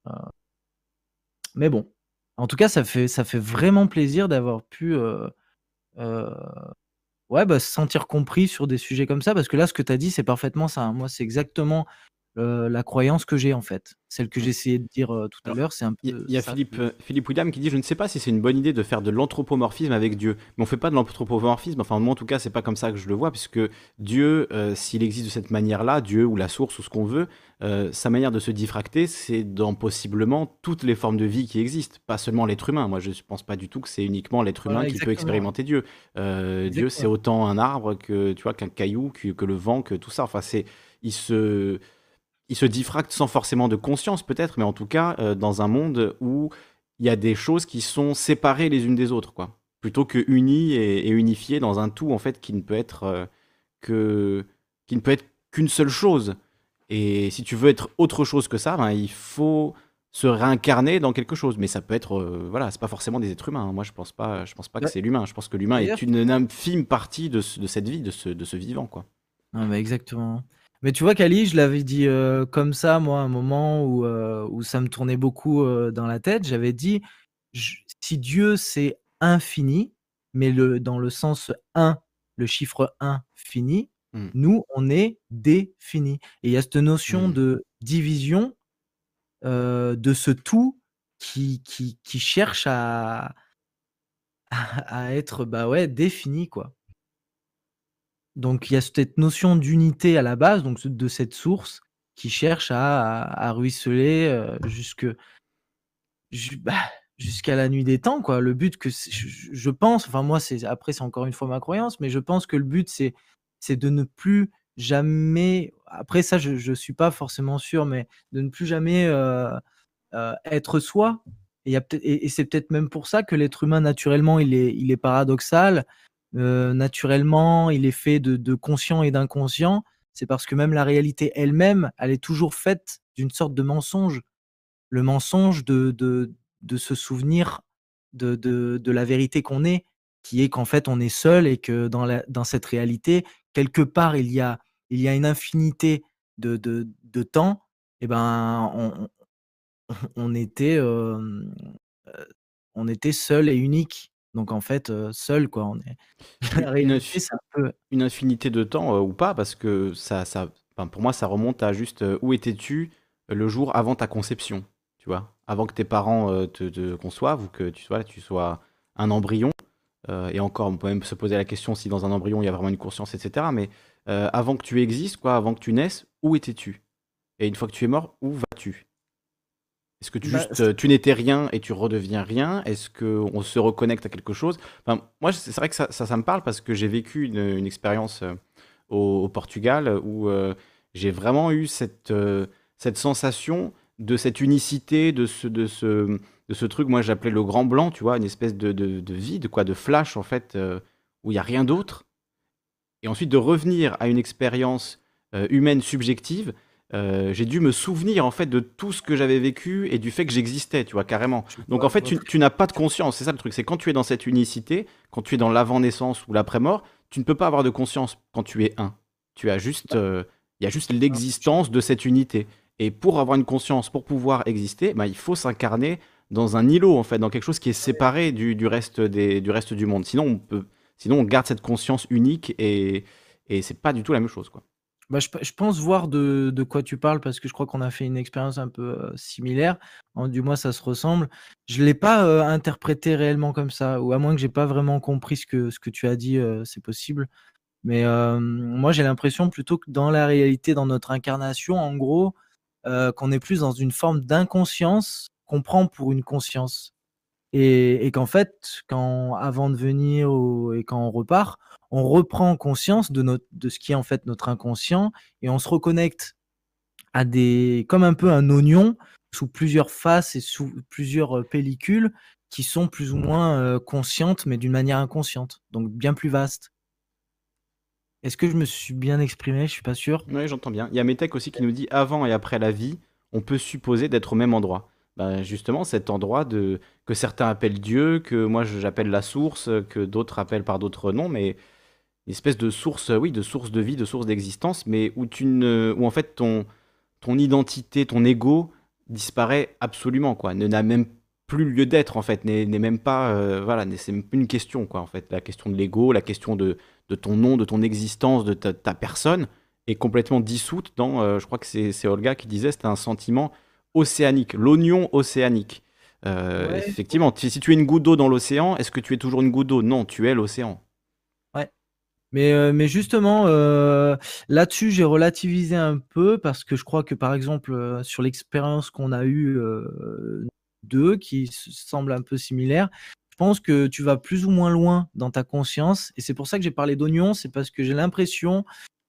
mais bon, en tout cas, ça fait vraiment plaisir d'avoir pu, heu ouais, bah, se sentir compris sur des sujets comme ça, parce que là, ce que tu as dit, c'est parfaitement ça, hein. Moi, c'est exactement, la croyance que j'ai, en fait. Celle que Mm. j'essayais de dire, tout à Alors, l'heure, c'est un il peu y a ça que Philippe William qui dit: Je ne sais pas si c'est une bonne idée de faire de l'anthropomorphisme avec Dieu. Mais on fait pas de l'anthropomorphisme, enfin, moi en tout cas, c'est pas comme ça que je le vois, puisque Dieu, s'il existe de cette manière-là, Dieu ou la source ou ce qu'on veut, sa manière de se diffracter, c'est dans possiblement toutes les formes de vie qui existent, pas seulement l'être humain. Moi, je ne pense pas du tout que c'est uniquement l'être humain voilà, qui peut exactement, ouais. expérimenter Dieu. Dieu, c'est Exactement. autant un arbre que, tu vois, qu'un caillou, que le vent, que tout ça. Enfin, il se il se diffracte sans forcément de conscience peut-être, mais en tout cas, dans un monde où il y a des choses qui sont séparées les unes des autres, quoi. Plutôt que unies et unifiées dans un tout, en fait, que qui ne peut être qu'une seule chose. Et si tu veux être autre chose que ça, ben, il faut se réincarner dans quelque chose. Mais ça peut être, voilà, c'est pas forcément des êtres humains, hein. Moi, je pense pas que Bah, c'est l'humain. Je pense que l'humain d'ailleurs est une infime partie de cette vie, de ce vivant, quoi. ah bah, exactement. Mais tu vois, Kali, je l'avais dit, comme ça, moi, à un moment où ça me tournait beaucoup, dans la tête. J'avais dit: «J Si Dieu, c'est infini, mais dans le sens un, le chiffre un fini, Mmh. nous, on est définis» et il y a cette notion Mmh. de division, de ce tout. qui cherche à être, bah, ouais, défini, quoi. Donc il y a cette notion d'unité à la base, donc de cette source qui cherche à ruisseler, bah, jusqu'à la nuit des temps, quoi. Le but que c je pense, enfin moi c'est encore une fois ma croyance, mais je pense que le but c'est de ne plus jamais, après ça je suis pas forcément sûr, mais de ne plus jamais, être soi. Et il y a peut-être et c'est peut-être même pour ça que l'être humain naturellement il est paradoxal. Naturellement, il est fait de conscient et d'inconscient. C'est parce que même la réalité elle-même, elle est toujours faite d'une sorte de mensonge. Le mensonge de se souvenir de la vérité qu'on est, qui est qu'en fait on est seul et que dans cette réalité, quelque part il y a une infinité de temps. Et ben, on était, on était seul et unique. Donc en fait, seul quoi, on est la Une réalité infi c'est un peu une infinité de temps, ou pas, parce que enfin, pour moi, ça remonte à juste, où étais-tu le jour avant ta conception, tu vois? Avant que tes parents, te conçoivent ou que tu sois un embryon, et encore, on peut même se poser la question si dans un embryon, il y a vraiment une conscience et cetera, mais, avant que tu existes, quoi, avant que tu naisses, où étais-tu? Et une fois que tu es mort, où vas-tu? Est-ce que bah, tu n'étais rien et tu redeviens rien? Est-ce qu'on se reconnecte à quelque chose? Enfin, moi, c'est vrai que ça me parle parce que j'ai vécu une expérience au Portugal où j'ai vraiment eu cette sensation de cette unicité, de ce truc, moi j'appelais le grand blanc, tu vois, une espèce de vide, quoi, de flash en fait, où il n'y a rien d'autre. Et ensuite de revenir à une expérience humaine subjective, j'ai dû me souvenir en fait de tout ce que j'avais vécu et du fait que j'existais, tu vois, carrément. Donc en fait, je vois tu n'as pas de conscience, c'est ça le truc, c'est quand tu es dans cette unicité, quand tu es dans l'avant-naissance ou l'après-mort, tu ne peux pas avoir de conscience quand tu es un. Tu as juste, il y a juste l'existence de cette unité. Et pour avoir une conscience, pour pouvoir exister, bah, il faut s'incarner dans un îlot, en fait, dans quelque chose qui est séparé du reste du reste du monde. Sinon, on garde cette conscience unique et c'est pas du tout la même chose, quoi. Bah, je pense voir de quoi tu parles parce que je crois qu'on a fait une expérience un peu, similaire. Du moins ça se ressemble. Je l'ai pas, interprété réellement comme ça, ou à moins que j'ai pas vraiment compris ce que tu as dit, c'est possible. Mais, moi j'ai l'impression plutôt que dans la réalité, dans notre incarnation en gros, qu'on est plus dans une forme d'inconscience qu'on prend pour une conscience. Et qu'en fait, avant de venir et quand on repart, on reprend conscience de ce qui est en fait notre inconscient, et on se reconnecte à des comme un peu un oignon sous plusieurs faces et sous plusieurs, pellicules qui sont plus ou moins, conscientes, mais d'une manière inconsciente, donc bien plus vaste. Est-ce que je me suis bien exprimé? Je suis pas sûr. Oui, j'entends bien. Il y a Metec aussi qui nous dit avant et après la vie, on peut supposer d'être au même endroit. Ben, justement, cet endroit que certains appellent Dieu, que moi j'appelle la source, que d'autres appellent par d'autres noms, mais une espèce de source, oui, de source de vie, de source d'existence, mais où en fait ton identité, ton ego disparaît absolument, quoi. N'a même plus lieu d'être, en fait. N'est même pas, voilà, c'est même plus une question, quoi, en fait. La question de l'ego, la question de ton nom, de ton existence, de ta personne est complètement dissoute dans, je crois que c'est Olga qui disait, c'était un sentiment océanique, l'oignon océanique. Ouais, Effectivement, si tu es une goutte d'eau dans l'océan, est-ce que tu es toujours une goutte d'eau? Non, tu es l'océan. ouais. Mais justement, là-dessus, j'ai relativisé un peu parce que je crois que, par exemple, sur l'expérience qu'on a eue, d'eux, qui semble un peu similaire, je pense que tu vas plus ou moins loin dans ta conscience, et c'est pour ça que j'ai parlé d'oignon. C'est parce que j'ai l'impression,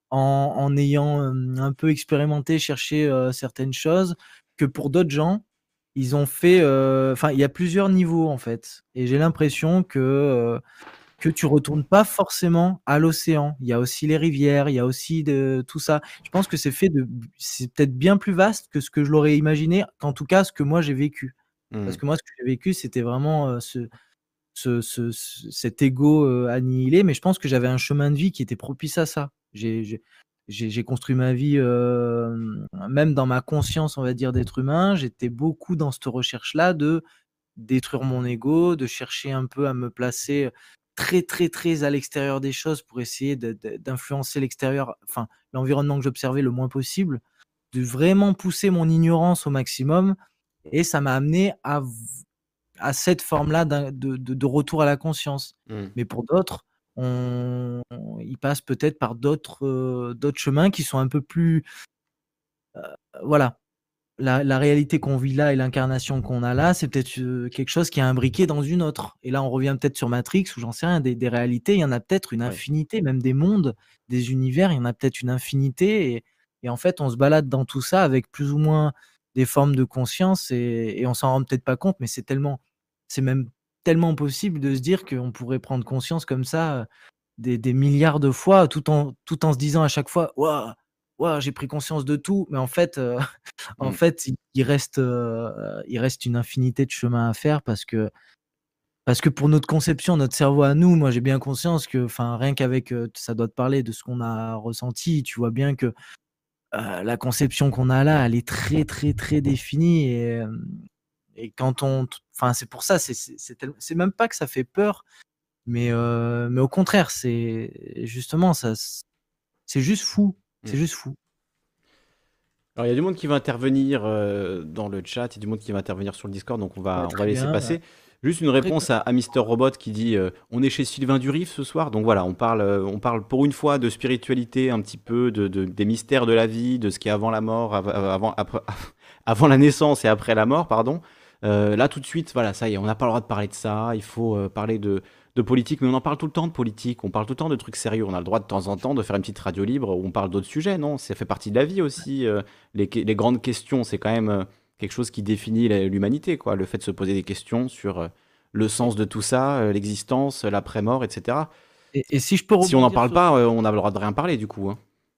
en ayant, un peu expérimenté, cherché, certaines choses, que pour d'autres gens, ils ont fait, enfin, il y a plusieurs niveaux, en fait, et j'ai l'impression que tu retournes pas forcément à l'océan. Il y a aussi les rivières, il y a aussi de tout ça. Je pense que c'est peut-être bien plus vaste que ce que je l'aurais imaginé, qu'en tout cas ce que moi j'ai vécu. Parce Hmm. que moi ce que j'ai vécu, c'était vraiment, cet ego, annihilé, mais je pense que j'avais un chemin de vie qui était propice à ça. J'ai construit ma vie, même dans ma conscience, on va dire, d'être humain, j'étais beaucoup dans cette recherche-là de détruire mon ego, de chercher un peu à me placer très, très, très à l'extérieur des choses pour essayer d'influencer l'extérieur, enfin, l'environnement que j'observais le moins possible, de vraiment pousser mon ignorance au maximum et ça m'a amené à cette forme-là de retour à la conscience. Mmh. Mais pour d'autres, ils passent peut-être par d'autres chemins qui sont un peu plus... voilà. La réalité qu'on vit là et l'incarnation qu'on a là, c'est peut-être quelque chose qui est imbriqué dans une autre. Et là, on revient peut-être sur Matrix ou j'en sais rien, des réalités, il y en a peut-être une Ouais. infinité, même des mondes, des univers, il y en a peut-être une infinité. Et en fait, on se balade dans tout ça avec plus ou moins des formes de conscience et on s'en rend peut-être pas compte, mais c'est même tellement possible de se dire qu'on pourrait prendre conscience comme ça des milliards de fois tout en se disant à chaque fois, waouh, waouh, j'ai pris conscience de tout. Mais en fait, en Mmh. fait, il reste une infinité de chemin à faire parce que pour notre conception, notre cerveau à nous, moi j'ai bien conscience que, enfin, rien qu'avec, ça doit te parler de ce qu'on a ressenti, tu vois bien que, la conception qu'on a là, elle est très, très, très définie et quand enfin, c'est pour ça, c'est même pas que ça fait peur, mais au contraire, c'est justement c'est juste fou, Mmh. c'est juste fou. Alors, il y a du monde qui va intervenir dans le chat, il y a du monde qui va intervenir sur le Discord, donc on Ouais, va très laisser bien, passer. Juste une très réponse à Mister Robot qui dit on est chez Sylvain Durif ce soir, donc voilà, on parle pour une fois de spiritualité, un petit peu des mystères de la vie, de ce qui est avant la mort, avant la naissance et après la mort, pardon. Là, tout de suite, voilà, ça y est, on n'a pas le droit de parler de ça, il faut parler de politique, mais on en parle tout le temps de politique, on parle tout le temps de trucs sérieux, on a le droit de temps en temps de faire une petite radio libre où on parle d'autres sujets, non? Ça fait partie de la vie aussi. Les grandes questions, c'est quand même quelque chose qui définit l'humanité, quoi. Le fait de se poser des questions sur le sens de tout ça, l'existence, l'après-mort, etc. Et si je peux Si on n'en rebondir parle sur pas, on a le droit de rien parler, du coup, hein.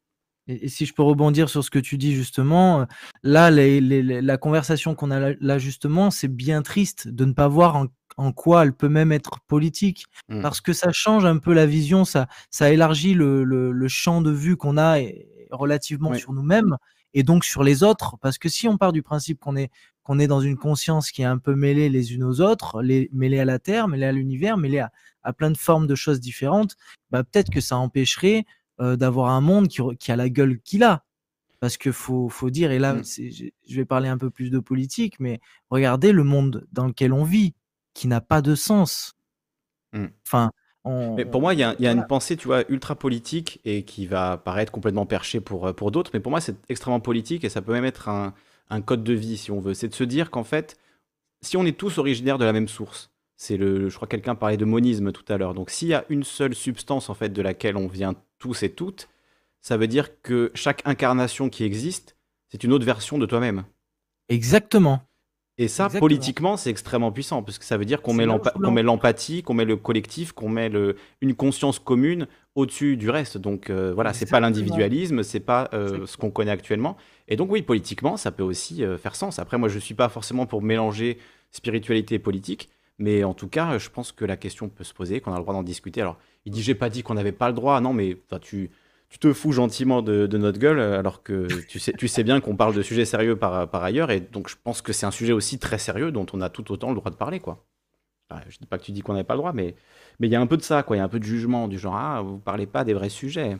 Et si je peux rebondir sur ce que tu dis justement, là, la conversation qu'on a là justement, c'est bien triste de ne pas voir en quoi elle peut même être politique. Mm. Parce que ça change un peu la vision, ça élargit le champ de vue qu'on a relativement Ouais. sur nous-mêmes et donc sur les autres. Parce que si on part du principe qu'on est dans une conscience qui est un peu mêlée les unes aux autres, mêlée à la Terre, mêlée à l'univers, mêlée à plein de formes de choses différentes, bah, peut-être que ça empêcherait d'avoir un monde qui a la gueule qu'il a. Parce que faut dire, et là, Mm. je vais parler un peu plus de politique, mais regardez le monde dans lequel on vit, qui n'a pas de sens. Mm. Enfin, Mais pour moi, il y a une voilà. pensée, tu vois, ultra politique et qui va paraître complètement perchée pour d'autres. Mais pour moi, c'est extrêmement politique et ça peut même être un code de vie, si on veut. C'est de se dire qu'en fait, si on est tous originaires de la même source, je crois que quelqu'un parlait de monisme tout à l'heure. Donc, s'il y a une seule substance, en fait, de laquelle on vient tous et toutes, ça veut dire que chaque incarnation qui existe, c'est une autre version de toi-même. Exactement. Et ça, Exactement. politiquement, c'est extrêmement puissant, parce que ça veut dire qu'on C'est met là où je voulais en l'empathie, qu'on met le collectif, qu'on met une conscience commune au-dessus du reste. Donc voilà, c'est pas Exactement. l'individualisme, c'est pas ce Exactement. qu'on connaît actuellement. Et donc oui, politiquement, ça peut aussi faire sens. Après, moi, je suis pas forcément pour mélanger spiritualité et politique, mais en tout cas, je pense que la question peut se poser, qu'on a le droit d'en discuter. Alors, il dit, j'ai pas dit qu'on n'avait pas le droit. Non, mais enfin, tu te fous gentiment de notre gueule, alors que tu sais bien qu'on parle de sujets sérieux par ailleurs, et donc je pense que c'est un sujet aussi très sérieux dont on a tout autant le droit de parler, quoi. Enfin, je dis pas que tu dis qu'on n'avait pas le droit, mais il y a un peu de ça, quoi. Il y a un peu de jugement du genre, ah, vous parlez pas des vrais sujets.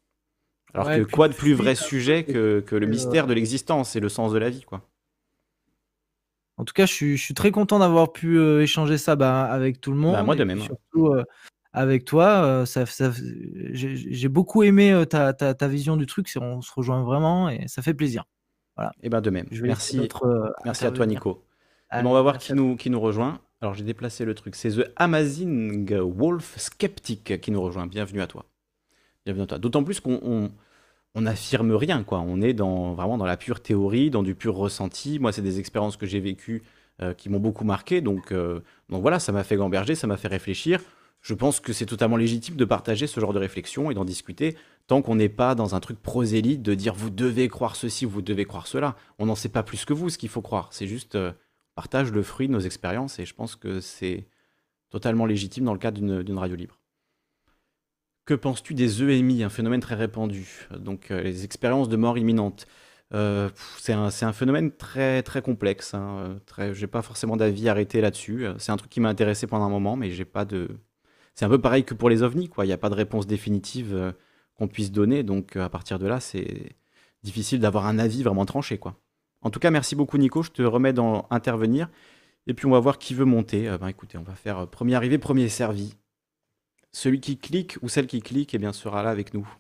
Alors Ouais, que puis quoi de plus suite vrai à sujet que le mystère de l'existence et le sens de la vie, quoi. En tout cas, je suis très content d'avoir pu échanger ça avec tout le Bah, monde moi et de puis même. surtout avec toi. J'ai beaucoup aimé ta vision du truc. On se rejoint vraiment et ça fait plaisir. Voilà. Et ben de même. Je vais laisser Merci, d'autres merci à toi, intervenir. Nico. Et ben on va Allez, voir merci à toi. qui nous rejoint. Alors j'ai déplacé le truc. C'est The Amazing Wolf Skeptic qui nous rejoint. Bienvenue à toi. Bienvenue à toi. D'autant plus on n'affirme rien, quoi. On est vraiment dans la pure théorie, dans du pur ressenti. Moi, c'est des expériences que j'ai vécues qui m'ont beaucoup marqué. Donc voilà, ça m'a fait gamberger, ça m'a fait réfléchir. Je pense que c'est totalement légitime de partager ce genre de réflexion et d'en discuter tant qu'on n'est pas dans un truc prosélyte de dire vous devez croire ceci ou vous devez croire cela. On n'en sait pas plus que vous ce qu'il faut croire. C'est juste partage le fruit de nos expériences et je pense que c'est totalement légitime dans le cadre d'une radio libre. Que penses-tu des EMI, un phénomène très répandu? Donc les expériences de mort imminente. C'est un phénomène très, très complexe, hein, j'ai pas forcément d'avis arrêté là-dessus. C'est un truc qui m'a intéressé pendant un moment, mais j'ai pas de... C'est un peu pareil que pour les ovnis, quoi. Il n'y a pas de réponse définitive qu'on puisse donner, donc à partir de là, c'est difficile d'avoir un avis vraiment tranché, quoi. En tout cas, merci beaucoup Nico, je te remets dans intervenir. Et puis on va voir qui veut monter. Écoutez, on va faire premier arrivé, premier servi. Celui qui clique ou celle qui clique, eh bien, sera là avec nous.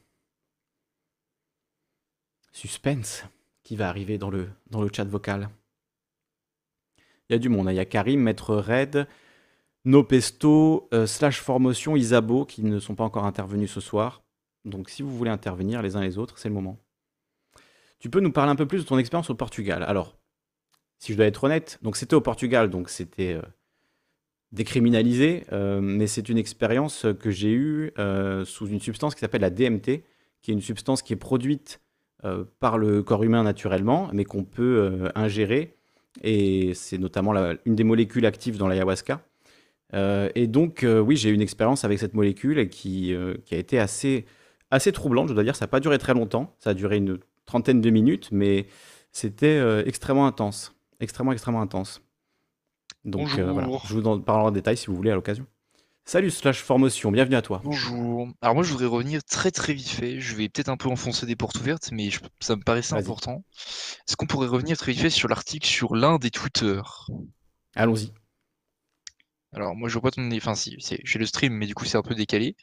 Suspense, qui va arriver dans le chat vocal. Il y a du monde, hein. Il y a Karim, Maître Red, Nopesto, Slash Formotion, Isabeau, qui ne sont pas encore intervenus ce soir. Donc si vous voulez intervenir les uns les autres, c'est le moment. Tu peux nous parler un peu plus de ton expérience au Portugal. Alors, si je dois être honnête, donc c'était au Portugal, donc c'était décriminalisé, mais c'est une expérience que j'ai eue sous une substance qui s'appelle la DMT, qui est une substance qui est produite par le corps humain naturellement, mais qu'on peut ingérer, et c'est notamment une des molécules actives dans l'ayahuasca. Et donc, oui, j'ai eu une expérience avec cette molécule qui a été assez troublante, je dois dire. Ça n'a pas duré très longtemps, ça a duré une trentaine de minutes, mais c'était extrêmement intense. Extrêmement intense. Donc voilà, Bonjour. je vous en parlerai en détail si vous voulez à l'occasion. Salut Slash Formotion, bienvenue à toi. Bonjour. Alors moi je voudrais revenir très vite fait. Je vais peut-être un peu enfoncer des portes ouvertes, mais ça me paraissait Vas-y. important. Est-ce qu'on pourrait revenir très vite fait sur l'article sur l'un des tweeters? Allons-y. Alors moi je vois pas ton... Enfin si, j'ai le stream, mais du coup c'est un peu décalé.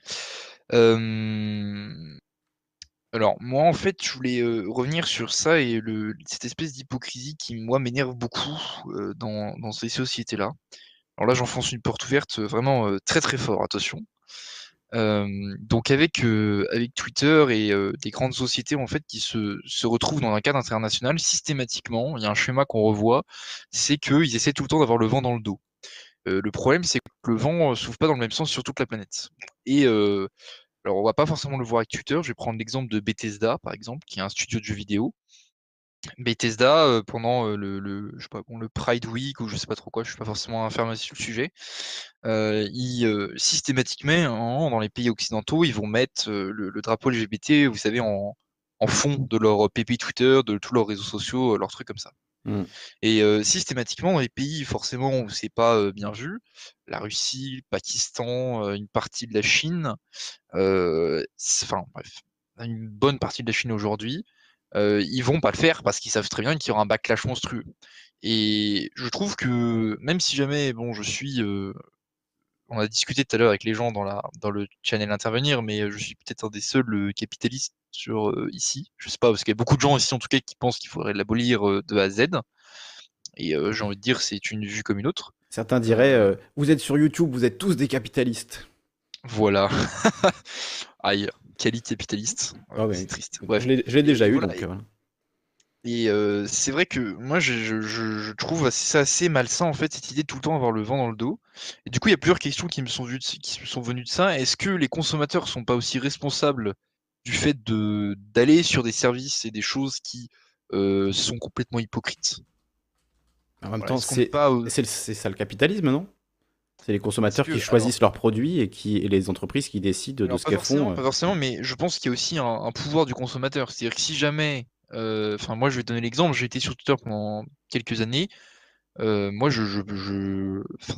Euh, Alors moi en fait je voulais revenir sur ça et cette espèce d'hypocrisie qui moi m'énerve beaucoup dans ces sociétés-là. Alors là j'enfonce une porte ouverte vraiment très fort, attention. Donc avec Twitter et des grandes sociétés en fait qui se retrouvent dans un cadre international, systématiquement, il y a un schéma qu'on revoit, c'est qu'ils essaient tout le temps d'avoir le vent dans le dos. Le problème, c'est que le vent souffle pas dans le même sens sur toute la planète. Et alors on va pas forcément le voir avec Twitter, je vais prendre l'exemple de Bethesda, par exemple, qui est un studio de jeux vidéo. Bethesda, pendant je sais pas, bon, le Pride Week ou je sais pas trop quoi, je suis pas forcément informé sur le sujet, systématiquement, dans les pays occidentaux, ils vont mettre le drapeau LGBT, vous savez, en fond de leur PP Twitter, de tous leurs réseaux sociaux, leurs trucs comme ça. Mm. Et systématiquement, dans les pays forcément où c'est pas bien vu, la Russie, le Pakistan, une partie de la Chine, enfin bref, une bonne partie de la Chine aujourd'hui, ils vont pas le faire parce qu'ils savent très bien qu'il y aura un backlash monstrueux. Et je trouve que même si jamais, bon, on a discuté tout à l'heure avec les gens dans le channel Intervenir, mais je suis peut-être un des seuls capitalistes ici. Je sais pas, parce qu'il y a beaucoup de gens ici en tout cas qui pensent qu'il faudrait l'abolir de A à Z. Et j'ai envie de dire, c'est une vue comme une autre. Certains diraient, vous êtes sur YouTube, vous êtes tous des capitalistes. Voilà. Aïe, qualité capitaliste. Ah ouais, c'est triste. Bref. je l'ai déjà eu, voilà, donc voilà. Et c'est vrai que moi, je trouve ça assez malsain, en fait, cette idée de tout le temps avoir le vent dans le dos. Et du coup, il y a plusieurs questions qui me sont venues de ça. Est-ce que les consommateurs sont pas aussi responsables du fait d'aller sur des services et des choses qui sont complètement hypocrites? En même Voilà, temps, est-ce qu'on n'est pas... c'est ça le capitalisme, non? C'est les consommateurs que- qui choisissent leurs produits et les entreprises qui décident de Alors ce qu'elles font. pas forcément, mais je pense qu'il y a aussi un pouvoir du consommateur. C'est-à-dire que si jamais... Enfin, moi, je vais donner l'exemple. J'ai été sur Twitter pendant quelques années. Moi, enfin,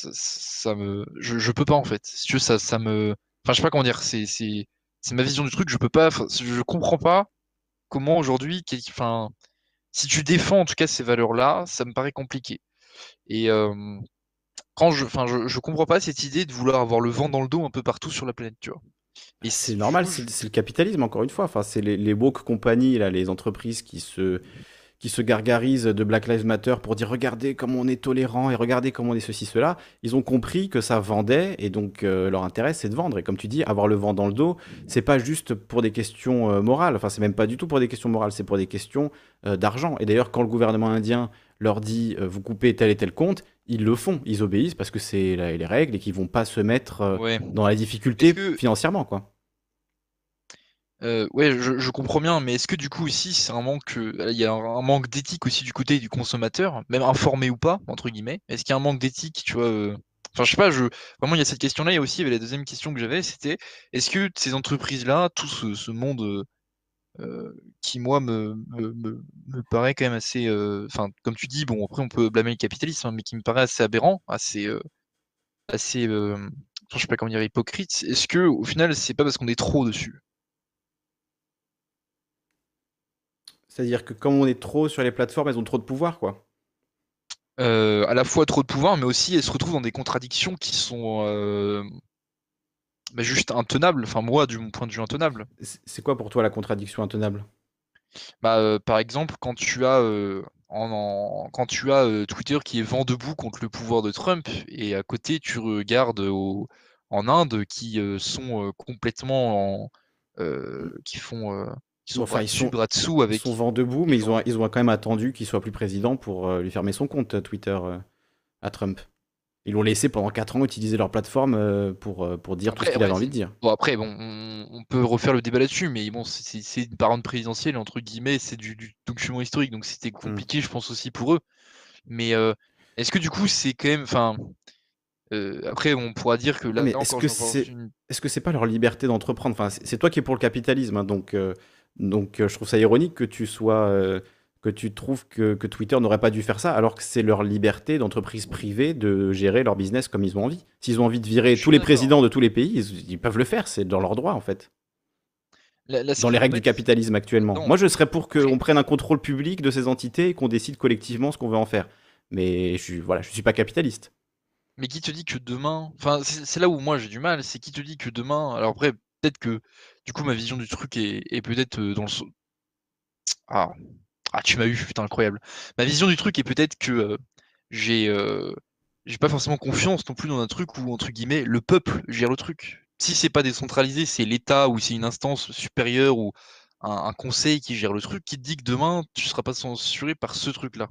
je peux pas en fait. Si tu veux, ça me, enfin, je sais pas comment dire. C'est ma vision du truc. Je peux pas. Enfin, je comprends pas comment aujourd'hui, enfin, si tu défends en tout cas ces valeurs-là, ça me paraît compliqué. Et enfin, je comprends pas cette idée de vouloir avoir le vent dans le dos un peu partout sur la planète, tu vois. Et C'est du normal, coup, c'est le capitalisme, encore une fois. Enfin, c'est les woke compagnies, là, les entreprises qui se gargarisent de Black Lives Matter pour dire regardez comment on est tolérant et regardez comment on est ceci, cela. Ils ont compris que ça vendait et donc leur intérêt c'est de vendre. Et comme tu dis, avoir le vent dans le dos, c'est pas juste pour des questions morales. Enfin, c'est même pas du tout pour des questions morales, c'est pour des questions d'argent. Et d'ailleurs, quand le gouvernement indien leur dit vous coupez tel et tel compte, ils le font, ils obéissent parce que c'est les règles et qu'ils vont pas se mettre ouais. dans la difficulté Est-ce que, financièrement, quoi. Ouais, je comprends bien, mais est-ce que du coup aussi c'est un manque, il y a un manque d'éthique aussi du côté du consommateur, même informé ou pas, entre guillemets? Est-ce qu'il y a un manque d'éthique, tu vois? Enfin, je sais pas, vraiment il y a cette question-là, il y a aussi, il y avait la deuxième question que j'avais, c'était est-ce que ces entreprises-là, tout ce monde qui moi me paraît quand même assez, enfin comme tu dis, bon après on peut blâmer le capitalisme, hein, mais qui me paraît assez aberrant, assez, enfin, je sais pas comment dire, hypocrite. Est-ce que au final c'est pas parce qu'on est trop dessus? C'est-à-dire que quand on est trop sur les plateformes, elles ont trop de pouvoir, quoi. À la fois trop de pouvoir, mais aussi elles se retrouvent dans des contradictions qui sont juste intenables. Enfin, moi, du mon point de vue, intenables. C'est quoi pour toi la contradiction intenable? Par exemple, quand tu as Twitter qui est vent debout contre le pouvoir de Trump, et à côté, tu regardes en Inde qui sont complètement qui sont Enfin, bras dessus, bras dessous ils sont avec. vent debout, mais ils ont- ils ont quand même attendu qu'il soit plus président pour lui fermer son compte Twitter à Trump. Ils l'ont laissé pendant 4 ans utiliser leur plateforme pour dire tout ce Après, qu'il ouais, avait envie de dire. on peut refaire le débat là-dessus, mais bon, c'est une parole présidentielle, entre guillemets, c'est du document historique, donc c'était compliqué, je pense, aussi pour eux. Mais est-ce que du coup, c'est quand même. Enfin, après, on pourra dire que Ouais, mais là encore, j'en pense une. est-ce que c'est pas leur liberté d'entreprendre? Enfin, c'est toi qui es pour le capitalisme, hein, donc je trouve ça ironique que que tu trouves que Twitter n'aurait pas dû faire ça, alors que c'est leur liberté d'entreprise privée de gérer leur business comme ils ont envie. S'ils ont envie de virer Je tous suis les d'accord. présidents de tous les pays, ils peuvent le faire, c'est dans leur droit en fait. Là, ce Dans qui les règles du m'embête, capitalisme actuellement. non, Moi, je serais pour après, qu'on prenne un contrôle public de ces entités et qu'on décide collectivement ce qu'on veut en faire. Mais voilà, je suis pas capitaliste. mais qui te dit que demain. Enfin, c'est là où moi j'ai du mal, c'est qui te dit que demain. Alors après, peut-être que du coup, ma vision du truc est peut-être dans le. Ah, tu m'as eu, putain, incroyable. Ma vision du truc est peut-être que j'ai j'ai pas forcément confiance non plus dans un truc où, entre guillemets, le peuple gère le truc. Si c'est pas décentralisé, c'est l'État ou c'est une instance supérieure ou un conseil qui gère le truc, qui te dit que demain, tu seras pas censuré par ce truc-là.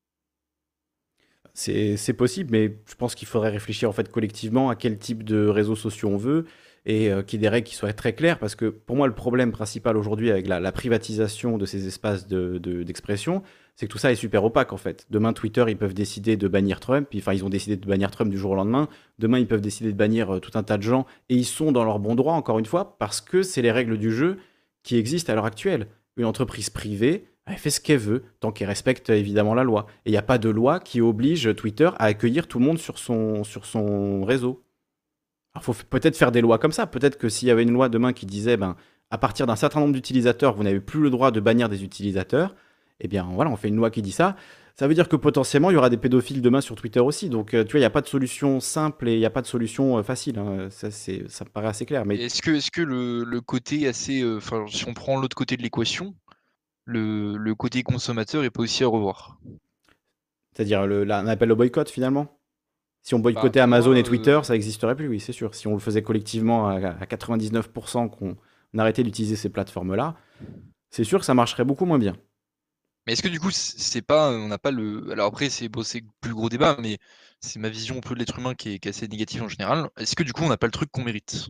C'est possible, mais je pense qu'il faudrait réfléchir en fait collectivement à quel type de réseaux sociaux on veut et qu'il y ait des règles qui soient très claires. Parce que pour moi, le problème principal aujourd'hui avec la privatisation de ces espaces d'expression, c'est que tout ça est super opaque en fait. Demain, Twitter, ils peuvent décider de bannir Trump. Enfin, ils ont décidé de bannir Trump du jour au lendemain. Demain, ils peuvent décider de bannir tout un tas de gens et ils sont dans leur bon droit, encore une fois, parce que c'est les règles du jeu qui existent à l'heure actuelle. Une entreprise privée, elle fait ce qu'elle veut, tant qu'elle respecte évidemment la loi. Et il n'y a pas de loi qui oblige Twitter à accueillir tout le monde sur sur son réseau. Alors, il faut peut-être faire des lois comme ça. Peut-être que s'il y avait une loi demain qui disait, ben, à partir d'un certain nombre d'utilisateurs, vous n'avez plus le droit de bannir des utilisateurs, eh bien voilà, on fait une loi qui dit ça. Ça veut dire que potentiellement, il y aura des pédophiles demain sur Twitter aussi. Donc, tu vois, il n'y a pas de solution simple et il n'y a pas de solution facile, hein. Ça me paraît assez clair. Mais Est-ce que le côté assez. Enfin, si on prend l'autre côté de l'équation, le côté consommateur est pas aussi à revoir? c'est-à-dire un appel au boycott finalement. Si on boycottait Pour Amazon moi, et Twitter, ça n'existerait plus, oui, c'est sûr. Si on le faisait collectivement à 99%, qu'on arrêtait d'utiliser ces plateformes-là, c'est sûr que ça marcherait beaucoup moins bien. mais est-ce que du coup, c'est pas, on n'a pas le. Alors après, c'est bon, c'est le plus gros débat, mais c'est ma vision un peu de l'être humain qui est assez négative en général. Est-ce que du coup, on n'a pas le truc qu'on mérite?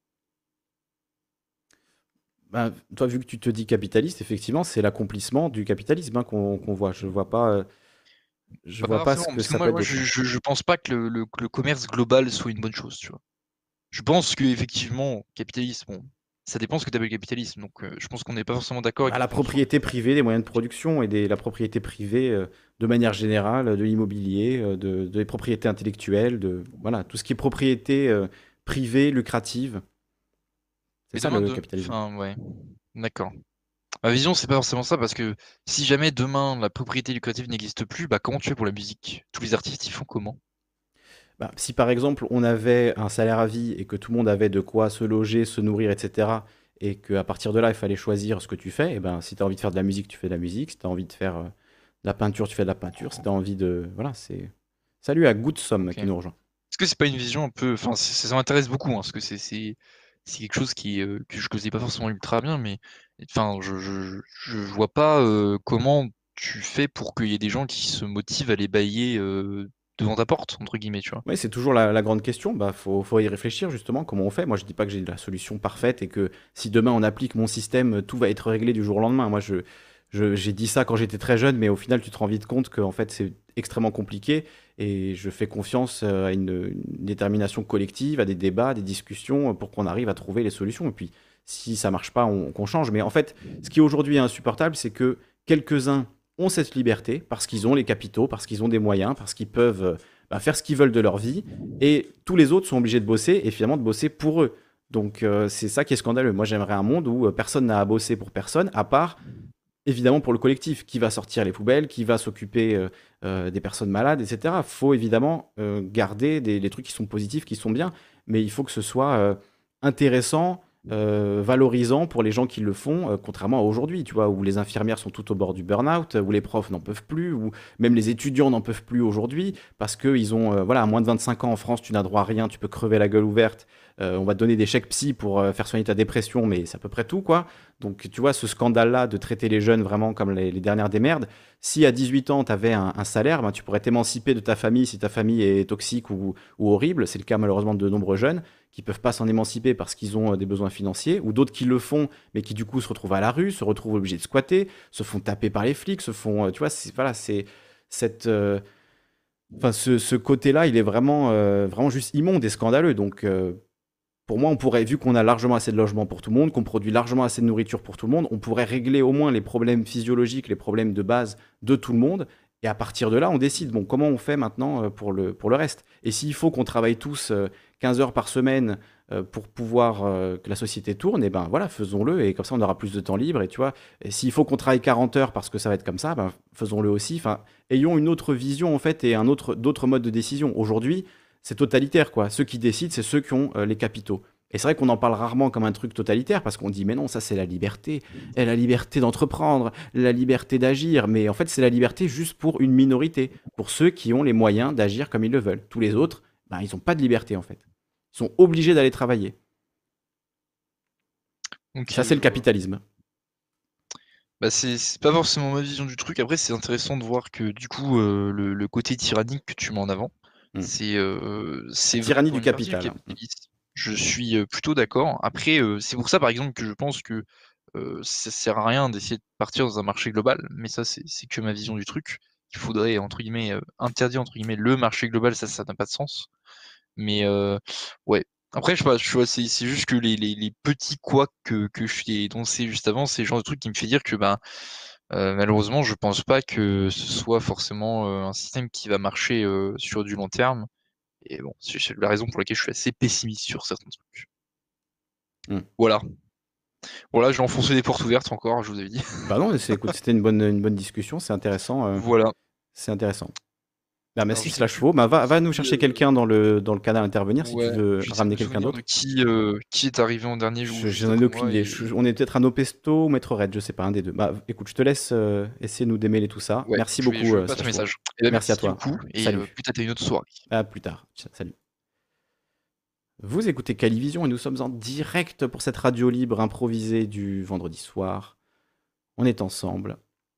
Ben, toi, vu que tu te dis capitaliste, effectivement, c'est l'accomplissement du capitalisme hein, qu'on voit. Je Pas vois pas ce forcément, que parce que ça peut être moi d'autre. je pense pas que le commerce global soit une bonne chose, tu vois. Je pense que effectivement, capitalisme, bon, ça dépend ce que tu appelles capitalisme. Donc, je pense qu'on n'est pas forcément d'accord et Bah, qu'il la faut en prendre. propriété privée des moyens de production et la propriété privée de manière générale, de l'immobilier, des propriétés intellectuelles, voilà, tout ce qui est propriété privée, lucrative. C'est Mais ça demain, le capitalisme. enfin, ouais, d'accord. Ma vision, c'est pas forcément ça, parce que si jamais demain la propriété lucrative n'existe plus, bah comment tu fais pour la musique? Tous les artistes, ils font comment? Bah, si par exemple on avait un salaire à vie et que tout le monde avait de quoi se loger, se nourrir, etc., et qu'à partir de là il fallait choisir ce que tu fais, et ben si tu as envie de faire de la musique, tu fais de la musique, si tu as envie de faire de la peinture, tu fais de la peinture, si tu as envie de. Voilà, c'est. Salut à Good Somme Ok. qui nous rejoint. Est-ce que c'est pas une vision un peu. Enfin, ça m'intéresse beaucoup, hein, parce que c'est quelque chose que je connais pas forcément ultra bien, mais enfin, je vois pas comment tu fais pour qu'il y ait des gens qui se motivent à les bailler devant ta porte, entre guillemets, tu vois. Oui, c'est toujours la grande question. Bah, faut y réfléchir justement, comment on fait. Moi, je dis pas que j'ai la solution parfaite et que si demain on applique mon système, tout va être réglé du jour au lendemain. Moi, j'ai dit ça quand j'étais très jeune, mais au final, tu te rends vite compte qu'en fait, c'est extrêmement compliqué et je fais confiance à une détermination collective, à des débats, à des discussions pour qu'on arrive à trouver les solutions. Et puis, si ça marche pas, qu'on change. Mais en fait, ce qui aujourd'hui est insupportable, c'est que quelques-uns ont cette liberté parce qu'ils ont les capitaux, parce qu'ils ont des moyens, parce qu'ils peuvent faire ce qu'ils veulent de leur vie, et tous les autres sont obligés de bosser, et finalement de bosser pour eux. Donc c'est ça qui est scandaleux. Moi j'aimerais un monde où personne n'a à bosser pour personne, à part évidemment pour le collectif, qui va sortir les poubelles, qui va s'occuper des personnes malades, etc. Il faut évidemment garder les trucs qui sont positifs, qui sont bien, mais il faut que ce soit intéressant, valorisant pour les gens qui le font, contrairement à aujourd'hui, tu vois, où les infirmières sont toutes au bord du burn-out, où les profs n'en peuvent plus, où même les étudiants n'en peuvent plus aujourd'hui, parce qu'ils ont, voilà, à moins de 25 ans en France, tu n'as droit à rien, tu peux crever la gueule ouverte, on va te donner des chèques psy pour faire soigner ta dépression, mais c'est à peu près tout, quoi. Donc, tu vois, ce scandale-là de traiter les jeunes vraiment comme les dernières des merdes, si à 18 ans, tu avais un salaire, ben, tu pourrais t'émanciper de ta famille si ta famille est toxique ou horrible, c'est le cas malheureusement de nombreux jeunes, qui peuvent pas s'en émanciper parce qu'ils ont des besoins financiers, ou d'autres qui le font, mais qui du coup se retrouvent à la rue, se retrouvent obligés de squatter, se font taper par les flics, se font, tu vois, voilà, c'est cette, enfin, ce côté-là, il est vraiment juste immonde et scandaleux. Donc, pour moi, on pourrait, vu qu'on a largement assez de logements pour tout le monde, qu'on produit largement assez de nourriture pour tout le monde, on pourrait régler au moins les problèmes physiologiques, les problèmes de base de tout le monde. Et à partir de là, on décide, bon, comment on fait maintenant pour le reste. Et s'il faut qu'on travaille tous 15 heures par semaine pour pouvoir que la société tourne, et ben voilà, faisons-le. Et comme ça, on aura plus de temps libre. Et tu vois, et s'il faut qu'on travaille 40 heures parce que ça va être comme ça, ben faisons-le aussi. Enfin, ayons une autre vision, en fait, et d'autres modes de décision. Aujourd'hui, c'est totalitaire, quoi. Ceux qui décident, c'est ceux qui ont les capitaux. Et c'est vrai qu'on en parle rarement comme un truc totalitaire, parce qu'on dit, mais non, ça c'est la liberté. Et la liberté d'entreprendre, la liberté d'agir. Mais en fait, c'est la liberté juste pour une minorité, pour ceux qui ont les moyens d'agir comme ils le veulent. Tous les autres, ben, ils n'ont pas de liberté, en fait. Ils sont obligés d'aller travailler. Donc, Ça, c'est le capitalisme. bah, c'est pas forcément ma vision du truc. Après, c'est intéressant de voir que du coup, le côté tyrannique que tu mets en avant, Mm. c'est vrai Tyrannie pour du une partie du capital. capitalisme. Je suis plutôt d'accord. Après, c'est pour ça, par exemple, que je pense que ça sert à rien d'essayer de partir dans un marché global. Mais ça, c'est que ma vision du truc. Il faudrait, entre guillemets, interdire, entre guillemets, le marché global. Ça n'a pas de sens. Mais ouais. Après, je sais pas, tu vois, c'est juste que les petits couacs que je t'ai énoncés juste avant, c'est le genre de truc qui me fait dire que ben, malheureusement, je pense pas que ce soit forcément un système qui va marcher sur du long terme. Et bon, c'est la raison pour laquelle je suis assez pessimiste sur certains trucs. Voilà. Voilà, j'ai enfoncé des portes ouvertes encore, je vous avais dit. Bah non, écoute, c'était une bonne discussion, c'est intéressant. Voilà. C'est intéressant. Bah, merci Alors, je sais Slash plus Faux. Bah, va nous qui, chercher quelqu'un dans le canal à intervenir si tu ouais, veux j'essaie de ramener me quelqu'un souvenir d'autre. de qui est arrivé en dernier ou juste J'en ai après aucune moi. idée. Et On est peut-être à Nopesto ou Maître Red, je sais pas, un des deux. Bah écoute, je te laisse essayer de nous démêler tout ça. ouais, Merci je beaucoup, passe ton Slash Faux. message. Et ben, Merci à merci toi. beaucoup. Et Salut. peut-être à une autre soirée. À plus tard. Salut. Vous écoutez Calivision et nous sommes en direct pour cette radio libre improvisée du vendredi soir. On est ensemble.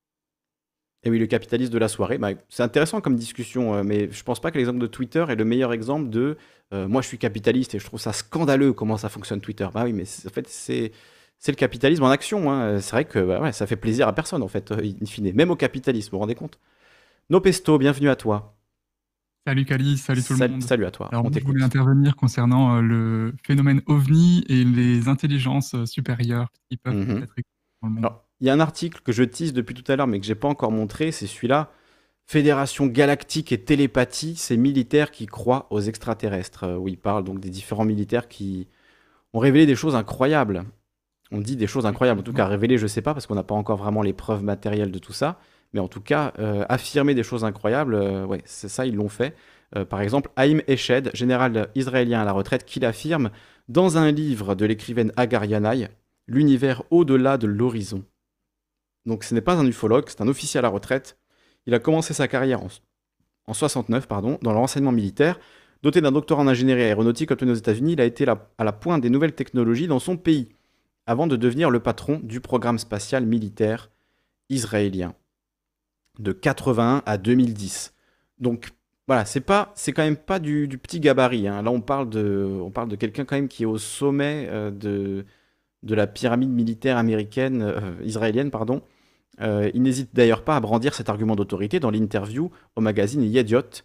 Et oui, le capitalisme de la soirée, bah, c'est intéressant comme discussion, mais je pense pas que l'exemple de Twitter est le meilleur exemple de moi je suis capitaliste et je trouve ça scandaleux comment ça fonctionne Twitter. Bah oui, mais en fait c'est le capitalisme en action, hein. C'est vrai que bah, ouais, ça fait plaisir à personne en fait, in fine, même au capitalisme, vous vous rendez compte? Nopesto, bienvenue à toi. Salut Cali, salut tout le monde. Salut à toi, Alors on moi, je t'écoute. voulais intervenir concernant le phénomène OVNI et les intelligences supérieures qui peuvent Mhm. peut-être exister dans le monde. Alors, il y a un article que je tease depuis tout à l'heure mais que j'ai pas encore montré, c'est celui-là. Fédération galactique et télépathie, ces militaires qui croient aux extraterrestres, où il parle donc des différents militaires qui ont révélé des choses incroyables. On dit des choses incroyables, en tout cas révéler, je sais pas, parce qu'on n'a pas encore vraiment les preuves matérielles de tout ça, mais en tout cas, affirmer des choses incroyables, ouais, c'est ça, ils l'ont fait. Par exemple, Haïm Eshed, général israélien à la retraite, qui l'affirme dans un livre de l'écrivaine Agar Yanai, L'univers au-delà de l'horizon. Donc ce n'est pas un ufologue, c'est un officier à la retraite. Il a commencé sa carrière en 69, dans le renseignement militaire. Doté d'un doctorat en ingénierie aéronautique obtenu aux États-Unis, il a été à la pointe des nouvelles technologies dans son pays, avant de devenir le patron du programme spatial militaire israélien, de 81 à 2010. Donc voilà, c'est quand même pas du petit gabarit, hein. Là, on parle de quelqu'un quand même qui est au sommet de la pyramide militaire américaine, israélienne, pardon. Il n'hésite d'ailleurs pas à brandir cet argument d'autorité dans l'interview au magazine Yediot,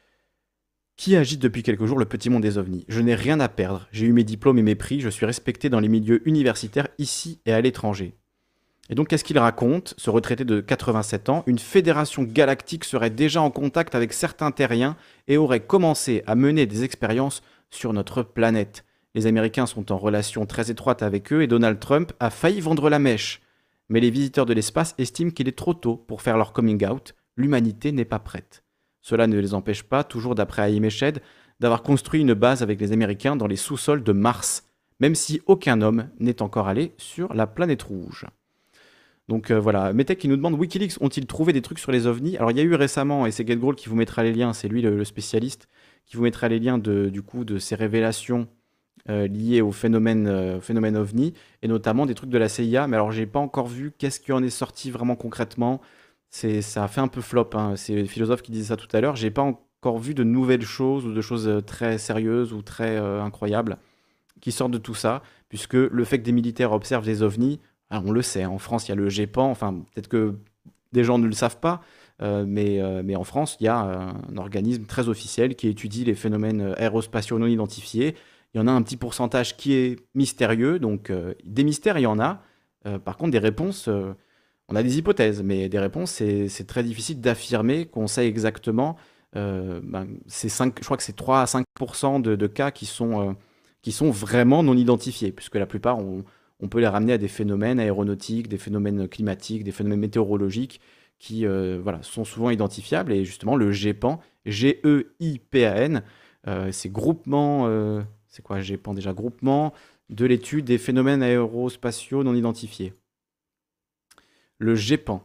qui agite depuis quelques jours le petit monde des ovnis. Je n'ai rien à perdre, j'ai eu mes diplômes et mes prix, je suis respecté dans les milieux universitaires ici et à l'étranger. Et donc qu'est-ce qu'il raconte, ce retraité de 87 ans? Une fédération galactique serait déjà en contact avec certains terriens et aurait commencé à mener des expériences sur notre planète. Les Américains sont en relation très étroite avec eux et Donald Trump a failli vendre la mèche. mais les visiteurs de l'espace estiment qu'il est trop tôt pour faire leur coming out. L'humanité n'est pas prête. Cela ne les empêche pas, toujours d'après Haïm Eshed, d'avoir construit une base avec les Américains dans les sous-sols de Mars, même si aucun homme n'est encore allé sur la planète rouge. Donc voilà, Metek qui nous demande Wikileaks ont-ils trouvé des trucs sur les ovnis? Alors il y a eu récemment, et c'est GetGroll qui vous mettra les liens, c'est lui le spécialiste, qui vous mettra les liens du coup de ces révélations liées au phénomène ovni, et notamment des trucs de la CIA. Mais alors j'ai pas encore vu qu'est-ce qui en est sorti vraiment concrètement. Ça a fait un peu flop, hein. C'est le philosophe qui disait ça tout à l'heure. J'ai pas encore vu de nouvelles choses ou de choses très sérieuses ou très incroyables qui sortent de tout ça, puisque le fait que des militaires observent des ovnis, alors on le sait, hein, en France il y a le GEPAN, enfin peut-être que des gens ne le savent pas, mais en France il y a un organisme très officiel qui étudie les phénomènes aérospatiaux non identifiés. Il y en a un petit pourcentage qui est mystérieux, donc des mystères il y en a. Par contre des réponses, on a des hypothèses, mais des réponses c'est très difficile d'affirmer qu'on sait exactement. Je crois que c'est 3 à 5% de cas qui sont vraiment non identifiés, puisque la plupart, on peut les ramener à des phénomènes aéronautiques, des phénomènes climatiques, des phénomènes météorologiques qui sont souvent identifiables. Et justement, le GEPAN, G-E-I-P-A-N, c'est groupement, c'est quoi GEPAN déjà? Groupement de l'étude des phénomènes aérospatiaux non identifiés. Le GEPAN,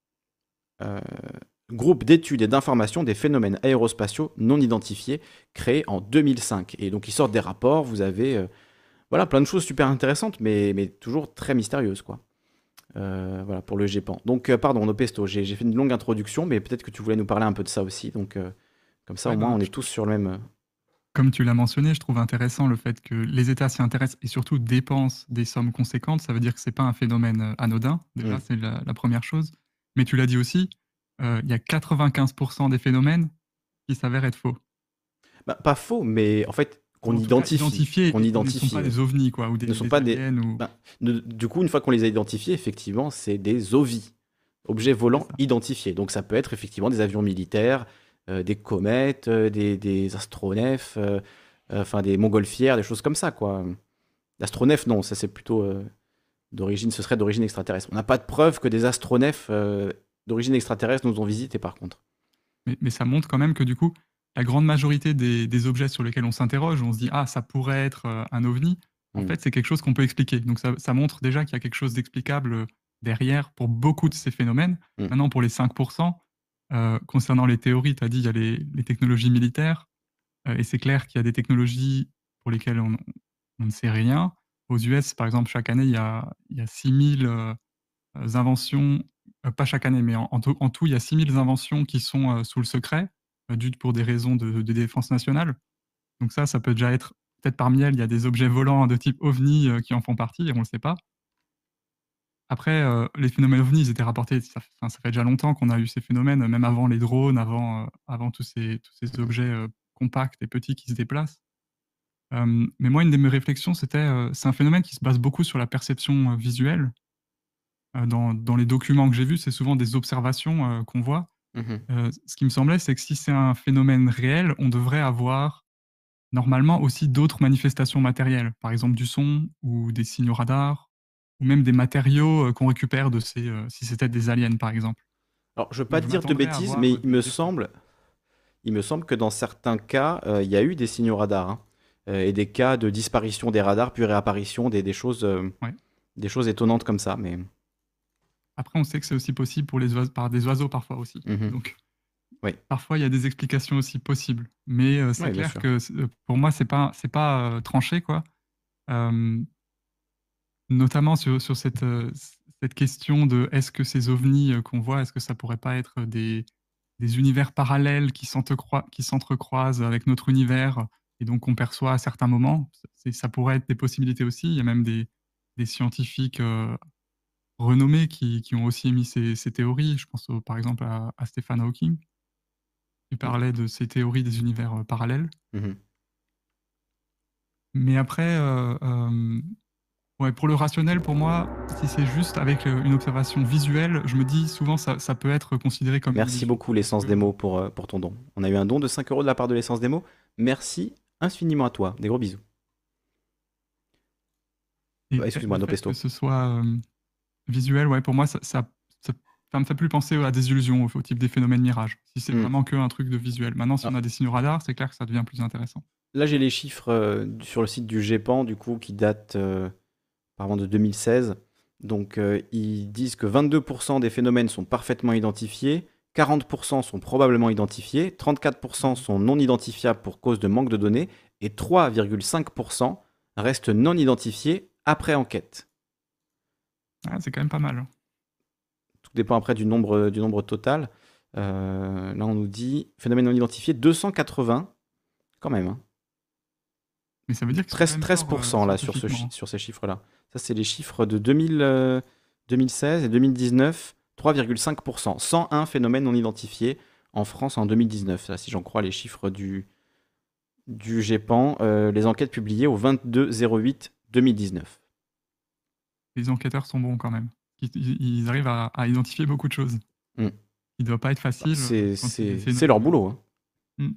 groupe d'études et d'informations des phénomènes aérospatiaux non identifiés, créé en 2005. Et donc ils sortent des rapports, vous avez plein de choses super intéressantes, mais toujours très mystérieuses, quoi. Voilà pour le GEPAN. Donc pardon, Nopesto, j'ai fait une longue introduction, mais peut-être que tu voulais nous parler un peu de ça aussi. Donc comme ça, Ouais, au moins, non, on est tous sur le même. Comme tu l'as mentionné, je trouve intéressant le fait que les États s'y intéressent et surtout dépensent des sommes conséquentes. Ça veut dire que c'est pas un phénomène anodin. Déjà, c'est la première chose. Mais tu l'as dit aussi, il y a 95% des phénomènes qui s'avèrent être faux. Bah, pas faux, mais en fait, qu'on En tout cas, identifie. identifiés, Qu'on ne sont identifie. pas des ovnis, quoi, ou Ne sont des pas des. aliens. Ou... Bah, du coup, une fois qu'on les a identifiés, effectivement, c'est des OVI, objets volants C'est ça. identifiés. Donc ça peut être effectivement des avions militaires, des comètes, des astronefs, enfin des montgolfières, des choses comme ça, quoi. L'astronef, non, ça c'est plutôt ce serait d'origine extraterrestre. On n'a pas de preuve que des astronefs d'origine extraterrestre nous ont visités, par contre. Mais ça montre quand même que du coup, la grande majorité des objets sur lesquels on s'interroge, on se dit ah ça pourrait être un ovni. En fait, c'est quelque chose qu'on peut expliquer. Donc ça montre déjà qu'il y a quelque chose d'explicable derrière pour beaucoup de ces phénomènes. Maintenant, pour les 5%, concernant les théories, tu as dit il y a les technologies militaires, et c'est clair qu'il y a des technologies pour lesquelles on ne sait rien. Aux US, par exemple, chaque année, il y a 6000 inventions, pas chaque année, mais en tout, il y a 6000 inventions qui sont sous le secret, pour des raisons de défense nationale. Donc ça peut déjà être, peut-être parmi elles, il y a des objets volants de type OVNI qui en font partie et on ne le sait pas. Après, les phénomènes OVNI, ils étaient rapportés, ça fait déjà longtemps qu'on a eu ces phénomènes, même avant les drones, avant tous ces objets compacts et petits qui se déplacent. Mais moi, une de mes réflexions, c'était, c'est un phénomène qui se base beaucoup sur la perception visuelle. Dans les documents que j'ai vus, c'est souvent des observations qu'on voit. Ce qui me semblait, c'est que si c'est un phénomène réel, on devrait avoir normalement aussi d'autres manifestations matérielles, par exemple du son ou des signaux radars, ou même des matériaux qu'on récupère de ces, si c'était des aliens, par exemple. Alors, je veux Donc, pas je dire de m'attendrais à bêtises, avoir mais il me des semble que dans certains cas, il y a eu des signaux radars, hein, et des cas de disparition des radars, puis réapparition des choses, Ouais. des choses étonnantes comme ça. Mais Après, on sait que c'est aussi possible pour par des oiseaux parfois aussi. Donc, oui. parfois, il y a des explications aussi possibles. Mais c'est Ouais, bien clair sûr. que pour moi, c'est pas tranché, quoi. Notamment sur cette question de est-ce que ces ovnis qu'on voit, est-ce que ça pourrait pas être des univers parallèles qui s'entrecroisent avec notre univers et donc qu'on perçoit à certains moments? Ça pourrait être des possibilités aussi. Il y a même des scientifiques renommés qui ont aussi émis ces théories. Je pense par exemple à Stephen Hawking, qui parlait de ces théories des univers parallèles. Mais après, ouais, pour le rationnel, pour moi, si c'est juste avec une observation visuelle, je me dis souvent ça peut être considéré comme une Merci illusion. beaucoup, l'essence démo, pour ton don. On a eu un don de 5 € de la part de l'essence démo. Merci infiniment à toi. Des gros bisous. Et Excuse-moi, le fait Nopesto. que ce soit Visuel, ouais, pour moi, ça me fait plus penser à des illusions, au type des phénomènes mirages. Si c'est vraiment que un truc de visuel. Maintenant, si Ah. on a des signaux radars, c'est clair que ça devient plus intéressant. Là, j'ai les chiffres sur le site du GEPAN, du coup, qui datent apparemment de 2016. Donc, ils disent que 22% des phénomènes sont parfaitement identifiés, 40% sont probablement identifiés, 34% sont non identifiables pour cause de manque de données, et 3,5% restent non identifiés après enquête. Ah, c'est quand même pas mal. Hein. Tout dépend après du nombre total. Là, on nous dit phénomène non identifié, 280, quand même. Hein. Mais ça veut dire qu'ils sont quand même 13% là scientifiquement. sur ces chiffres-là. Ça, c'est les chiffres de 2016 et 2019, 3,5%. 101 phénomènes non identifiés en France en 2019. Ça, si j'en crois les chiffres du GEPAN, les enquêtes publiées au 22/08/2019. Les enquêteurs sont bons quand même. Ils arrivent à identifier beaucoup de choses. Mm. Il ne doit pas être facile. C'est leur boulot. Hein. Mm.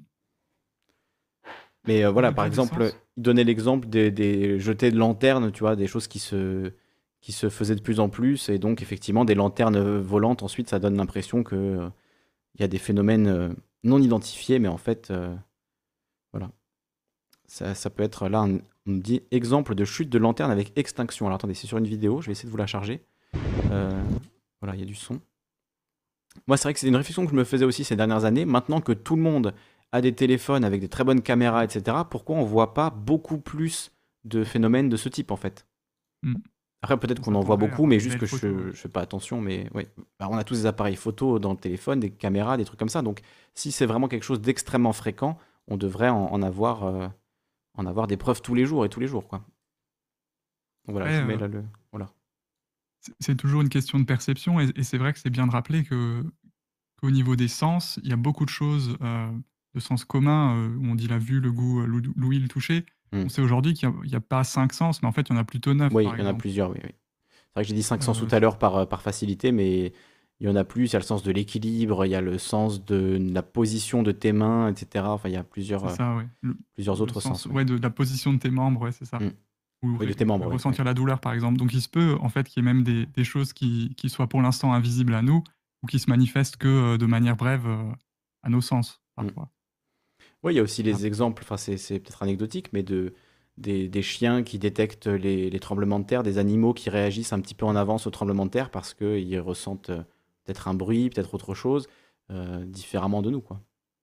Mais voilà, Dans par quel sens exemple, il donnait l'exemple des jetés de lanternes, tu vois, des choses qui se faisaient de plus en plus, et donc effectivement des lanternes volantes. Ensuite, ça donne l'impression que il y a des phénomènes non identifiés, mais en fait, voilà, ça peut être là. On nous dit exemple de chute de lanterne avec extinction. Alors attendez, c'est sur une vidéo. Je vais essayer de vous la charger. Voilà, il y a du son. Moi, c'est vrai que c'est une réflexion que je me faisais aussi ces dernières années. Maintenant que tout le monde a des téléphones avec des très bonnes caméras, etc., pourquoi on voit pas beaucoup plus de phénomènes de ce type, en fait? Mm. Après, peut-être On qu'on en voit s'attendrait à beaucoup, avoir mais des juste que belles photos, ouais. je fais pas attention. Mais ouais. Bah, on a tous des appareils photo dans le téléphone, des caméras, des trucs comme ça. Donc, si c'est vraiment quelque chose d'extrêmement fréquent, on devrait en avoir des preuves tous les jours et tous les jours, quoi. Donc voilà, je Après, mets là le. Voilà. c'est toujours une question de perception, et c'est vrai que c'est bien de rappeler qu'au niveau des sens, il y a beaucoup de choses de sens commun, où on dit la vue, le goût, l'ouïe, le toucher. Mm. On sait aujourd'hui qu'il n'y a pas 5 sens, mais en fait, il y en a plutôt 9, Oui, par il y en a exemple. plusieurs, oui. C'est vrai que j'ai dit 5 sens tout à l'heure par facilité, mais il y en a plus. Il y a le sens de l'équilibre, il y a le sens de la position de tes mains, etc. Enfin, il y a C'est plusieurs ça, ouais. plusieurs autres sens. Ouais, de la position de tes membres, ouais, c'est ça. Mm. Ou Oui, de tes membres, oui. ressentir la douleur, par exemple. Donc il se peut, en fait, qu'il y ait même des choses qui soient pour l'instant invisibles à nous, ou qui se manifestent que de manière brève à nos sens, parfois. Oui, il y a aussi les exemples, enfin c'est peut-être anecdotique, mais des chiens qui détectent les tremblements de terre, des animaux qui réagissent un petit peu en avance aux tremblements de terre parce qu'ils ressentent peut-être un bruit, peut-être autre chose, différemment de nous, quoi.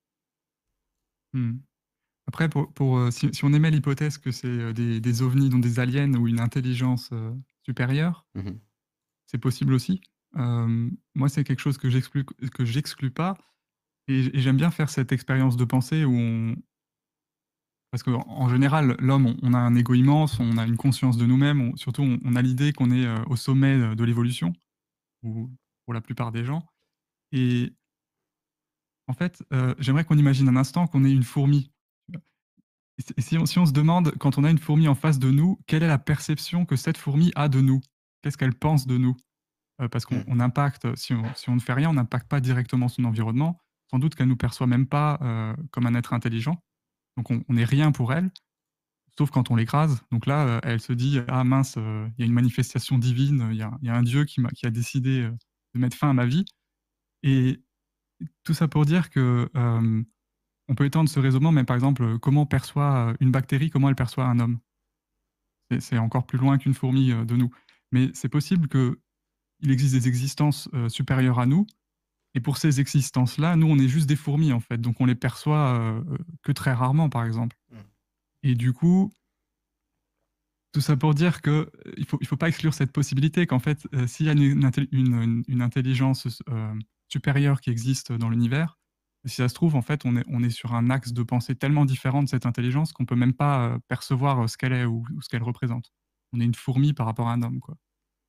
Mm. Après, si on émet l'hypothèse que c'est des ovnis, donc des aliens ou une intelligence supérieure, Mhm. c'est possible aussi. Moi, c'est quelque chose que j'exclus pas, et j'aime bien faire cette expérience de pensée parce qu'en général, l'homme, on a un ego immense, on a une conscience de nous-mêmes, surtout on a l'idée qu'on est au sommet de l'évolution, ou pour la plupart des gens. Et en fait, j'aimerais qu'on imagine un instant qu'on est une fourmi. Et si on se demande, quand on a une fourmi en face de nous, quelle est la perception que cette fourmi a de nous? Qu'est-ce qu'elle pense de nous? Parce qu'on impacte, si on ne fait rien, on n'impacte pas directement son environnement. Sans doute qu'elle ne nous perçoit même pas comme un être intelligent. Donc on n'est rien pour elle, sauf quand on l'écrase. Donc là, elle se dit: «Ah mince, il y a une manifestation divine, il y a un Dieu qui a décidé de mettre fin à ma vie». Et tout ça pour dire que on peut étendre ce raisonnement, mais par exemple, comment perçoit une bactérie, comment elle perçoit un homme? C'est encore plus loin qu'une fourmi de nous. Mais c'est possible qu'il existe des existences supérieures à nous, et pour ces existences-là, nous, on est juste des fourmis, en fait. Donc on les perçoit que très rarement, par exemple. Et du coup, tout ça pour dire que il faut pas exclure cette possibilité qu'en fait, s'il y a une intelligence supérieure qui existe dans l'univers, si ça se trouve, en fait, on est sur un axe de pensée tellement différent de cette intelligence qu'on peut même pas percevoir ce qu'elle est, ou ce qu'elle représente. On est une fourmi par rapport à un homme, quoi.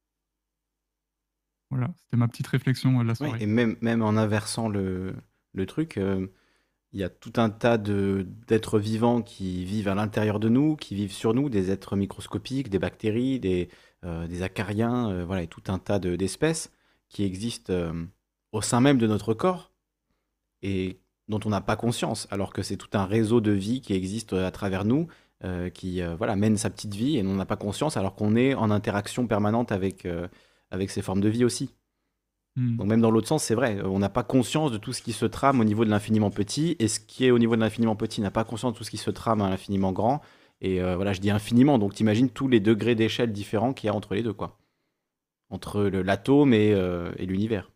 Voilà, c'était ma petite réflexion de la Oui, soirée. et même en inversant le truc, il y a tout un tas d'êtres vivants qui vivent à l'intérieur de nous, qui vivent sur nous, des êtres microscopiques, des bactéries, des acariens, voilà, et tout un tas d'espèces qui existent au sein même de notre corps et dont on n'a pas conscience, alors que c'est tout un réseau de vie qui existe à travers nous, qui voilà, mène sa petite vie et on n'a pas conscience alors qu'on est en interaction permanente avec avec ses formes de vie aussi. Hmm. Donc même dans l'autre sens, c'est vrai, on n'a pas conscience de tout ce qui se trame au niveau de l'infiniment petit, et ce qui est au niveau de l'infiniment petit n'a pas conscience de tout ce qui se trame à l'infiniment grand. Et voilà, je dis infiniment, donc t'imagines tous les degrés d'échelle différents qu'il y a entre les deux, quoi. Entre l'atome et l'univers.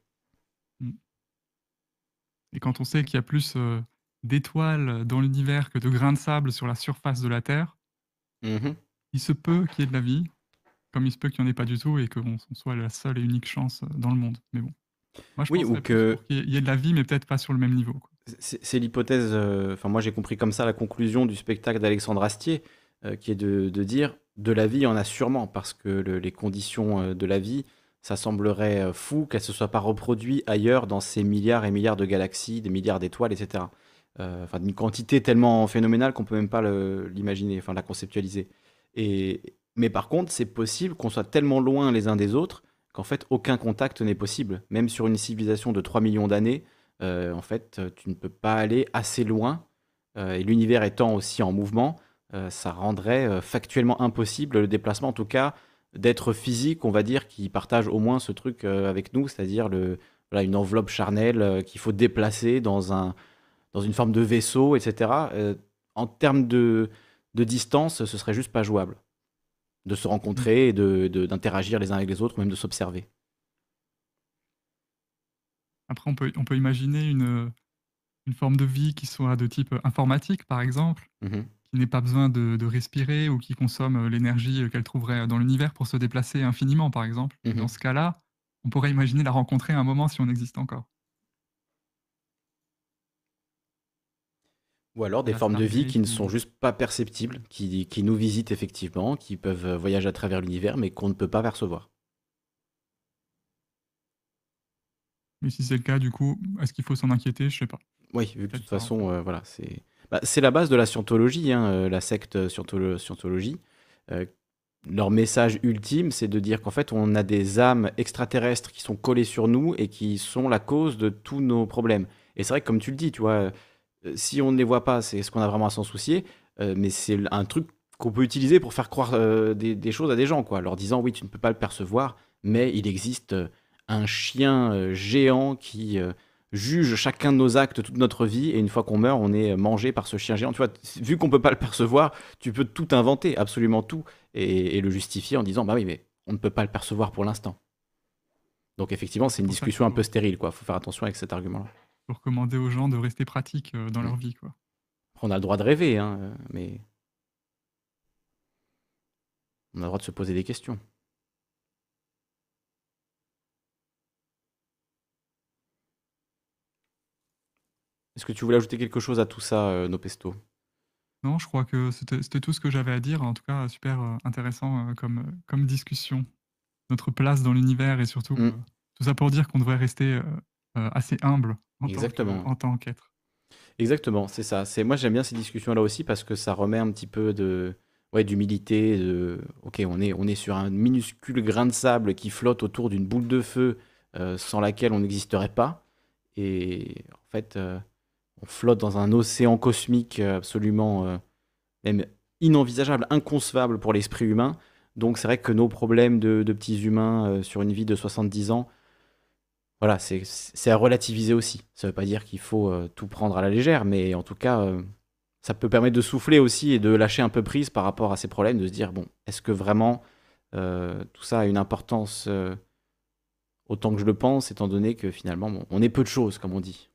Et quand on sait qu'il y a plus d'étoiles dans l'univers que de grains de sable sur la surface de la Terre, Mhm. il se peut qu'il y ait de la vie, comme il se peut qu'il n'y en ait pas du tout et qu'on soit la seule et unique chance dans le monde. Mais bon, moi je Oui, ou penserais plus que pour qu'il y ait de la vie, mais peut-être pas sur le même niveau, quoi. c'est l'hypothèse, enfin moi j'ai compris comme ça la conclusion du spectacle d'Alexandre Astier, qui est de dire de la vie, il y en a sûrement, parce que les conditions de la vie, ça semblerait fou qu'elle se soit pas reproduite ailleurs dans ces milliards et milliards de galaxies, des milliards d'étoiles, etc. Enfin, d'une quantité tellement phénoménale qu'on peut même pas l'imaginer, enfin la conceptualiser. Mais par contre, c'est possible qu'on soit tellement loin les uns des autres qu'en fait aucun contact n'est possible. Même sur une civilisation de 3 millions d'années, en fait, tu ne peux pas aller assez loin. Et l'univers étant aussi en mouvement, ça rendrait factuellement impossible le déplacement, en tout cas, d'êtres physiques, on va dire, qui partagent au moins ce truc avec nous, c'est-à-dire voilà, une enveloppe charnelle qu'il faut déplacer dans une forme de vaisseau, etc. En termes de distance, ce serait juste pas jouable de se rencontrer et d'interagir les uns avec les autres, ou même de s'observer. Après, on peut imaginer une forme de vie qui soit de type informatique, par exemple, Mhm. qui n'ait pas besoin de respirer ou qui consomme l'énergie qu'elle trouverait dans l'univers pour se déplacer infiniment, par exemple. Et dans Mhm. ce cas-là, on pourrait imaginer la rencontrer à un moment si on existe encore. Ou alors des La formes de vie qui ne Stargate sont ou... juste pas perceptibles, qui nous visitent effectivement, qui peuvent voyager à travers l'univers, mais qu'on ne peut pas percevoir. Mais si c'est le cas, du coup, est-ce qu'il faut s'en inquiéter? Je sais pas. Oui, vu que de Peut-être toute pas, en fait. façon, voilà, c'est la base de la scientologie, hein, la secte scientologie. Euh, Leur message ultime, c'est de dire qu'en fait, on a des âmes extraterrestres qui sont collées sur nous et qui sont la cause de tous nos problèmes. Et c'est vrai que, comme tu le dis, tu vois, si on ne les voit pas, c'est ce qu'on a vraiment à s'en soucier, mais c'est un truc qu'on peut utiliser pour faire croire des choses à des gens, quoi, leur disant oui, tu ne peux pas le percevoir, mais il existe un chien géant qui juge chacun de nos actes toute notre vie, et une fois qu'on meurt, on est mangé par ce chien géant. Tu vois, vu qu'on peut pas le percevoir, tu peux tout inventer, absolument tout, et le justifier en disant bah oui, mais on ne peut pas le percevoir pour l'instant. Donc effectivement, c'est C'est une pour ça discussion un qu'il peu stérile, quoi. Faut faire attention avec cet argument-là. faut recommander aux gens de rester pratiques dans Mm. leur vie, quoi. On a le droit de rêver, hein, mais on a le droit de se poser des questions. Est-ce que tu voulais ajouter quelque chose à tout ça, Nopesto? Non, je crois que c'était tout ce que j'avais à dire. En tout cas, super intéressant comme discussion. Notre place dans l'univers et surtout Mm. tout ça pour dire qu'on devrait rester assez humble Exactement. en tant qu'être. Exactement, c'est ça. Moi j'aime bien ces discussions-là aussi parce que ça remet un petit peu ouais, d'humilité. Ok, on est sur un minuscule grain de sable qui flotte autour d'une boule de feu sans laquelle on n'existerait pas. Et en fait, on flotte dans un océan cosmique absolument même inenvisageable, inconcevable pour l'esprit humain. Donc c'est vrai que nos problèmes de petits humains sur une vie de 70 ans, voilà, c'est à relativiser aussi. Ça ne veut pas dire qu'il faut tout prendre à la légère, mais en tout cas, ça peut permettre de souffler aussi et de lâcher un peu prise par rapport à ces problèmes, de se dire, bon, est-ce que vraiment tout ça a une importance autant que je le pense, étant donné que finalement, bon, on est peu de choses, comme on dit.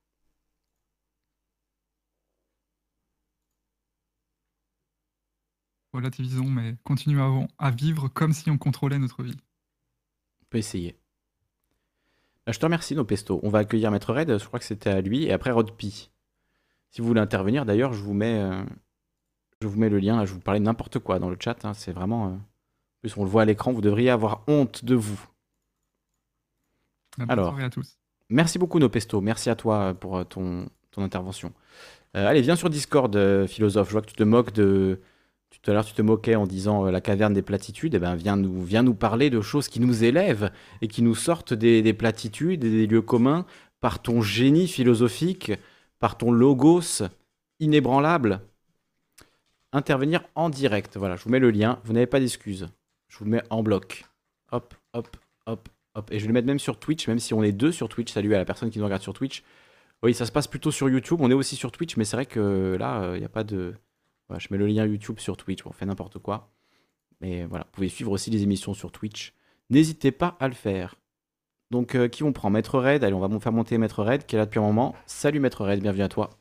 Relativisons, mais continuons à vivre comme si on contrôlait notre vie. On peut essayer. Je te remercie, Nopesto. On va accueillir Maître Red, je crois que c'était à lui, et après Rodpi. Si vous voulez intervenir, d'ailleurs, je vous mets le lien, là, je vous parlais de n'importe quoi dans le chat, hein, c'est vraiment... En plus, on le voit à l'écran, vous devriez avoir honte de vous. Bonne Alors, soirée à tous. merci beaucoup, Nopesto, merci à toi pour ton intervention. Allez, viens sur Discord, philosophe, je vois que tu te moques de... Tout à l'heure, tu te moquais en disant la caverne des platitudes. Eh ben, viens nous parler de choses qui nous élèvent et qui nous sortent des platitudes et des lieux communs par ton génie philosophique, par ton logos inébranlable. Intervenir en direct. Voilà, je vous mets le lien. Vous n'avez pas d'excuses. Je vous le mets en bloc. Hop, hop, Hop, hop. Et je vais le mettre même sur Twitch, même si on est deux sur Twitch. Salut à la personne qui nous regarde sur Twitch. Oui, ça se passe plutôt sur YouTube. On est aussi sur Twitch, mais c'est vrai que là, il n'y a pas de. Voilà, je mets le lien YouTube sur Twitch. On fait n'importe quoi. Mais voilà, vous pouvez suivre aussi les émissions sur Twitch. N'hésitez pas à le faire. Donc, qui on prend? Maître Red. Allez, on va faire monter Maître Red, qui est là depuis un moment. Salut Maître Red, bienvenue à toi.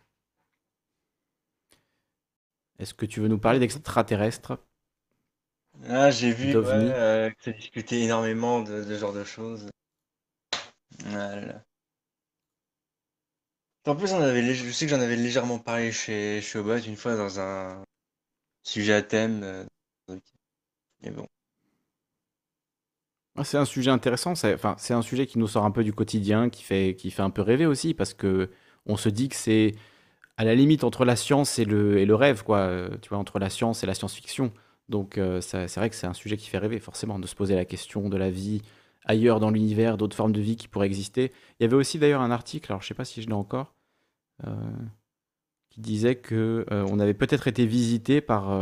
Est-ce que tu veux nous parler d'extraterrestres? Ah, j'ai vu d'OVNI? que ça discutait énormément de ce genre de choses. Ah là là. En plus, je sais que j'en avais légèrement parlé chez Obot une fois dans un sujet à thème. Mais bon. Ah, c'est un sujet intéressant. C'est un sujet qui nous sort un peu du quotidien, qui fait un peu rêver aussi, parce que on se dit que c'est à la limite entre la science et le rêve, quoi. Tu vois, entre la science et la science-fiction. Donc, c'est vrai que c'est un sujet qui fait rêver, forcément, de se poser la question de la vie ailleurs dans l'univers, d'autres formes de vie qui pourraient exister. Il y avait aussi d'ailleurs un article, alors je sais pas si je l'ai encore, euh, qui disait que on avait peut-être été visité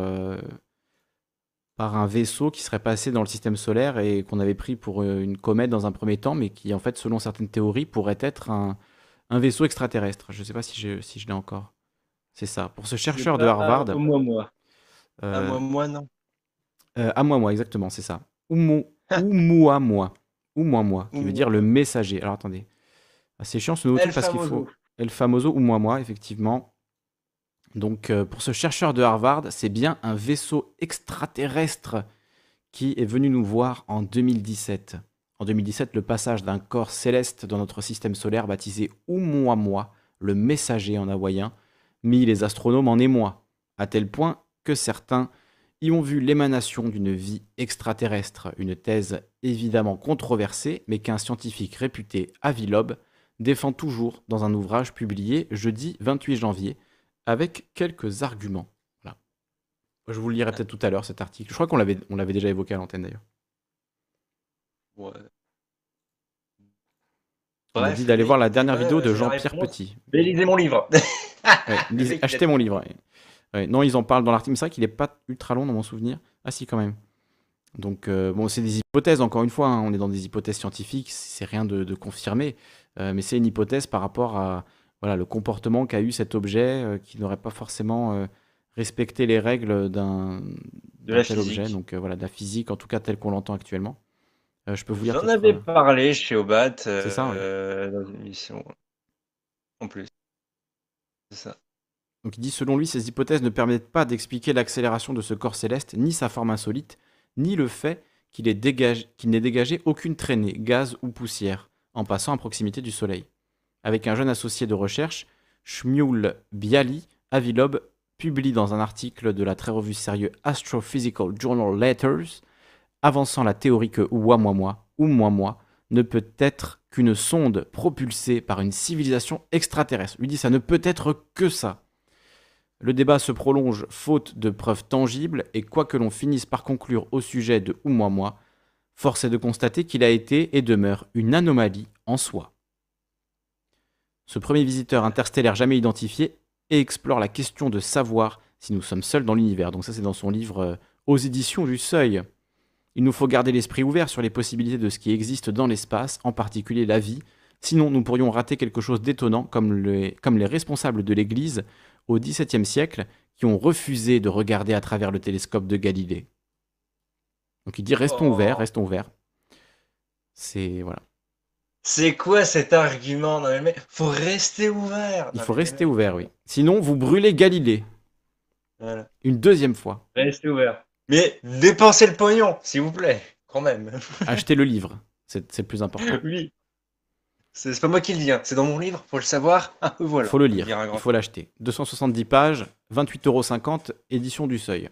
par un vaisseau qui serait passé dans le système solaire et qu'on avait pris pour une comète dans un premier temps, mais qui, en fait, selon certaines théories, pourrait être un vaisseau extraterrestre. Je ne sais pas si je l'ai encore. C'est ça. Pour ce C'est chercheur de pas Harvard, moi. Ah, euh, moi, non. à moi, exactement, c'est ça. Oumuamua. Oumuamua, qui veut dire le messager. Alors attendez. Ah, c'est chiant ce nouveau El truc parce qu'il faut. Famoso. El famoso Oumuamua, effectivement. Donc, pour ce chercheur de Harvard, c'est bien un vaisseau extraterrestre qui est venu nous voir en 2017. En 2017, le passage d'un corps céleste dans notre système solaire baptisé Oumuamua, le messager en hawaïen, mit les astronomes en émoi, à tel point que certains y ont vu l'émanation d'une vie extraterrestre, une thèse évidemment controversée, mais qu'un scientifique réputé, Avi Loeb, défend toujours dans un ouvrage publié jeudi 28 janvier, avec quelques arguments. Voilà. Je vous le lirai peut-être tout à l'heure, cet article. Je crois qu'on l'avait déjà évoqué à l'antenne d'ailleurs. Ouais. On m'a Bref, dit d'aller voir la écoutez, dernière vidéo de j'ai la Jean-Pierre réponse. Petit. Mais lisez mon livre. Ouais, Le mec, il a achetez mon livre. Ouais, non, ils en parlent dans l'article, mais c'est vrai qu'il n'est pas ultra long dans mon souvenir. Ah si, quand même. Donc, bon, c'est des hypothèses, encore une fois, hein, on est dans des hypothèses scientifiques, c'est rien de confirmé, mais c'est une hypothèse par rapport à voilà, le comportement qu'a eu cet objet qui n'aurait pas forcément respecté les règles de la tel objet, physique. donc voilà, de la physique, en tout cas telle qu'on l'entend actuellement. Je peux vous lire Vous en peut-être. avez parlé chez Obat C'est ça, ouais. dans une émission. En plus, c'est ça. Donc il dit, selon lui, ces hypothèses ne permettent pas d'expliquer l'accélération de ce corps céleste, ni sa forme insolite, ni le fait qu'il n'ait dégagé aucune traînée, gaz ou poussière, en passant à proximité du Soleil. Avec un jeune associé de recherche, Shmuel Bialy, Avi Loeb publie dans un article de la très revue sérieux Astrophysical Journal Letters, avançant la théorie que Oumuamua ne peut être qu'une sonde propulsée par une civilisation extraterrestre. Lui dit ça ne peut être que ça. Le débat se prolonge faute de preuves tangibles et quoi que l'on finisse par conclure au sujet de Oumuamua, force est de constater qu'il a été et demeure une anomalie en soi. Ce premier visiteur interstellaire jamais identifié explore la question de savoir si nous sommes seuls dans l'univers. Donc ça c'est dans son livre aux éditions du Seuil. Il nous faut garder l'esprit ouvert sur les possibilités de ce qui existe dans l'espace, en particulier la vie, sinon nous pourrions rater quelque chose d'étonnant comme les responsables de l'Église au XVIIe siècle qui ont refusé de regarder à travers le télescope de Galilée. Donc il dit restons ouverts, restons ouverts. C'est voilà. C'est quoi cet argument? Non, mais mec, faut rester ouvert. Il Non, faut mais rester mec, ouvert, oui. Sinon vous brûlez Galilée voilà. une deuxième fois. Restez ouvert. Mais dépensez le pognon, s'il vous plaît, quand même. Achetez le livre, c'est le plus important. Oui. C'est pas moi qui le dis, hein. C'est dans mon livre, faut le savoir. Ah, voilà. Il faut le Dire lire, un il grand- faut l'acheter. 270 pages, 28,50 €, édition du Seuil.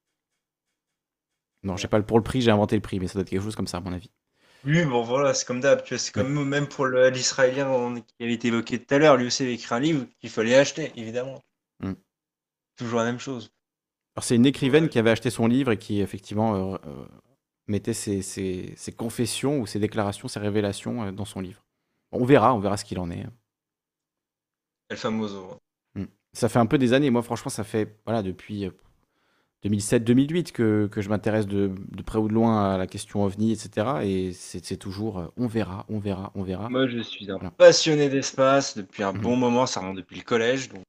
Non, je sais pas pour le prix, j'ai inventé le prix, mais ça doit être quelque chose comme ça, à mon avis. Oui, bon voilà, c'est comme d'hab, tu vois, c'est comme même pour l'Israélien qui avait été évoqué tout à l'heure, lui aussi avait écrit un livre qu'il fallait acheter, évidemment. Mm. Toujours la même chose. Alors, c'est une écrivaine Ouais. qui avait acheté son livre et qui, effectivement, mettait ses confessions ou ses déclarations, ses révélations dans son livre. Bon, on verra ce qu'il en est. El Famoso. Ça fait un peu des années. Moi, franchement, ça fait voilà, depuis 2007-2008 que je m'intéresse de près ou de loin à la question OVNI, etc. Et c'est toujours on verra, on verra, on verra. Moi, je suis un Voilà. passionné d'espace depuis un Mhm. bon moment, ça remonte depuis le collège. Donc...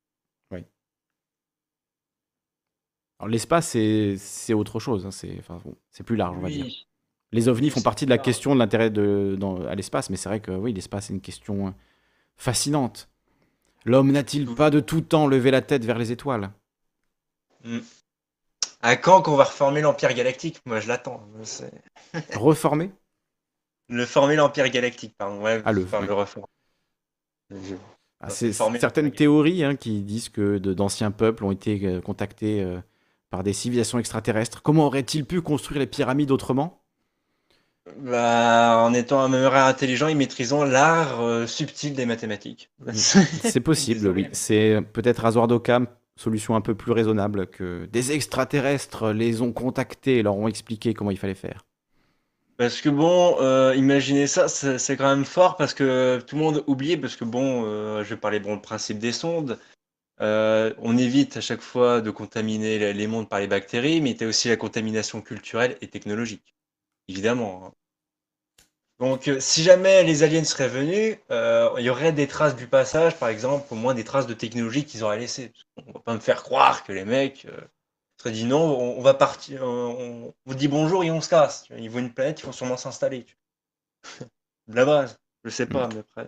Alors l'espace, c'est autre chose, hein, c'est plus large, on va dire. Oui, Les ovnis font c'est partie de la clair. question de l'intérêt à l'espace, mais c'est vrai que oui, l'espace est une question fascinante. L'homme n'a-t-il Tout- pas de tout temps levé la tête vers les étoiles? Mm. À quand qu'on va reformer l'Empire Galactique? Moi, je l'attends. Reformé? Le former l'Empire Galactique, pardon. Ouais, Ah, enfin, ouais. le reformer. Je- Ah, enfin, c'est former certaines l'Empire théories hein, qui disent que d'anciens peuples ont été contactés par des civilisations extraterrestres. Comment auraient-ils pu construire les pyramides autrement? Galactique. Bah, en étant un mémoraire intelligent et maîtrisant l'art subtil des mathématiques. C'est possible, oui. Désolé. C'est peut-être rasoir d'Occam, solution un peu plus raisonnable que des extraterrestres les ont contactés et leur ont expliqué comment il fallait faire. Parce que bon, imaginez ça, c'est quand même fort parce que tout le monde oublie, parce que bon, je vais parler bon, le principe des sondes. On évite à chaque fois de contaminer les mondes par les bactéries, mais il y a aussi la contamination culturelle et technologique, évidemment, hein. Donc, si jamais les aliens seraient venus, il y aurait des traces du passage, par exemple, au moins des traces de technologie qu'ils auraient laissées. On va pas me faire croire que les mecs seraient dit non, on va partir, on vous dit bonjour et on se casse. Tu vois. Ils voient une planète, ils vont sûrement s'installer. Tu vois. De la base, je sais pas, mais après.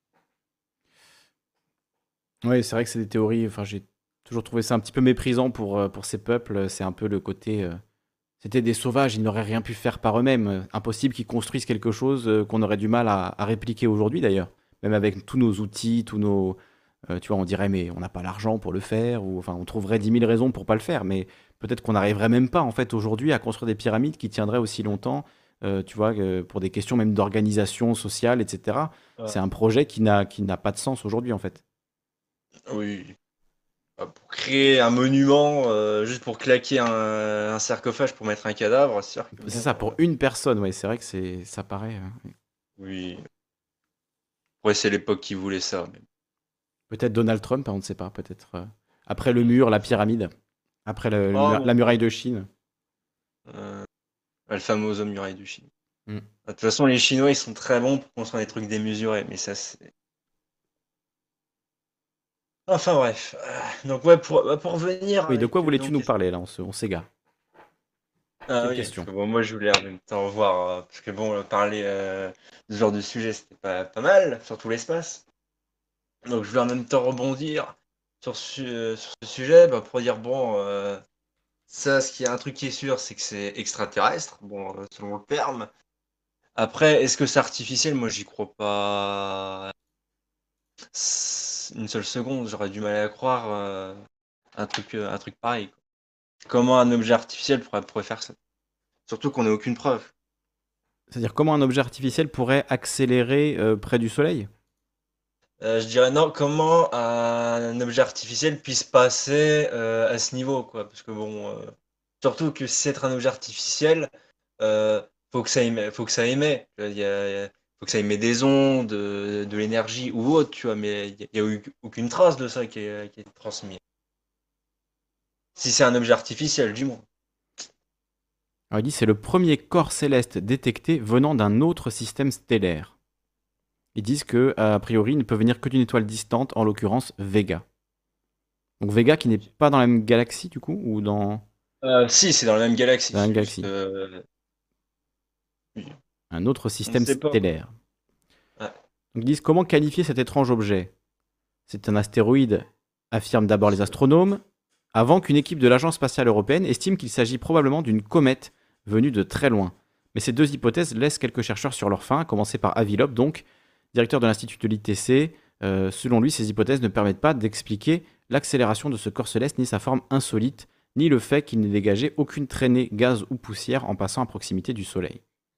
Oui, c'est vrai que c'est des théories. Enfin, j'ai toujours trouvé ça un petit peu méprisant pour ces peuples. C'est un peu le côté. C'était des sauvages, ils n'auraient rien pu faire par eux-mêmes. Impossible qu'ils construisent quelque chose qu'on aurait du mal à répliquer aujourd'hui d'ailleurs. Même avec tous nos outils, tous nos. Tu vois, on dirait, mais on n'a pas l'argent pour le faire. Ou enfin, on trouverait 10 000 raisons pour pas le faire. Mais peut-être qu'on n'arriverait même pas, en fait, aujourd'hui, à construire des pyramides qui tiendraient aussi longtemps. Tu vois, pour des questions même d'organisation sociale, etc. Ouais. C'est un projet qui n'a pas de sens aujourd'hui, en fait. Oui. Pour créer un monument, juste pour claquer un sarcophage pour mettre un cadavre, c'est sûr que C'est bon, ça, pour une personne, ouais, c'est vrai que ça paraît. oui. Ouais, c'est l'époque qui voulait ça. Mais... Peut-être Donald Trump, hein, on ne sait pas, peut-être. Après le mur, la pyramide, après Oh, la muraille de Chine. euh, le fameux muraille de Chine. Mm. De toute façon, les Chinois, ils sont très bons pour construire des trucs démesurés, mais ça, c'est... Enfin bref. Donc ouais, pour revenir Oui, de avec... quoi voulais-tu donc, nous parler là? On s'égare. ah Quelle oui, parce question? que bon, moi je voulais en même temps voir, parce que bon, parler de ce genre de sujet, c'était pas mal, surtout l'espace. Donc je voulais en même temps rebondir sur ce sujet, bah, pour dire, bon, ça, un truc qui est sûr, c'est que c'est extraterrestre, bon, selon le terme. Après, est-ce que c'est artificiel? Moi, j'y crois pas une seule seconde, j'aurais du mal à croire un truc pareil, quoi. Comment un objet artificiel pourrait faire ça? Surtout qu'on n'a aucune preuve. C'est-à-dire comment un objet artificiel pourrait accélérer près du Soleil? Je dirais non, comment un objet artificiel puisse passer à ce niveau, quoi. Parce que bon, surtout que si c'est un objet artificiel, euh, faut que ça émet. Faut que ça émet des ondes, de l'énergie ou autre, tu vois, mais il n'y a eu aucune trace de ça qui est transmise. Si c'est un objet artificiel, du moins. Alors, il dit c'est le premier corps céleste détecté venant d'un autre système stellaire. Ils disent que a priori il ne peut venir que d'une étoile distante, en l'occurrence Vega. Donc Vega qui n'est pas dans la même galaxie du coup ou dans Si, c'est dans la même galaxie. la même C'est juste, galaxie, oui, un autre on ne système sait pas. stellaire. Ouais. Donc ils disent comment qualifier cet étrange objet? C'est un astéroïde, affirment d'abord les astronomes, avant qu'une équipe de l'Agence spatiale européenne estime qu'il s'agit probablement d'une comète venue de très loin. Mais ces deux hypothèses laissent quelques chercheurs sur leur faim, à commencer par Avi Loeb, donc directeur de l'Institut de l'ITC. Selon lui, ces hypothèses ne permettent pas d'expliquer l'accélération de ce corps céleste, ni sa forme insolite, ni le fait qu'il n'ait dégagé aucune traînée, gaz ou poussière en passant à proximité du Soleil.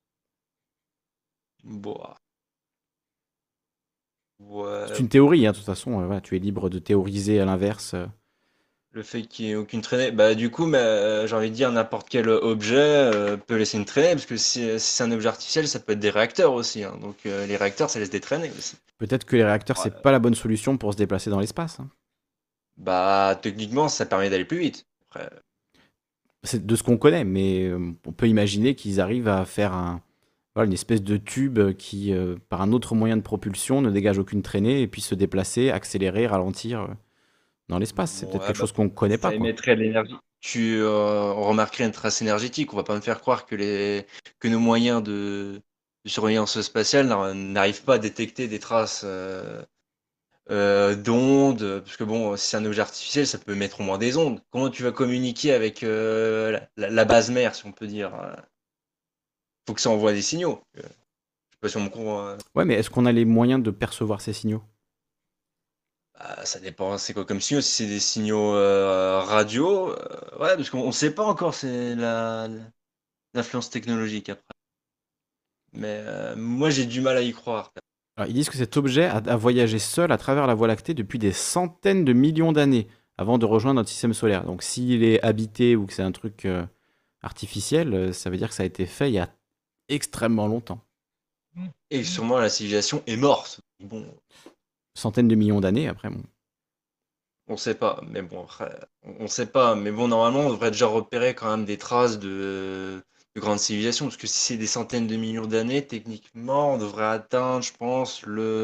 Bon, C'est ouais. une théorie, hein, de toute façon, voilà, tu es libre de théoriser à l'inverse. Le fait qu'il n'y ait aucune traînée, bah du coup, mais, j'ai envie de dire n'importe quel objet peut laisser une traînée, parce que si c'est un objet artificiel, ça peut être des réacteurs aussi, hein. Donc les réacteurs, ça laisse des traînées aussi. Peut-être que les réacteurs, Ouais. c'est pas la bonne solution pour se déplacer dans l'espace, hein. Bah techniquement, ça permet d'aller plus vite. Après, C'est de ce qu'on connaît, mais on peut imaginer qu'ils arrivent à faire voilà, une espèce de tube qui, par un autre moyen de propulsion, ne dégage aucune traînée et puisse se déplacer, accélérer, ralentir dans l'espace. C'est peut-être Ouais, quelque bah, chose qu'on ne connaît pas, ça quoi. émettrait de l'énergie. On remarquerait une trace énergétique. On va pas me faire croire que nos moyens de surveillance spatiale n'arrivent pas à détecter des traces d'ondes. Parce que bon, si c'est un objet artificiel, ça peut émettre au moins des ondes. Comment tu vas communiquer avec la base mère, si on peut dire? Faut que ça envoie des signaux. Je sais pas si on me comprend. Ouais, mais est-ce qu'on a les moyens de percevoir ces signaux? Bah, ça dépend, c'est quoi comme signaux? Si c'est des signaux radio, ouais, parce qu'on ne sait pas encore, c'est l'influence technologique après. Mais moi, j'ai du mal à y croire. Alors, ils disent que cet objet a voyagé seul à travers la Voie lactée depuis des centaines de millions d'années avant de rejoindre notre système solaire. Donc, s'il est habité ou que c'est un truc artificiel, ça veut dire que ça a été fait il y a extrêmement longtemps. Et sûrement, la civilisation est morte. Bon, Centaines de millions d'années après. Bon. on sait pas. Mais bon, après, on sait pas. Mais bon, normalement, on devrait déjà repérer quand même des traces de grandes civilisations. Parce que si c'est des centaines de millions d'années, techniquement, on devrait atteindre, je pense,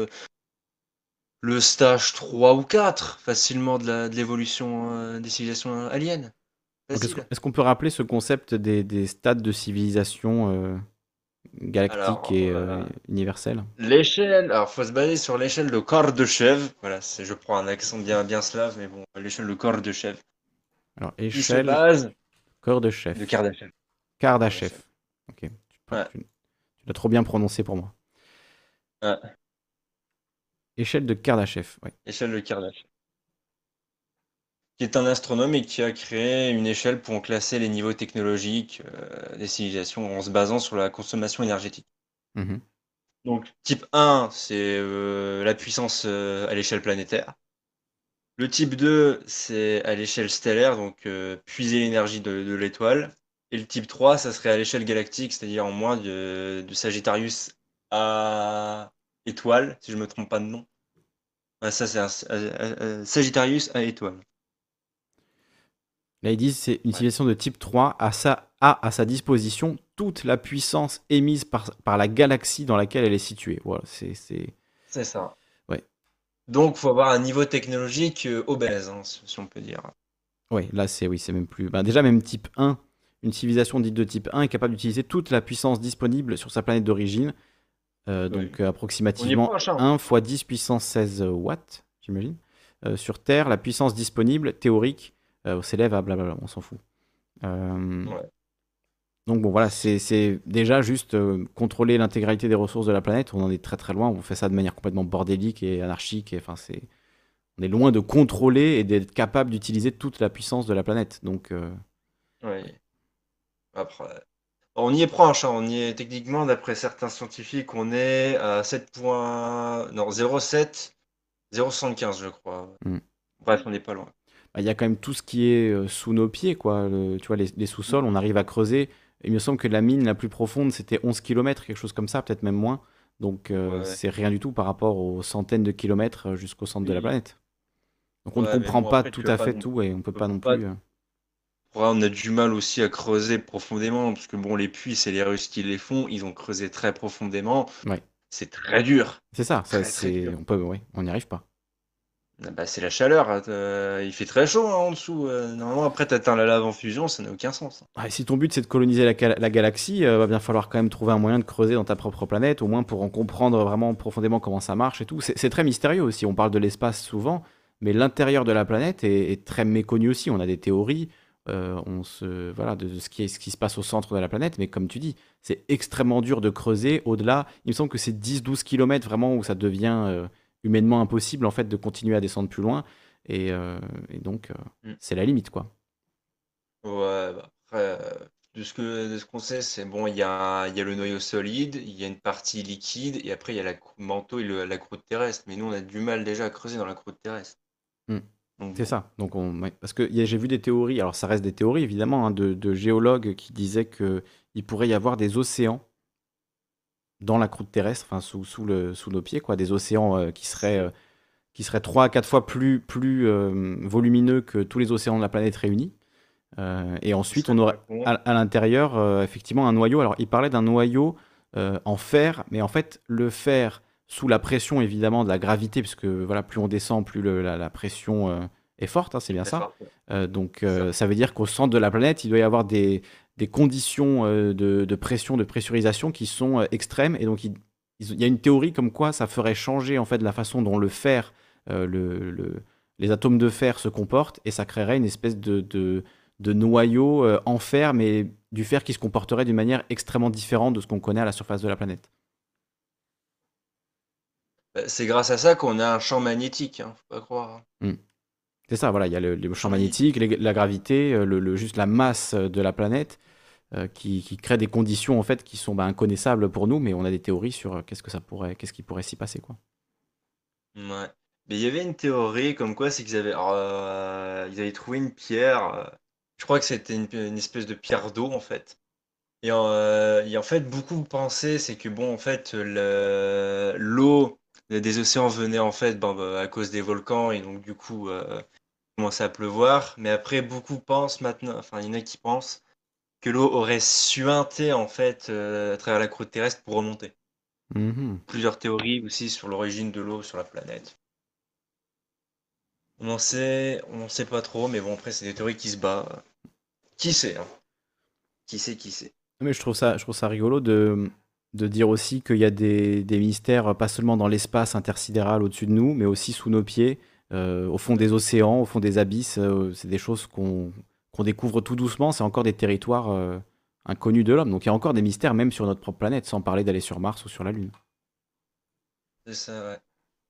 le stage 3 ou 4 facilement de l'évolution des civilisations aliens. Donc, Facile. est-ce qu'on peut rappeler ce concept des stades de civilisation galactique Alors, et universelle? l'échelle, alors faut se baser sur l'échelle de Kardashev. Voilà, je prends un accent bien slave, mais bon, l'échelle de Kardashev. Alors, Qui se échelle, base corps de de chef. Kardashev. Kardashev. Ok, Ouais. tu l'as trop bien prononcé pour moi. Ouais, Échelle de Kardashev, ouais. échelle de Kardashev. Qui est un astronome et qui a créé une échelle pour classer les niveaux technologiques des civilisations en se basant sur la consommation énergétique. Mhm. Donc, type 1, c'est la puissance à l'échelle planétaire. Le type 2, c'est à l'échelle stellaire, donc puiser l'énergie de l'étoile. Et le type 3, ça serait à l'échelle galactique, c'est-à-dire en moins de Sagittarius à étoile, si je ne me trompe pas de nom. Ouais, ça, c'est un Sagittarius à étoile. Là, ils disent c'est une Ouais. civilisation de type 3 a à sa disposition toute la puissance émise par la galaxie dans laquelle elle est située. Voilà, c'est... C'est ça. Ouais. Donc, il faut avoir un niveau technologique obèse, hein, si on peut dire. Ouais, là, c'est même plus... Ben, déjà, même type 1, une civilisation dite de type 1 est capable d'utiliser toute la puissance disponible sur sa planète d'origine. Donc, On y est approximativement proche, hein. 1 fois 10 puissance 16 watts, j'imagine. Sur Terre, la puissance disponible, théorique, s'élève à blablabla, on s'en fout. Ouais. Donc bon, voilà, c'est déjà juste contrôler l'intégralité des ressources de la planète. On en est très très loin. On fait ça de manière complètement bordélique et anarchique. Enfin, on est loin de contrôler et d'être capable d'utiliser toute la puissance de la planète. Donc, Ouais. Après, on y est proche, hein. On y est techniquement, d'après certains scientifiques, on est à 0,7, 0,75, je crois. Mm. Bref, on n'est pas loin. il y a quand même tout ce qui est sous nos pieds, quoi. Tu vois, les sous-sols, on arrive à creuser. Il me semble que la mine la plus profonde, c'était 11 km, quelque chose comme ça, peut-être même moins. Donc, Ouais. c'est rien du tout par rapport aux centaines de kilomètres jusqu'au centre de la Oui. planète. Donc, on ne Ouais, mais comprend bon, pas après, tout tu vas à pas fait non- tout et on ne peut tu pas peux non pas- plus. Ouais, on a du mal aussi à creuser profondément, parce que bon, les puits, c'est les Russes qui les font. Ils ont creusé très profondément. Ouais. C'est très dur. C'est ça, Très, très dur. on n'y arrive pas. Ah bah, c'est la chaleur. Il fait très chaud, hein, en dessous. Normalement, après, tu atteins la lave en fusion, ça n'a aucun sens. Ah, et si ton but c'est de coloniser la galaxie, va bien falloir quand même trouver un moyen de creuser dans ta propre planète, au moins pour en comprendre vraiment profondément comment ça marche et tout. C'est très mystérieux aussi, on parle de l'espace souvent, mais l'intérieur de la planète est très méconnu aussi. On a des théories voilà, de ce qui se passe au centre de la planète, mais comme tu dis, c'est extrêmement dur de creuser au-delà. Il me semble que c'est 10-12 km vraiment où ça devient humainement impossible en fait de continuer à descendre plus loin, et donc c'est la limite, quoi. Ouais, bah, après, de ce qu'on sait, c'est bon, il y a le noyau solide, il y a une partie liquide, et après, il y a manteau et la croûte terrestre. Mais nous, on a du mal déjà à creuser dans la croûte terrestre. Mm. Donc, C'est bon. ça. Donc ouais. Parce que j'ai vu des théories, alors ça reste des théories évidemment, hein, de géologues qui disaient qu'il pourrait y avoir des océans dans la croûte terrestre, enfin sous nos pieds, quoi, des océans qui seraient 3 à 4 fois plus volumineux que tous les océans de la planète réunis. Et ensuite, serait on aurait pas con. à l'intérieur, effectivement, un noyau. Alors, il parlait d'un noyau en fer, mais en fait, le fer, sous la pression, évidemment, de la gravité, puisque voilà, plus on descend, plus la pression est forte, hein, c'est bien Très ça. fort. Donc, C'est ça. ça veut dire qu'au centre de la planète, il doit y avoir des conditions de pression, de pressurisation qui sont extrêmes. Et donc, il y a une théorie comme quoi ça ferait changer en fait la façon dont le fer, les atomes de fer se comportent, et ça créerait une espèce de noyau en fer, mais du fer qui se comporterait d'une manière extrêmement différente de ce qu'on connaît à la surface de la planète. C'est grâce à ça qu'on a un champ magnétique, hein, faut pas croire. Hmm. C'est ça, voilà, il y a le champ Champ magnétique, la gravité, juste la masse de la planète qui crée des conditions en fait qui sont inconnaissables pour nous, mais on a des théories sur qu'est-ce qui pourrait s'y passer, quoi. Ouais. Mais il y avait une théorie comme quoi c'est ils avaient trouvé une pierre. Je crois que c'était une espèce de pierre d'eau en fait. Et en fait, beaucoup pensaient, c'est que bon, en fait, l'eau des océans venait en fait à cause des volcans et donc du coup, commençait à pleuvoir. Mais après, beaucoup pensent maintenant, enfin, il y en a qui pensent que l'eau aurait suinté en fait à travers la croûte terrestre pour remonter. Mhm. Plusieurs théories aussi sur l'origine de l'eau sur la planète. On en sait pas trop, mais bon, après, c'est des théories qui se battent. Qui sait, hein? Qui sait, qui sait? Mais je trouve ça rigolo de dire aussi qu'il y a des mystères, pas seulement dans l'espace intersidéral au-dessus de nous, mais aussi sous nos pieds, au fond des océans, au fond des abysses. C'est des choses qu'on découvre tout doucement. C'est encore des territoires inconnus de l'homme. Donc il y a encore des mystères, même sur notre propre planète, sans parler d'aller sur Mars ou sur la Lune. C'est ça, ouais.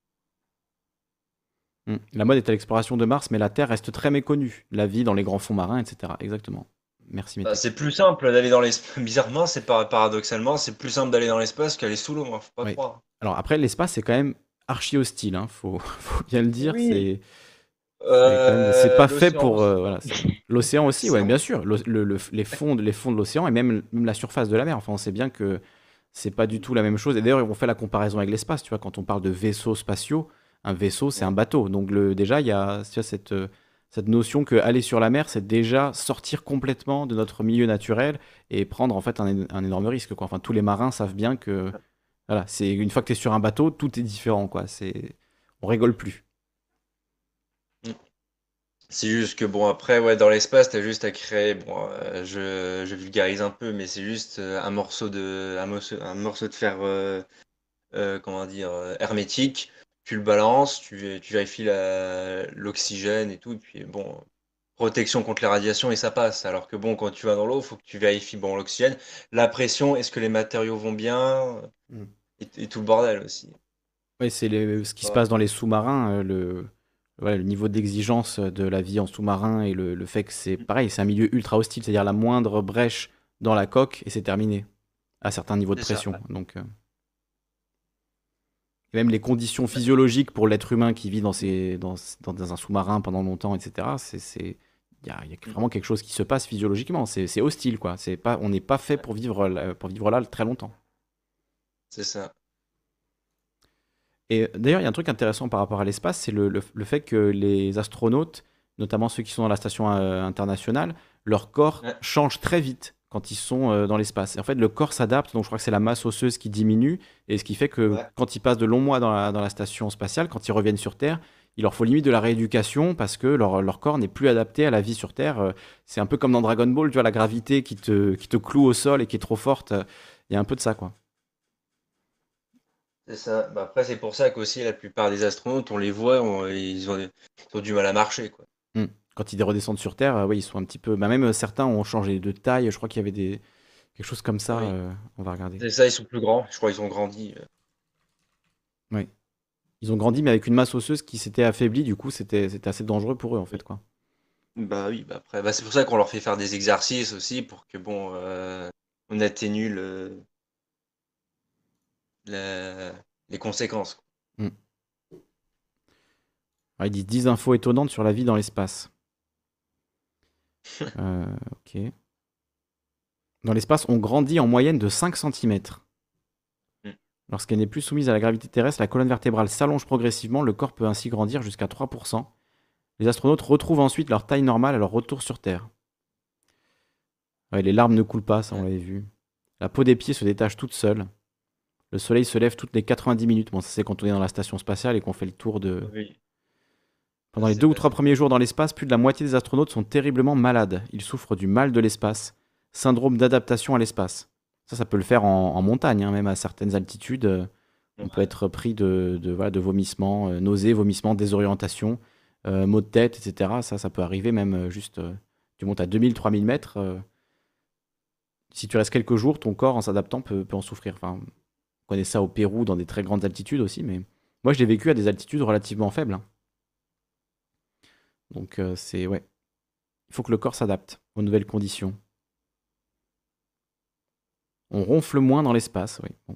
La mode est à l'exploration de Mars, mais la Terre reste très méconnue. La vie dans les grands fonds marins, etc. Exactement. Merci, Bah, Mété. c'est plus simple d'aller dans l'espace. Bizarrement, paradoxalement, c'est plus simple d'aller dans l'espace qu'aller sous l'eau, hein, faut pas Oui. croire. Alors après, l'espace, c'est quand même archi hostile, hein. Faut bien le dire. Oui. C'est pas fait L'océan pour. aussi. Voilà, l'océan aussi, ouais, L'océan. bien sûr. Les fonds de l'océan et même la surface de la mer. Enfin, on sait bien que c'est pas du tout la même chose. Et d'ailleurs, on fait la comparaison avec l'espace. Tu vois, quand on parle de vaisseaux spatiaux, un vaisseau, c'est un bateau. Donc déjà, il y a tu vois, cette notion que aller sur la mer, c'est déjà sortir complètement de notre milieu naturel et prendre en fait un énorme risque, quoi. Enfin, tous les marins savent bien que voilà, c'est une fois que tu es sur un bateau, tout est différent, quoi. On rigole plus. C'est juste que bon, après, ouais, dans l'espace, t'as juste à créer. Bon, je vulgarise un peu, mais c'est juste un morceau de fer, comment dire, hermétique. Tu le balances, tu vérifies l'oxygène et tout, et puis bon, protection contre les radiations et ça passe. Alors que bon, quand tu vas dans l'eau, il faut que tu vérifies bon, l'oxygène, la pression, est-ce que les matériaux vont bien, Mm. et tout le bordel aussi. Oui, c'est ce qui se Ouais. passe dans les sous-marins, voilà, le niveau d'exigence de la vie en sous-marin et le fait que c'est pareil, c'est un milieu ultra hostile, c'est-à-dire la moindre brèche dans la coque et c'est terminé à certains niveaux de C'est ça. pression. Donc, et même les conditions physiologiques pour l'être humain qui vit dans un sous-marin pendant longtemps, etc. Il y a vraiment quelque chose qui se passe physiologiquement. C'est hostile, quoi. On n'est pas fait pour vivre là très longtemps. C'est ça. Et d'ailleurs, il y a un truc intéressant par rapport à l'espace, c'est le fait que les astronautes, notamment ceux qui sont dans la station internationale, leur corps Ouais. change très vite quand ils sont dans l'espace. Et en fait, le corps s'adapte, donc je crois que c'est la masse osseuse qui diminue, et ce qui fait que Ouais. quand ils passent de longs mois dans la station spatiale, quand ils reviennent sur Terre, il leur faut limite de la rééducation parce que leur corps n'est plus adapté à la vie sur Terre. C'est un peu comme dans Dragon Ball, tu vois, la gravité qui te cloue au sol et qui est trop forte. Il y a un peu de ça, quoi. C'est ça. Bah, après, c'est pour ça qu'aussi la plupart des astronautes, on les voit, ils ont du mal à marcher, quoi. Quand ils redescendent sur Terre, oui, ils sont un petit peu. Même certains ont changé de taille. Je crois qu'il y avait quelque chose comme ça. Oui. On va regarder. C'est ça, ils sont plus grands. Je crois qu'ils ont grandi. Oui. Ils ont grandi, mais avec une masse osseuse qui s'était affaiblie. Du coup, c'était assez dangereux pour eux, en fait, quoi. Bah oui, bah après, bah c'est pour ça qu'on leur fait faire des exercices aussi pour que bon, on atténue les conséquences, quoi. Mm. Alors, ils disent 10 infos étonnantes sur la vie dans l'espace. Ok. Dans l'espace, on grandit en moyenne de 5 cm. Mm. Lorsqu'elle n'est plus soumise à la gravité terrestre, la colonne vertébrale s'allonge progressivement. Le corps peut ainsi grandir jusqu'à 3%. Les astronautes retrouvent ensuite leur taille normale à leur retour sur Terre. Ouais, les larmes ne coulent pas, ça on Ouais. l'avait vu. La peau des pieds se détache toute seule. Le soleil se lève toutes les 90 minutes. Bon, ça c'est quand on est dans la station spatiale et qu'on fait le tour de... Oui, Pendant les c'est 2 ou 3 passé. premiers jours dans l'espace, plus de la moitié des astronautes sont terriblement malades. Ils souffrent du mal de l'espace. Syndrome d'adaptation à l'espace. Ça peut le faire en montagne, hein, même à certaines altitudes. On peut Ouais. être pris voilà, de vomissements, nausées, vomissements, désorientation, maux de tête, etc. Ça peut arriver même juste... tu montes à 2000, 3000 mètres. Si tu restes quelques jours, ton corps, en s'adaptant, peut en souffrir. Enfin, on connaît ça au Pérou, dans des très grandes altitudes aussi, mais moi, je l'ai vécu à des altitudes relativement faibles, hein. Donc, ouais. Il faut que le corps s'adapte aux nouvelles conditions. On ronfle moins dans l'espace, oui. Bon.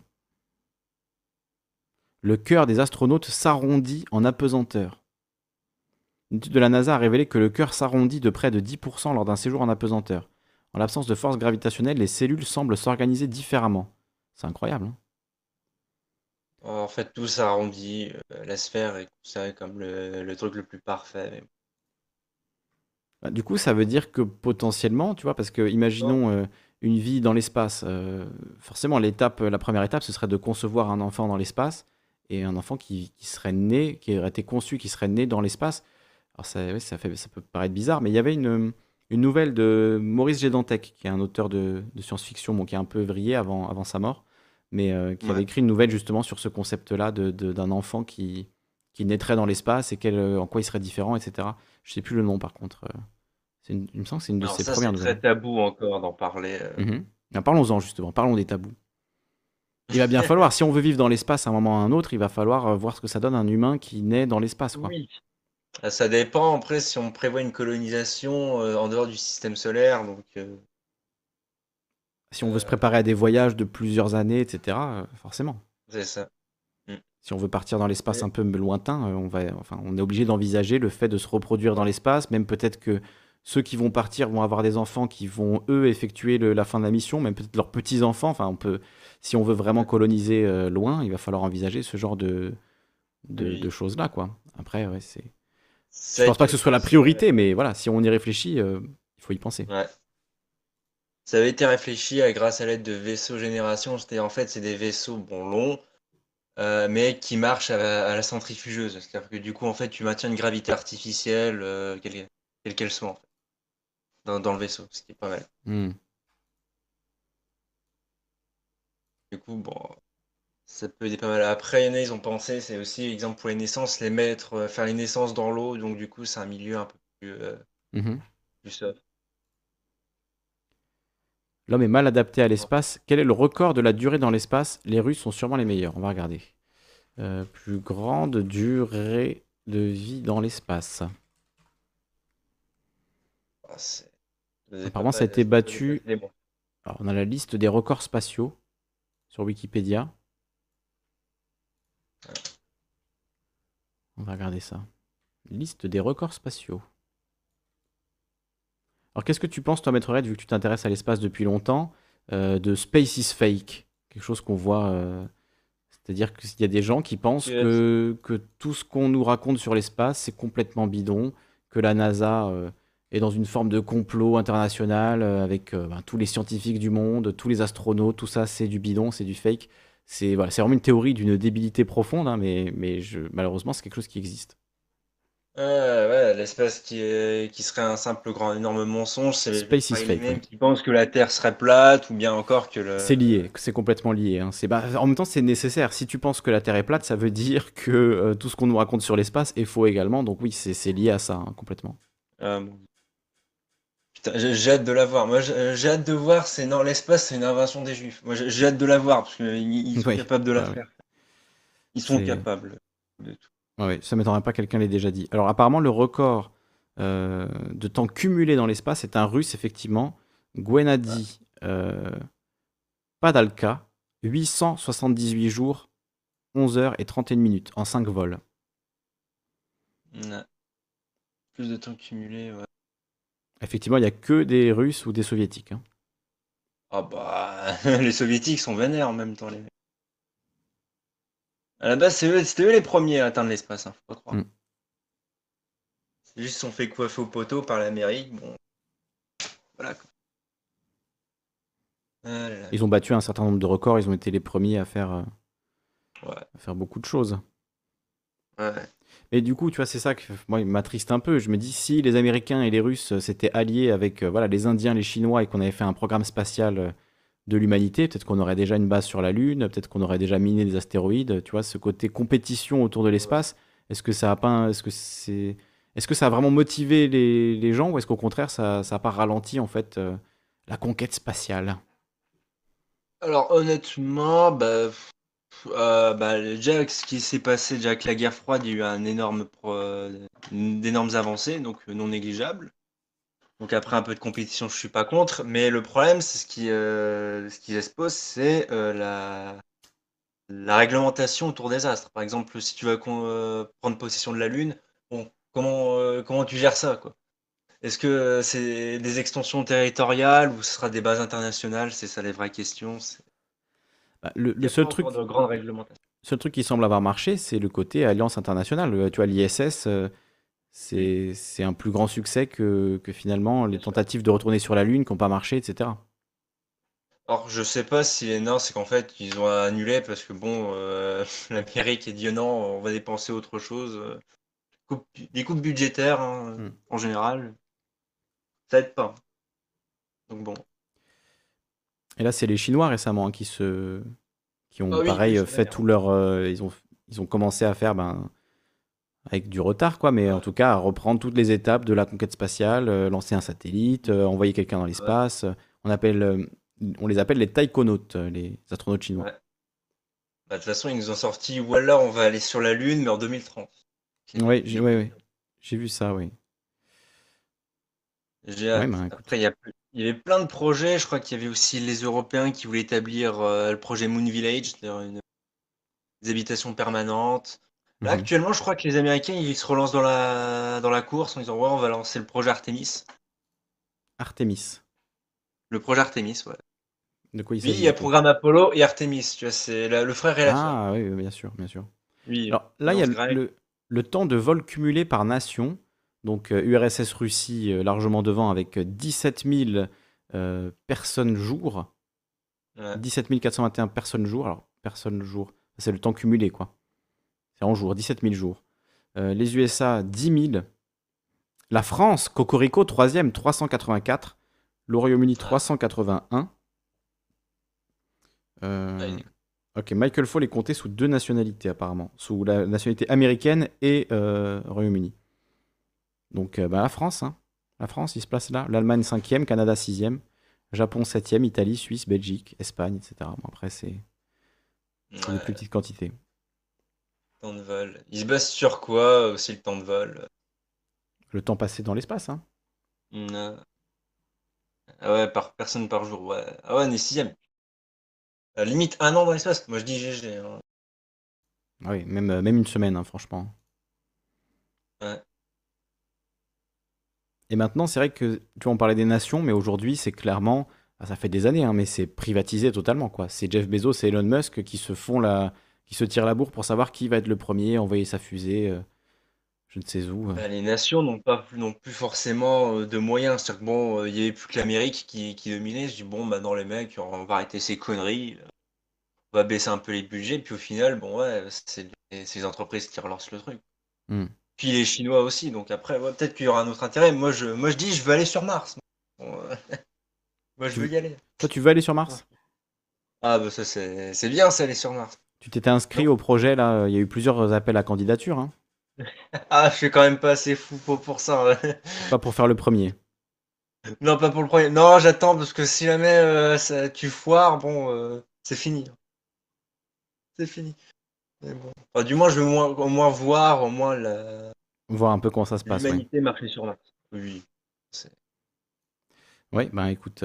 Le cœur des astronautes s'arrondit en apesanteur. Une étude de la NASA a révélé que le cœur s'arrondit de près de 10% lors d'un séjour en apesanteur. En l'absence de force gravitationnelle, les cellules semblent s'organiser différemment. C'est incroyable, hein. En fait, tout s'arrondit. La sphère est considérée comme le truc le plus parfait. Mais Bah, du coup, ça veut dire que potentiellement, tu vois, parce que bon. imaginons une vie dans l'espace. Forcément, la première étape, ce serait de concevoir un enfant dans l'espace et un enfant qui serait né, qui aurait été conçu, qui serait né dans l'espace. Alors ça, ouais, ça peut paraître bizarre, mais il y avait une nouvelle de Maurice Gédantec, qui est un auteur de science-fiction, bon, qui a un peu vrillé avant sa mort, mais qui avait Ouais. écrit une nouvelle justement sur ce concept-là d'un enfant qui naîtrait dans l'espace et en quoi il serait différent, etc. Je sais plus le nom par contre. Il me semble que c'est une de Alors ses ça, premières c'est nouvelles. très tabou encore d'en parler. Mhm. Ben, parlons-en justement, parlons des tabous. Il va bien falloir, si on veut vivre dans l'espace à un moment ou à un autre, il va falloir voir ce que ça donne un humain qui naît dans l'espace, quoi. Oui. Ça dépend après si on prévoit une colonisation en dehors du système solaire. Donc, Si on veut se préparer à des voyages de plusieurs années, etc., forcément. c'est ça. Mm. Si on veut partir dans l'espace Et- un peu lointain, on est obligé d'envisager le fait de se reproduire dans l'espace, même peut-être que ceux qui vont partir vont avoir des enfants qui vont, eux, effectuer la fin de la mission, même peut-être leurs petits-enfants. Enfin, si on veut vraiment coloniser loin, il va falloir envisager ce genre de Oui. choses-là, quoi. Après, ouais, je Ça a pense pas que été ce soit la considéré. priorité, mais voilà, si on y réfléchit, il faut y penser. Ouais. Ça avait été réfléchi grâce à l'aide de vaisseaux génération. C'était en fait c'est des vaisseaux longs, mais qui marchent à la centrifugeuse. C'est-à-dire que du coup en fait tu maintiens une gravité artificielle, quelle qu'elle soit en fait, dans le vaisseau, ce qui est pas mal. Hmm. Du coup bon, ça peut aider pas mal. Après il y en a ils ont pensé, c'est aussi exemple pour les naissances, les mettre, faire les naissances dans l'eau. Donc du coup c'est un milieu un peu Mhm. plus soft. L'homme est mal adapté à Bon. l'espace. Quel est le record de la durée dans l'espace? Les Russes sont sûrement les meilleurs. On va regarder. Plus grande durée de vie dans l'espace. Ah, c'est Apparemment, ça a été ça doit battu. dépasser les mois. Alors, on a la liste des records spatiaux sur Wikipédia. On va regarder ça. Liste des records spatiaux. Alors, qu'est-ce que tu penses, toi, Maître Red, vu que tu t'intéresses à l'espace depuis longtemps, de Space is Fake? Quelque chose qu'on voit. C'est-à-dire qu'il y a des gens qui pensent Yes. que tout ce qu'on nous raconte sur l'espace, c'est complètement bidon, que la NASA est dans une forme de complot international avec tous les scientifiques du monde, tous les astronautes, tout ça, c'est du bidon, c'est du fake. Voilà, c'est vraiment une théorie d'une débilité profonde, hein, mais malheureusement, c'est quelque chose qui existe. Ouais, l'espace qui serait un simple grand énorme mensonge, c'est Space is pareil les fake, oui. mêmes qui pensent que la Terre serait plate ou bien encore que C'est lié, c'est complètement lié, hein. En même temps, c'est nécessaire. Si tu penses que la Terre est plate, ça veut dire que tout ce qu'on nous raconte sur l'espace est faux également. Donc oui, c'est lié à ça, hein, complètement. Bon. Putain, j'ai hâte de la voir. Moi, j'ai hâte de voir. C'est non, l'espace, c'est une invention des Juifs. Moi, j'ai hâte de la voir parce qu'ils sont Oui, capables de la bah oui. faire. Ils sont C'est... capables de tout. Ouais, ça m'étonnerait pas que quelqu'un l'ait déjà dit. Alors apparemment, le record de temps cumulé dans l'espace est un Russe, effectivement. Ouais. Gennady Padalka, 878 jours, 11 heures et 31 minutes en 5 vols. Ouais. Plus de temps cumulé, ouais. Effectivement, il n'y a que des Russes ou des Soviétiques, hein. Ah bah, les Soviétiques sont vénères en même temps. À la base, c'était eux les premiers à atteindre l'espace, hein, faut pas croire. Mm. C'est juste qu'ils se sont fait coiffer au poteau par l'Amérique. Bon, voilà quoi. Ah là là. Ils ont battu un certain nombre de records, ils ont été les premiers à faire Ouais. beaucoup de choses. Ouais. Et du coup, tu vois, c'est ça que moi, il m'attriste un peu. Je me dis, si les Américains et les Russes s'étaient alliés avec voilà, les Indiens, les Chinois, et qu'on avait fait un programme spatial de l'humanité, peut-être qu'on aurait déjà une base sur la Lune, peut-être qu'on aurait déjà miné des astéroïdes. Tu vois, ce côté compétition autour de l'espace, est-ce que ça a pas, est-ce que ça a vraiment motivé les gens, ou est-ce qu'au contraire, ça a pas ralenti en fait la conquête spatiale? Alors honnêtement, déjà ce qui s'est passé déjà avec la guerre froide, il y a eu d'énormes avancées, donc non négligeables. Donc après un peu de compétition, je suis pas contre, mais le problème, c'est ce qui se pose, c'est la réglementation autour des astres. Par exemple, si tu veux prendre possession de la Lune, bon, comment tu gères ça, quoi? Est-ce que c'est des extensions territoriales ou ce sera des bases internationales? C'est ça les vraies questions. Bah, Il n'y a pas encore de grande réglementation. seul truc qui semble avoir marché, c'est le côté alliance internationale. Tu vois, l'ISS, c'est un plus grand succès que finalement les Bien sûr. tentatives de retourner sur la Lune qui n'ont pas marché, etc. Alors, je sais pas si non, c'est qu'en fait, ils ont annulé parce que bon, l'Amérique a dit non, on va dépenser autre chose. Des coupes budgétaires, hein, Hmm. en général, ça aide pas. Donc bon. Et là, c'est les Chinois récemment hein, qui ont Ah oui, pareil c'est fait vrai. tout leur. Ils ont commencé à faire avec du retard, quoi, mais en Ouais, tout cas à reprendre toutes les étapes de la conquête spatiale, lancer un satellite, envoyer quelqu'un dans ouais, l'espace. On les appelle les taïkonautes, les astronautes chinois. ouais. Bah, de toute façon, ils nous ont sorti, ou alors on va aller sur la Lune, mais en 2030. Oui, j'ai vu ça, oui. J'ai Ouais, hâte. ben écoute. Après, il y avait plein de projets. Je crois qu'il y avait aussi les Européens qui voulaient établir le projet Moon Village, c'est-à-dire des habitations permanentes. Là, Mhm. actuellement, je crois que les Américains, ils se relancent dans la course en disant, ouais, on va lancer le projet Artemis. Artemis. Le projet Artemis, ouais. De quoi il Oui, il s'agit y a du le coup? programme Apollo et Artemis, tu vois, c'est le frère et la sœur. Ah oui, oui, bien sûr, bien sûr. Oui, Alors là, il y a alliance grecque. le temps de vol cumulé par nation. Donc URSS Russie largement devant avec 17 000 personnes jour. Ouais. 17 421 personnes jour. Alors, personnes jour, c'est le temps cumulé, quoi. C'est en jour, 17 000 jours. Les USA, 10 000. La France, Cocorico, troisième, 384. Le Royaume-Uni, 381. Ah, Ok, Michael Fall est compté sous deux nationalités apparemment, sous la nationalité américaine et Royaume-Uni. Donc la France, hein. La France, il se place là. L'Allemagne 5e, Canada 6e, Japon 7e, Italie, Suisse, Belgique, Espagne, etc. Bon, après, c'est des plus ouais, petites quantités. temps de vol. Ils se basent sur quoi aussi le temps de vol? Le temps passé dans l'espace, hein. Hmm, ah ouais, par personne par jour, ouais. Ah ouais, on est sixième. Limite un an dans l'espace. Moi je dis GG, hein. Ah oui, même une semaine, hein, franchement. Ouais. Et maintenant, c'est vrai que, tu vois, on parlait des nations, mais aujourd'hui, c'est clairement, ça fait des années, hein, mais c'est privatisé totalement, quoi. C'est Jeff Bezos et Elon Musk qui qui se tirent la bourre pour savoir qui va être le premier à envoyer sa fusée, je ne sais où. Bah, les nations n'ont plus forcément de moyens. C'est-à-dire que bon, il y avait plus que l'Amérique qui dominait. Je dis bon, bah non les mecs, on va arrêter ces conneries. On va baisser un peu les budgets. Puis au final, bon ouais, c'est les entreprises qui relancent le truc. Hmm. Puis les Chinois aussi. Donc après, ouais, peut-être qu'il y aura un autre intérêt. Moi je dis, je veux aller sur Mars. Bon, moi je Tu veux veux- y aller. Toi, tu veux aller sur Mars? Ah bah ça c'est bien ça aller sur Mars. Tu t'étais inscrit Non? au projet, là, il y a eu plusieurs appels à candidature, hein. Ah, je suis quand même pas assez fou pour ça, ouais. Pas pour faire le premier. Non, pas pour le premier. Non, j'attends parce que si jamais tu foires, bon, c'est fini. C'est fini. Mais bon. Enfin, du moins, je veux au moins voir au moins Voir un peu comment ça se passe, ouais. l'humanité marcher sur Mars. Oui. c'est- Ouais, ben écoute,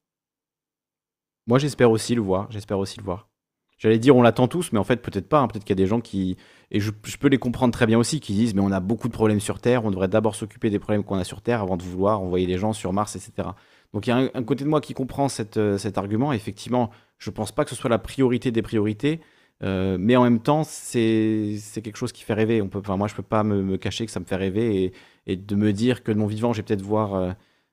moi j'espère aussi le voir, j'espère aussi le voir. J'allais dire on l'attend tous, mais en fait peut-être pas, hein. Peut-être qu'il y a des gens qui, et je peux les comprendre très bien aussi, qui disent mais on a beaucoup de problèmes sur Terre, on devrait d'abord s'occuper des problèmes qu'on a sur Terre avant de vouloir envoyer des gens sur Mars, etc. Donc il y a un côté de moi qui comprend cet argument. Effectivement, je pense pas que ce soit la priorité des priorités, mais en même temps c'est quelque chose qui fait rêver. Enfin moi je peux pas me cacher que ça me fait rêver et de me dire que de mon vivant j'ai peut-être voir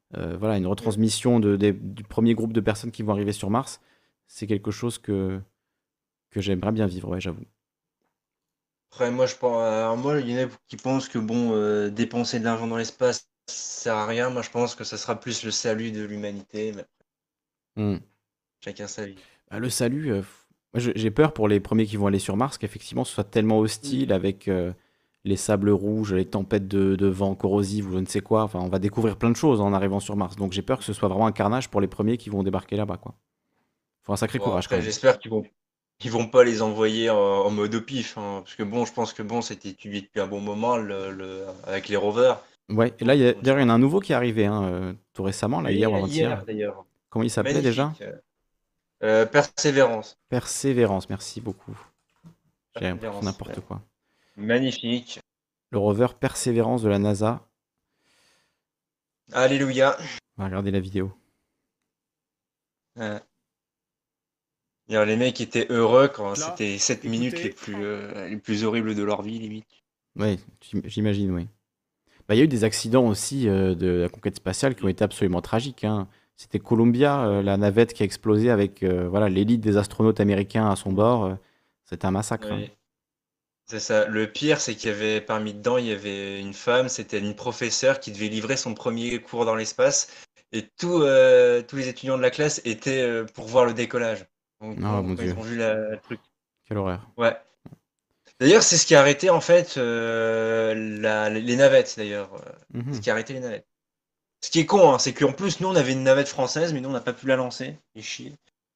voilà, une retransmission du premier groupe de personnes qui vont arriver sur Mars, c'est quelque chose que j'aimerais bien vivre, ouais, j'avoue. Après, moi, je pense, alors moi, il y en a qui pensent que bon, dépenser de l'argent dans l'espace, ça sert à rien. Moi, je pense que ça sera plus le salut de l'humanité, mais Hmm. chacun sa vie. Bah, le salut, moi, j'ai peur pour les premiers qui vont aller sur Mars qu'effectivement ce soit tellement hostile avec les sables rouges, les tempêtes de vent corrosifs ou je ne sais quoi. Enfin, on va découvrir plein de choses en arrivant sur Mars. Donc j'ai peur que ce soit vraiment un carnage pour les premiers qui vont débarquer là-bas, quoi. Faut un sacré Bon, courage quand après, même. j'espère qu'ils vont pas les envoyer en mode au pif, hein, parce que bon, je pense que bon, c'était étudié depuis un bon moment avec les rovers. Ouais, et là, Donc, bon, d'ailleurs, il y en a un nouveau qui est arrivé hein, tout récemment, là, oui, hier ou avant-hier. hier d'ailleurs. Comment il s'appelait déjà? Magnifique. Persévérance. Persévérance, merci beaucoup. J'ai l'impression Persévérance. n'importe quoi. Magnifique. Le rover Persévérance de la NASA. Alléluia. On va regarder la vidéo. Ouais. D'ailleurs, les mecs étaient heureux quand Là, c'était 7 minutes écoutez. les plus horribles de leur vie, limite. Ouais, j'imagine, oui. Bah, il y a eu des accidents aussi de la conquête spatiale qui ont été absolument tragiques, hein. C'était Columbia, la navette qui a explosé avec voilà, l'élite des astronautes américains à son bord. C'était un massacre, hein. Oui. C'est ça. Le pire, c'est qu'il y avait parmi dedans, il y avait une femme, c'était une professeure qui devait livrer son premier cours dans l'espace. Et tous les étudiants de la classe étaient pour voir le décollage. Donc Oh bon, mon quand ils Dieu, ont vu le truc. quelle horreur. Ouais. D'ailleurs, c'est ce qui a arrêté en fait les navettes, d'ailleurs. C'est ce Mhm. qui a arrêté les navettes. Ce qui est con, hein, c'est qu'en plus, nous, on avait une navette française, mais nous, on n'a pas pu la lancer. Et chier.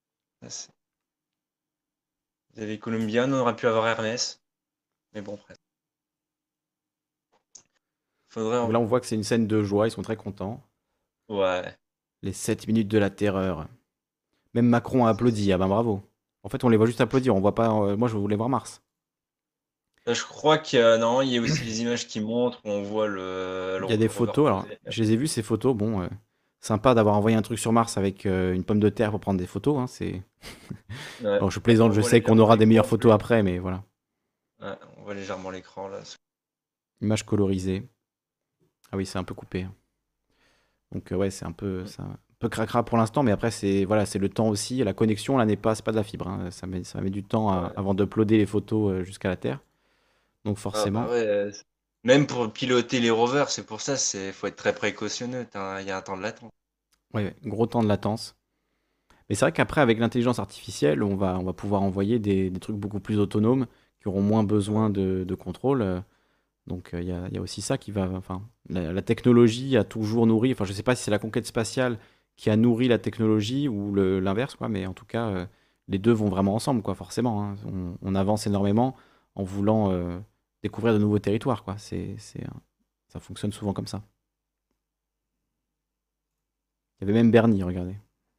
Vous avez Columbia, nous, on aurait pu avoir Hermès. Mais bon, presque. Faudrait Donc en... là, on voit que c'est une scène de joie, ils sont très contents. Ouais. Les 7 minutes de la terreur. Même Macron a applaudi, ah ben bravo. En fait, on les voit juste applaudir, on voit pas. Moi, je voulais voir Mars. Je crois qu'il y a, non, il y a aussi des images qui montrent où on voit le Il y a des rover photos, alors posé. je les ai vues ces photos. Bon, sympa d'avoir envoyé un truc sur Mars avec une pomme de terre pour prendre des photos, hein, c'est. Ouais. Bon, je plaisante, On je voit sais qu'on légèrement aura des meilleures l'écran, photos après, mais voilà. ouais, on voit légèrement l'écran là. Image colorisée. Ah oui, c'est un peu coupé, hein. Donc ouais, c'est un peu cracra pour l'instant, mais après c'est voilà, c'est le temps aussi. La connexion là n'est pas, c'est pas de la fibre, hein. Ça met du temps Ouais. avant d'uploader les photos jusqu'à la Terre. Donc Ah, forcément. bah ouais, même pour piloter les rovers, c'est pour ça, faut être très précautionneux. Il y a un temps de latence. Ouais, gros temps de latence. Mais c'est vrai qu'après, avec l'intelligence artificielle, on va pouvoir envoyer des trucs beaucoup plus autonomes, qui auront moins besoin de contrôle. Donc il y a aussi ça qui va. Enfin, la technologie a toujours nourri. Enfin, je sais pas si c'est la conquête spatiale qui a nourri la technologie ou l'inverse, quoi. Mais en tout cas, les deux vont vraiment ensemble, quoi. Forcément, hein. On avance énormément en voulant découvrir de nouveaux territoires, quoi. Ça fonctionne souvent comme ça. Il y avait même Bernie, regardez.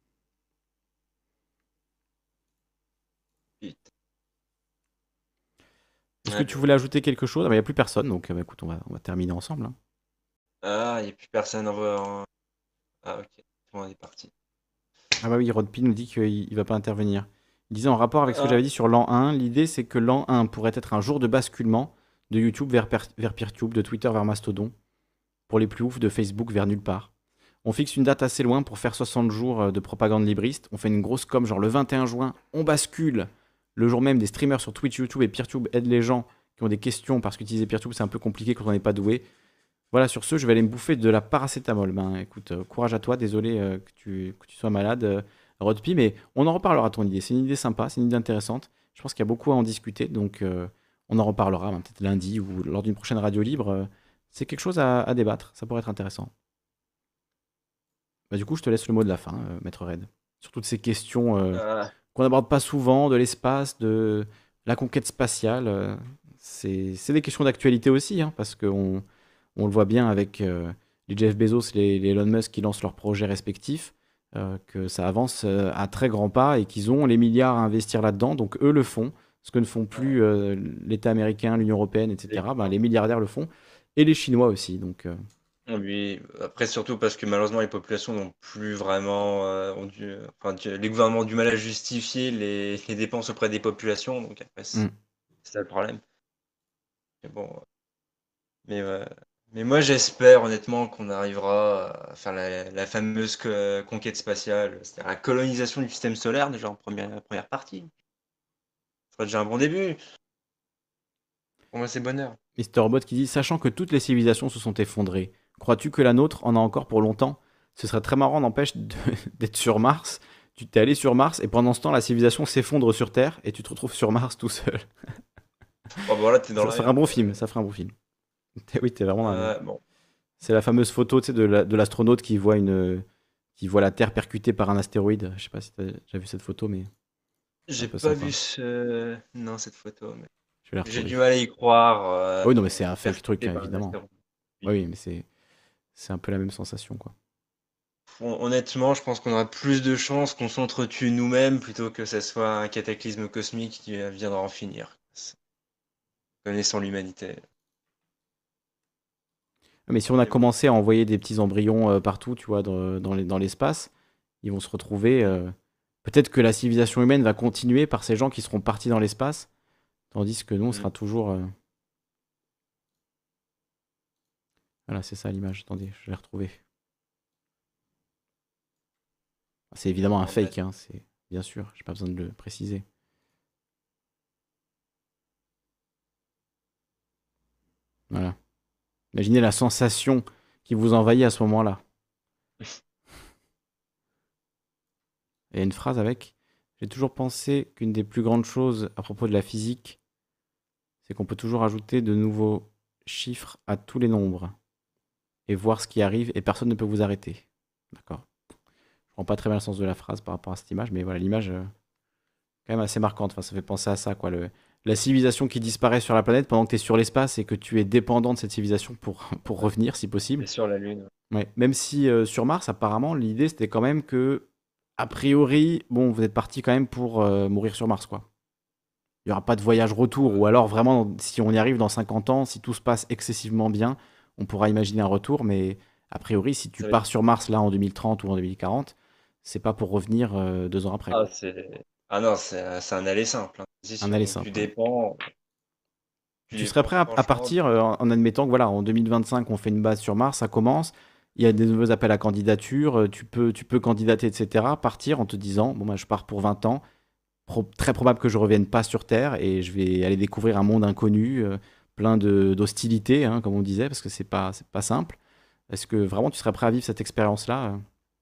Vite. Est-ce que Ouais. tu voulais ajouter quelque chose? Ah, bah, il n'y a plus personne, donc bah, écoute, on va terminer ensemble, hein. Ah, il n'y a plus personne Ah, ok. Tout le monde est parti. Ah bah oui, Rodpi nous dit qu'il ne va pas intervenir. Il disait en rapport avec ce que Ah, j'avais dit sur l'an 1, l'idée c'est que l'an 1 pourrait être un jour de basculement de YouTube vers Peertube, de Twitter vers Mastodon, pour les plus ouf de Facebook vers nulle part. On fixe une date assez loin pour faire 60 jours de propagande libriste. On fait une grosse com, genre le 21 juin, on bascule. Le jour même, des streamers sur Twitch, YouTube et Peertube aident les gens qui ont des questions parce qu'utiliser Peertube c'est un peu compliqué quand on n'est pas doué. Voilà, sur ce, je vais aller me bouffer de la paracétamol. Ben écoute, courage à toi, désolé que tu sois malade, Rodpi, mais on en reparlera ton idée. C'est une idée sympa, c'est une idée intéressante. Je pense qu'il y a beaucoup à en discuter, donc on en reparlera peut-être lundi ou lors d'une prochaine radio libre. C'est quelque chose à débattre, ça pourrait être intéressant. Bah, du coup, je te laisse le mot de la fin, Maître Red. Sur toutes ces questions ah, qu'on n'aborde pas souvent, de l'espace, de la conquête spatiale. C'est des questions d'actualité aussi, hein, parce qu'on on le voit bien avec les Jeff Bezos, les Elon Musk qui lancent leurs projets respectifs, que ça avance à très grands pas et qu'ils ont les milliards à investir là-dedans. Donc eux le font, ce que ne font plus l'État américain, l'Union européenne, etc. Ben, les milliardaires le font et les Chinois aussi. Donc oui. Après, surtout parce que malheureusement, les populations n'ont plus vraiment. Les gouvernements ont du mal à justifier les dépenses auprès des populations. Donc après, c'est ça le problème. Mais bon. Mais Mais moi, j'espère honnêtement qu'on arrivera à faire la fameuse conquête spatiale, c'est-à-dire la colonisation du système solaire déjà en première partie. Ce serait déjà un bon début. Pour moi, c'est bonheur. Mister Robot qui dit: Sachant que toutes les civilisations se sont effondrées, crois-tu que la nôtre en a encore pour longtemps? Ce serait très marrant, n'empêche, d'être sur Mars. Tu t'es allé sur Mars et pendant ce temps, la civilisation s'effondre sur Terre et tu te retrouves sur Mars tout seul. Oh, bah voilà, t'es dans Ça la ferait un bon film, ça ferait un bon film. Oui, t'es vraiment Bon. C'est la fameuse photo, tu sais, de l'astronaute qui voit la Terre percutée par un astéroïde. Je sais pas si t'as déjà vu cette photo, mais c'est un J'ai peu pas sympa. vu non, cette photo, mais Je vais la j'ai retrouver. du mal à y croire. Ah oui, non, mais c'est un fake truc, percuté hein, par un évidemment. astéroïde. Oui, mais c'est un peu la même sensation, quoi. Honnêtement, je pense qu'on aura plus de chances qu'on s'entretue nous-mêmes plutôt que ça soit un cataclysme cosmique qui viendra en finir. Connaissant l'humanité. Mais si on a Mais bon. commencé à envoyer des petits embryons partout, tu vois, dans l'espace, ils vont se retrouver. Peut-être que la civilisation humaine va continuer par ces gens qui seront partis dans l'espace, tandis que nous, on sera toujours. Voilà, c'est ça l'image. Attendez, je l'ai retrouvé. C'est évidemment un fake, hein, c'est bien sûr, j'ai pas besoin de le préciser. Voilà. Imaginez la sensation qui vous envahit à ce moment-là. Et il y a une phrase avec: J'ai toujours pensé qu'une des plus grandes choses à propos de la physique, c'est qu'on peut toujours ajouter de nouveaux chiffres à tous les nombres et voir ce qui arrive et personne ne peut vous arrêter. D'accord. Je prends pas très bien le sens de la phrase par rapport à cette image, mais voilà, l'image quand même assez marquante. Enfin, ça fait penser à ça, quoi. La civilisation qui disparaît sur la planète pendant que tu es sur l'espace et que tu es dépendant de cette civilisation pour revenir, si possible. Et sur la Lune. Ouais. Même si sur Mars, apparemment, l'idée c'était quand même que, a priori, bon, vous êtes parti quand même pour mourir sur Mars, quoi. Il n'y aura pas de voyage retour, ou alors vraiment, si on y arrive dans 50 ans, si tout se passe excessivement bien, on pourra imaginer un retour, mais a priori, si tu Ça va pars sur Mars là en 2030 ou en 2040, c'est pas pour revenir 2 ans après, quoi. Ah non, c'est un aller simple. Hein. Si Un aller tu simple. Ouais. dépends. Tu serais prêt à franchement. partir en admettant que voilà, en 2025, on fait une base sur Mars, ça commence, il y a des nouveaux appels à candidature, tu peux candidater, etc. Partir en te disant, bon, bah, je pars pour 20 ans, très probable que je revienne pas sur Terre et je vais aller découvrir un monde inconnu, plein d'hostilités, hein, comme on disait, parce que c'est pas simple. Est-ce que vraiment tu serais prêt à vivre cette expérience-là?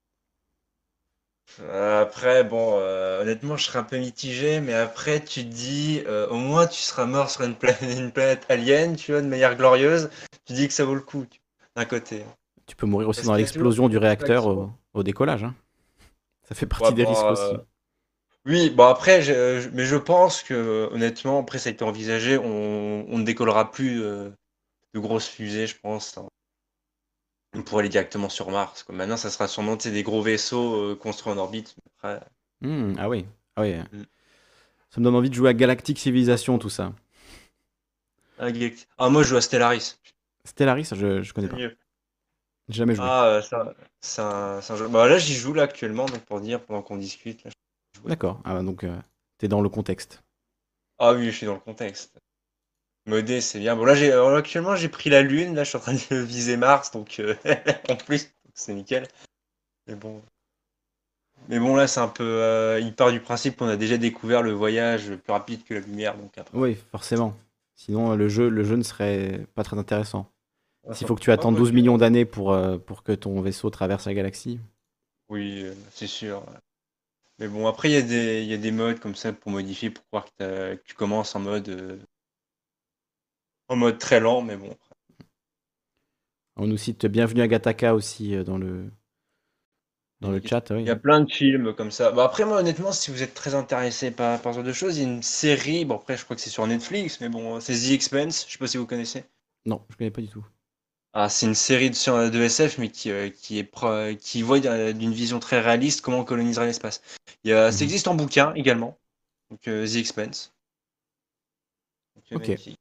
Après, bon, honnêtement, je serais un peu mitigé, mais après, tu te dis, au moins, tu seras mort sur une planète alien, tu vois, de manière glorieuse. Tu dis que ça vaut le coup, d'un côté. Tu peux mourir aussi Parce dans qu'il y a toujours l'explosion du cette réacteur satisfaction. au décollage, hein. Ça fait partie Ouais, des bon, risques aussi. oui, bon, après, mais je pense que, honnêtement, après, ça a été envisagé, on ne décollera plus de grosses fusées, je pense. Hein. On pourrait aller directement sur Mars. Quoi. Maintenant, ça sera sûrement tu sais, des gros vaisseaux construits en orbite. Après, Ah oui, ah oui. Mm. Ça me donne envie de jouer à Galactic Civilization, tout ça. moi, je joue à Stellaris. Stellaris, je connais C'est pas. mieux. J'ai jamais joué. Ça, c'est un jeu. Bah, là, j'y joue là actuellement, donc pour dire, pendant qu'on discute. Là, je joue. D'accord. Ah, donc, t'es dans le contexte. Ah oui, je suis dans le contexte. Modé, c'est bien. Bon, là, actuellement, j'ai pris la Lune. Là, je suis en train de viser Mars, donc en plus, donc c'est nickel. Mais bon. Là, c'est un peu. Il part du principe qu'on a déjà découvert le voyage plus rapide que la lumière, donc après. Oui, forcément. Sinon, le jeu ne serait pas très intéressant. S'il faut que tu Ah, attendes 12 millions d'années pour que ton vaisseau traverse la galaxie. Oui, c'est sûr. Mais bon, après, il y a des modes comme ça pour modifier, pour croire que tu commences en mode très lent, mais bon. On nous cite Bienvenue à Gataka aussi dans le chat. Il Oui. y a plein de films comme ça. Bah, après, moi, honnêtement, si vous êtes très intéressé par ce genre de choses, il y a une série, bon, après, je crois que c'est sur Netflix, mais bon, c'est The Expanse, je sais pas si vous connaissez. Non, je connais pas du tout. Ah, c'est une série de SF, mais qui voit d'une vision très réaliste comment on coloniserait l'espace. Ça Mhm. existe en bouquin également, donc The Expanse. Donc, Ok. magnifique.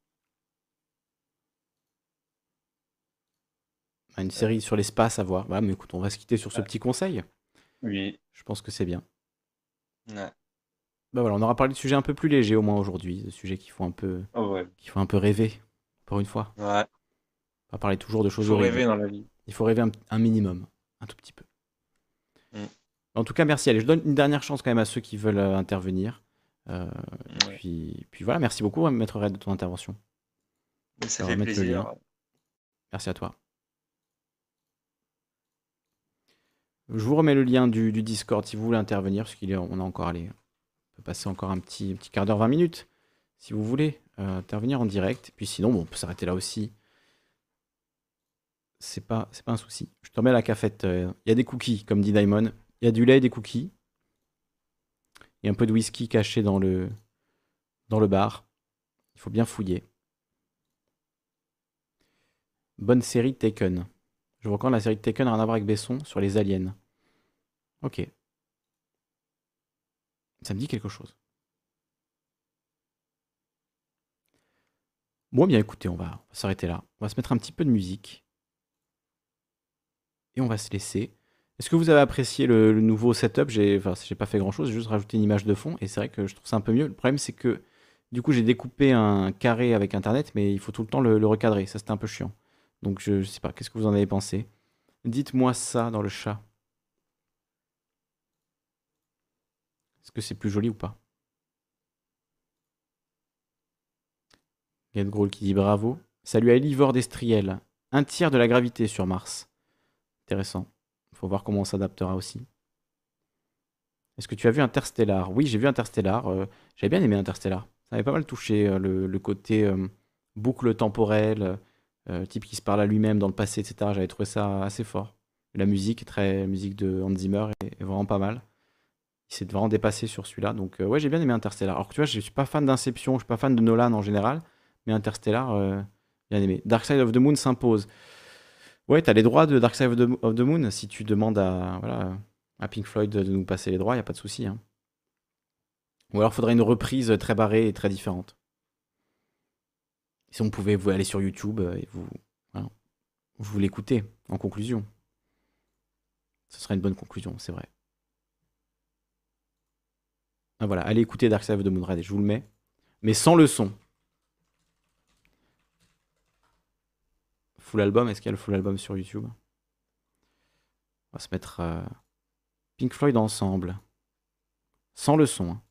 Une série sur l'espace à voir. Bah, mais écoute, on va se quitter sur ce petit conseil. Oui. Je pense que c'est bien. Ouais. Bah voilà, on aura parlé de sujets un peu plus légers au moins aujourd'hui, de sujets qui font un peu Oh, ouais. rêver, pour une fois. Ouais. Pas parler toujours de Il choses faut horribles. rêver dans la vie. Il faut rêver un minimum, un tout petit peu. Mm. En tout cas, merci. Allez, je donne une dernière chance quand même à ceux qui veulent intervenir. Ouais. Puis voilà, merci beaucoup, Maître Red, de ton intervention. Mais ça On va fait mettre le plaisir. lien. Merci à toi. Je vous remets le lien du Discord si vous voulez intervenir, parce on a encore, allez, on peut passer encore un petit quart d'heure, 20 minutes, si vous voulez intervenir en direct. Puis sinon, bon, on peut s'arrêter là aussi. C'est pas un souci. Je te remets la cafette. Il y a des cookies, comme dit Daimon. Il y a du lait et des cookies. Il y a un peu de whisky caché dans le bar. Il faut bien fouiller. Bonne série Taken. Je vous recommande la série Taken, rien à voir avec Besson, sur les aliens. Ok. Ça me dit quelque chose. Bon, bien écoutez, on va s'arrêter là. On va se mettre un petit peu de musique. Et on va se laisser. Est-ce que vous avez apprécié le nouveau setup? J'ai pas fait grand-chose, j'ai juste rajouté une image de fond. Et c'est vrai que je trouve ça un peu mieux. Le problème, c'est que du coup, j'ai découpé un carré avec Internet, mais il faut tout le temps le recadrer. Ça, c'était un peu chiant. Donc, je sais pas. Qu'est-ce que vous en avez pensé? Dites-moi ça dans le chat. Est-ce que c'est plus joli ou pas? Get qui dit bravo. Salut à Elivore d'Estriel. 1/3 de la gravité sur Mars. Intéressant. Faut voir comment on s'adaptera aussi. Est-ce que tu as vu Interstellar? Oui, j'ai vu Interstellar. J'avais bien aimé Interstellar. Ça m'avait pas mal touché le côté boucle temporelle, type qui se parle à lui-même dans le passé, etc. J'avais trouvé ça assez fort. La musique, musique de Hans Zimmer, est vraiment pas mal. Il s'est vraiment dépassé sur celui-là. Donc ouais, j'ai bien aimé Interstellar. Alors que tu vois, je suis pas fan d'Inception, je suis pas fan de Nolan en général, mais Interstellar, bien aimé. Dark Side of the Moon s'impose. Ouais, t'as les droits de Dark Side of the Moon. Si tu demandes à Pink Floyd de nous passer les droits, y a pas de souci, hein. Ou alors faudrait une reprise très barrée et très différente. Si on pouvait vous aller sur YouTube et voilà, vous l'écoutez en conclusion. Ce serait une bonne conclusion, c'est vrai. Ah, voilà, allez écouter Dark Side of the Moon Red, je vous le mets. Mais sans le son. Full album, est-ce qu'il y a le full album sur YouTube? On va se mettre Pink Floyd ensemble. Sans le son, hein.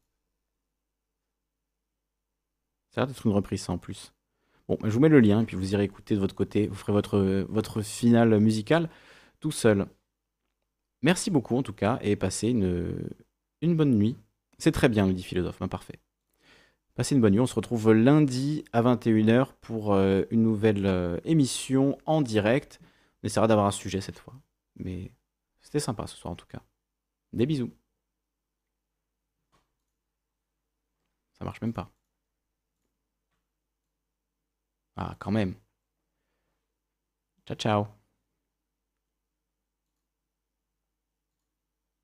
Ça a l'air d'être une reprise ça en plus. Bon, je vous mets le lien et puis vous irez écouter de votre côté. Vous ferez votre finale musicale tout seul. Merci beaucoup en tout cas et passez une bonne nuit. C'est très bien, nous dit Philosophe, ben, parfait. Passez une bonne nuit, on se retrouve lundi à 21h pour une nouvelle émission en direct. On essaiera d'avoir un sujet cette fois. Mais c'était sympa ce soir en tout cas. Des bisous. Ça marche même pas. Ah, quand même. Ciao, ciao.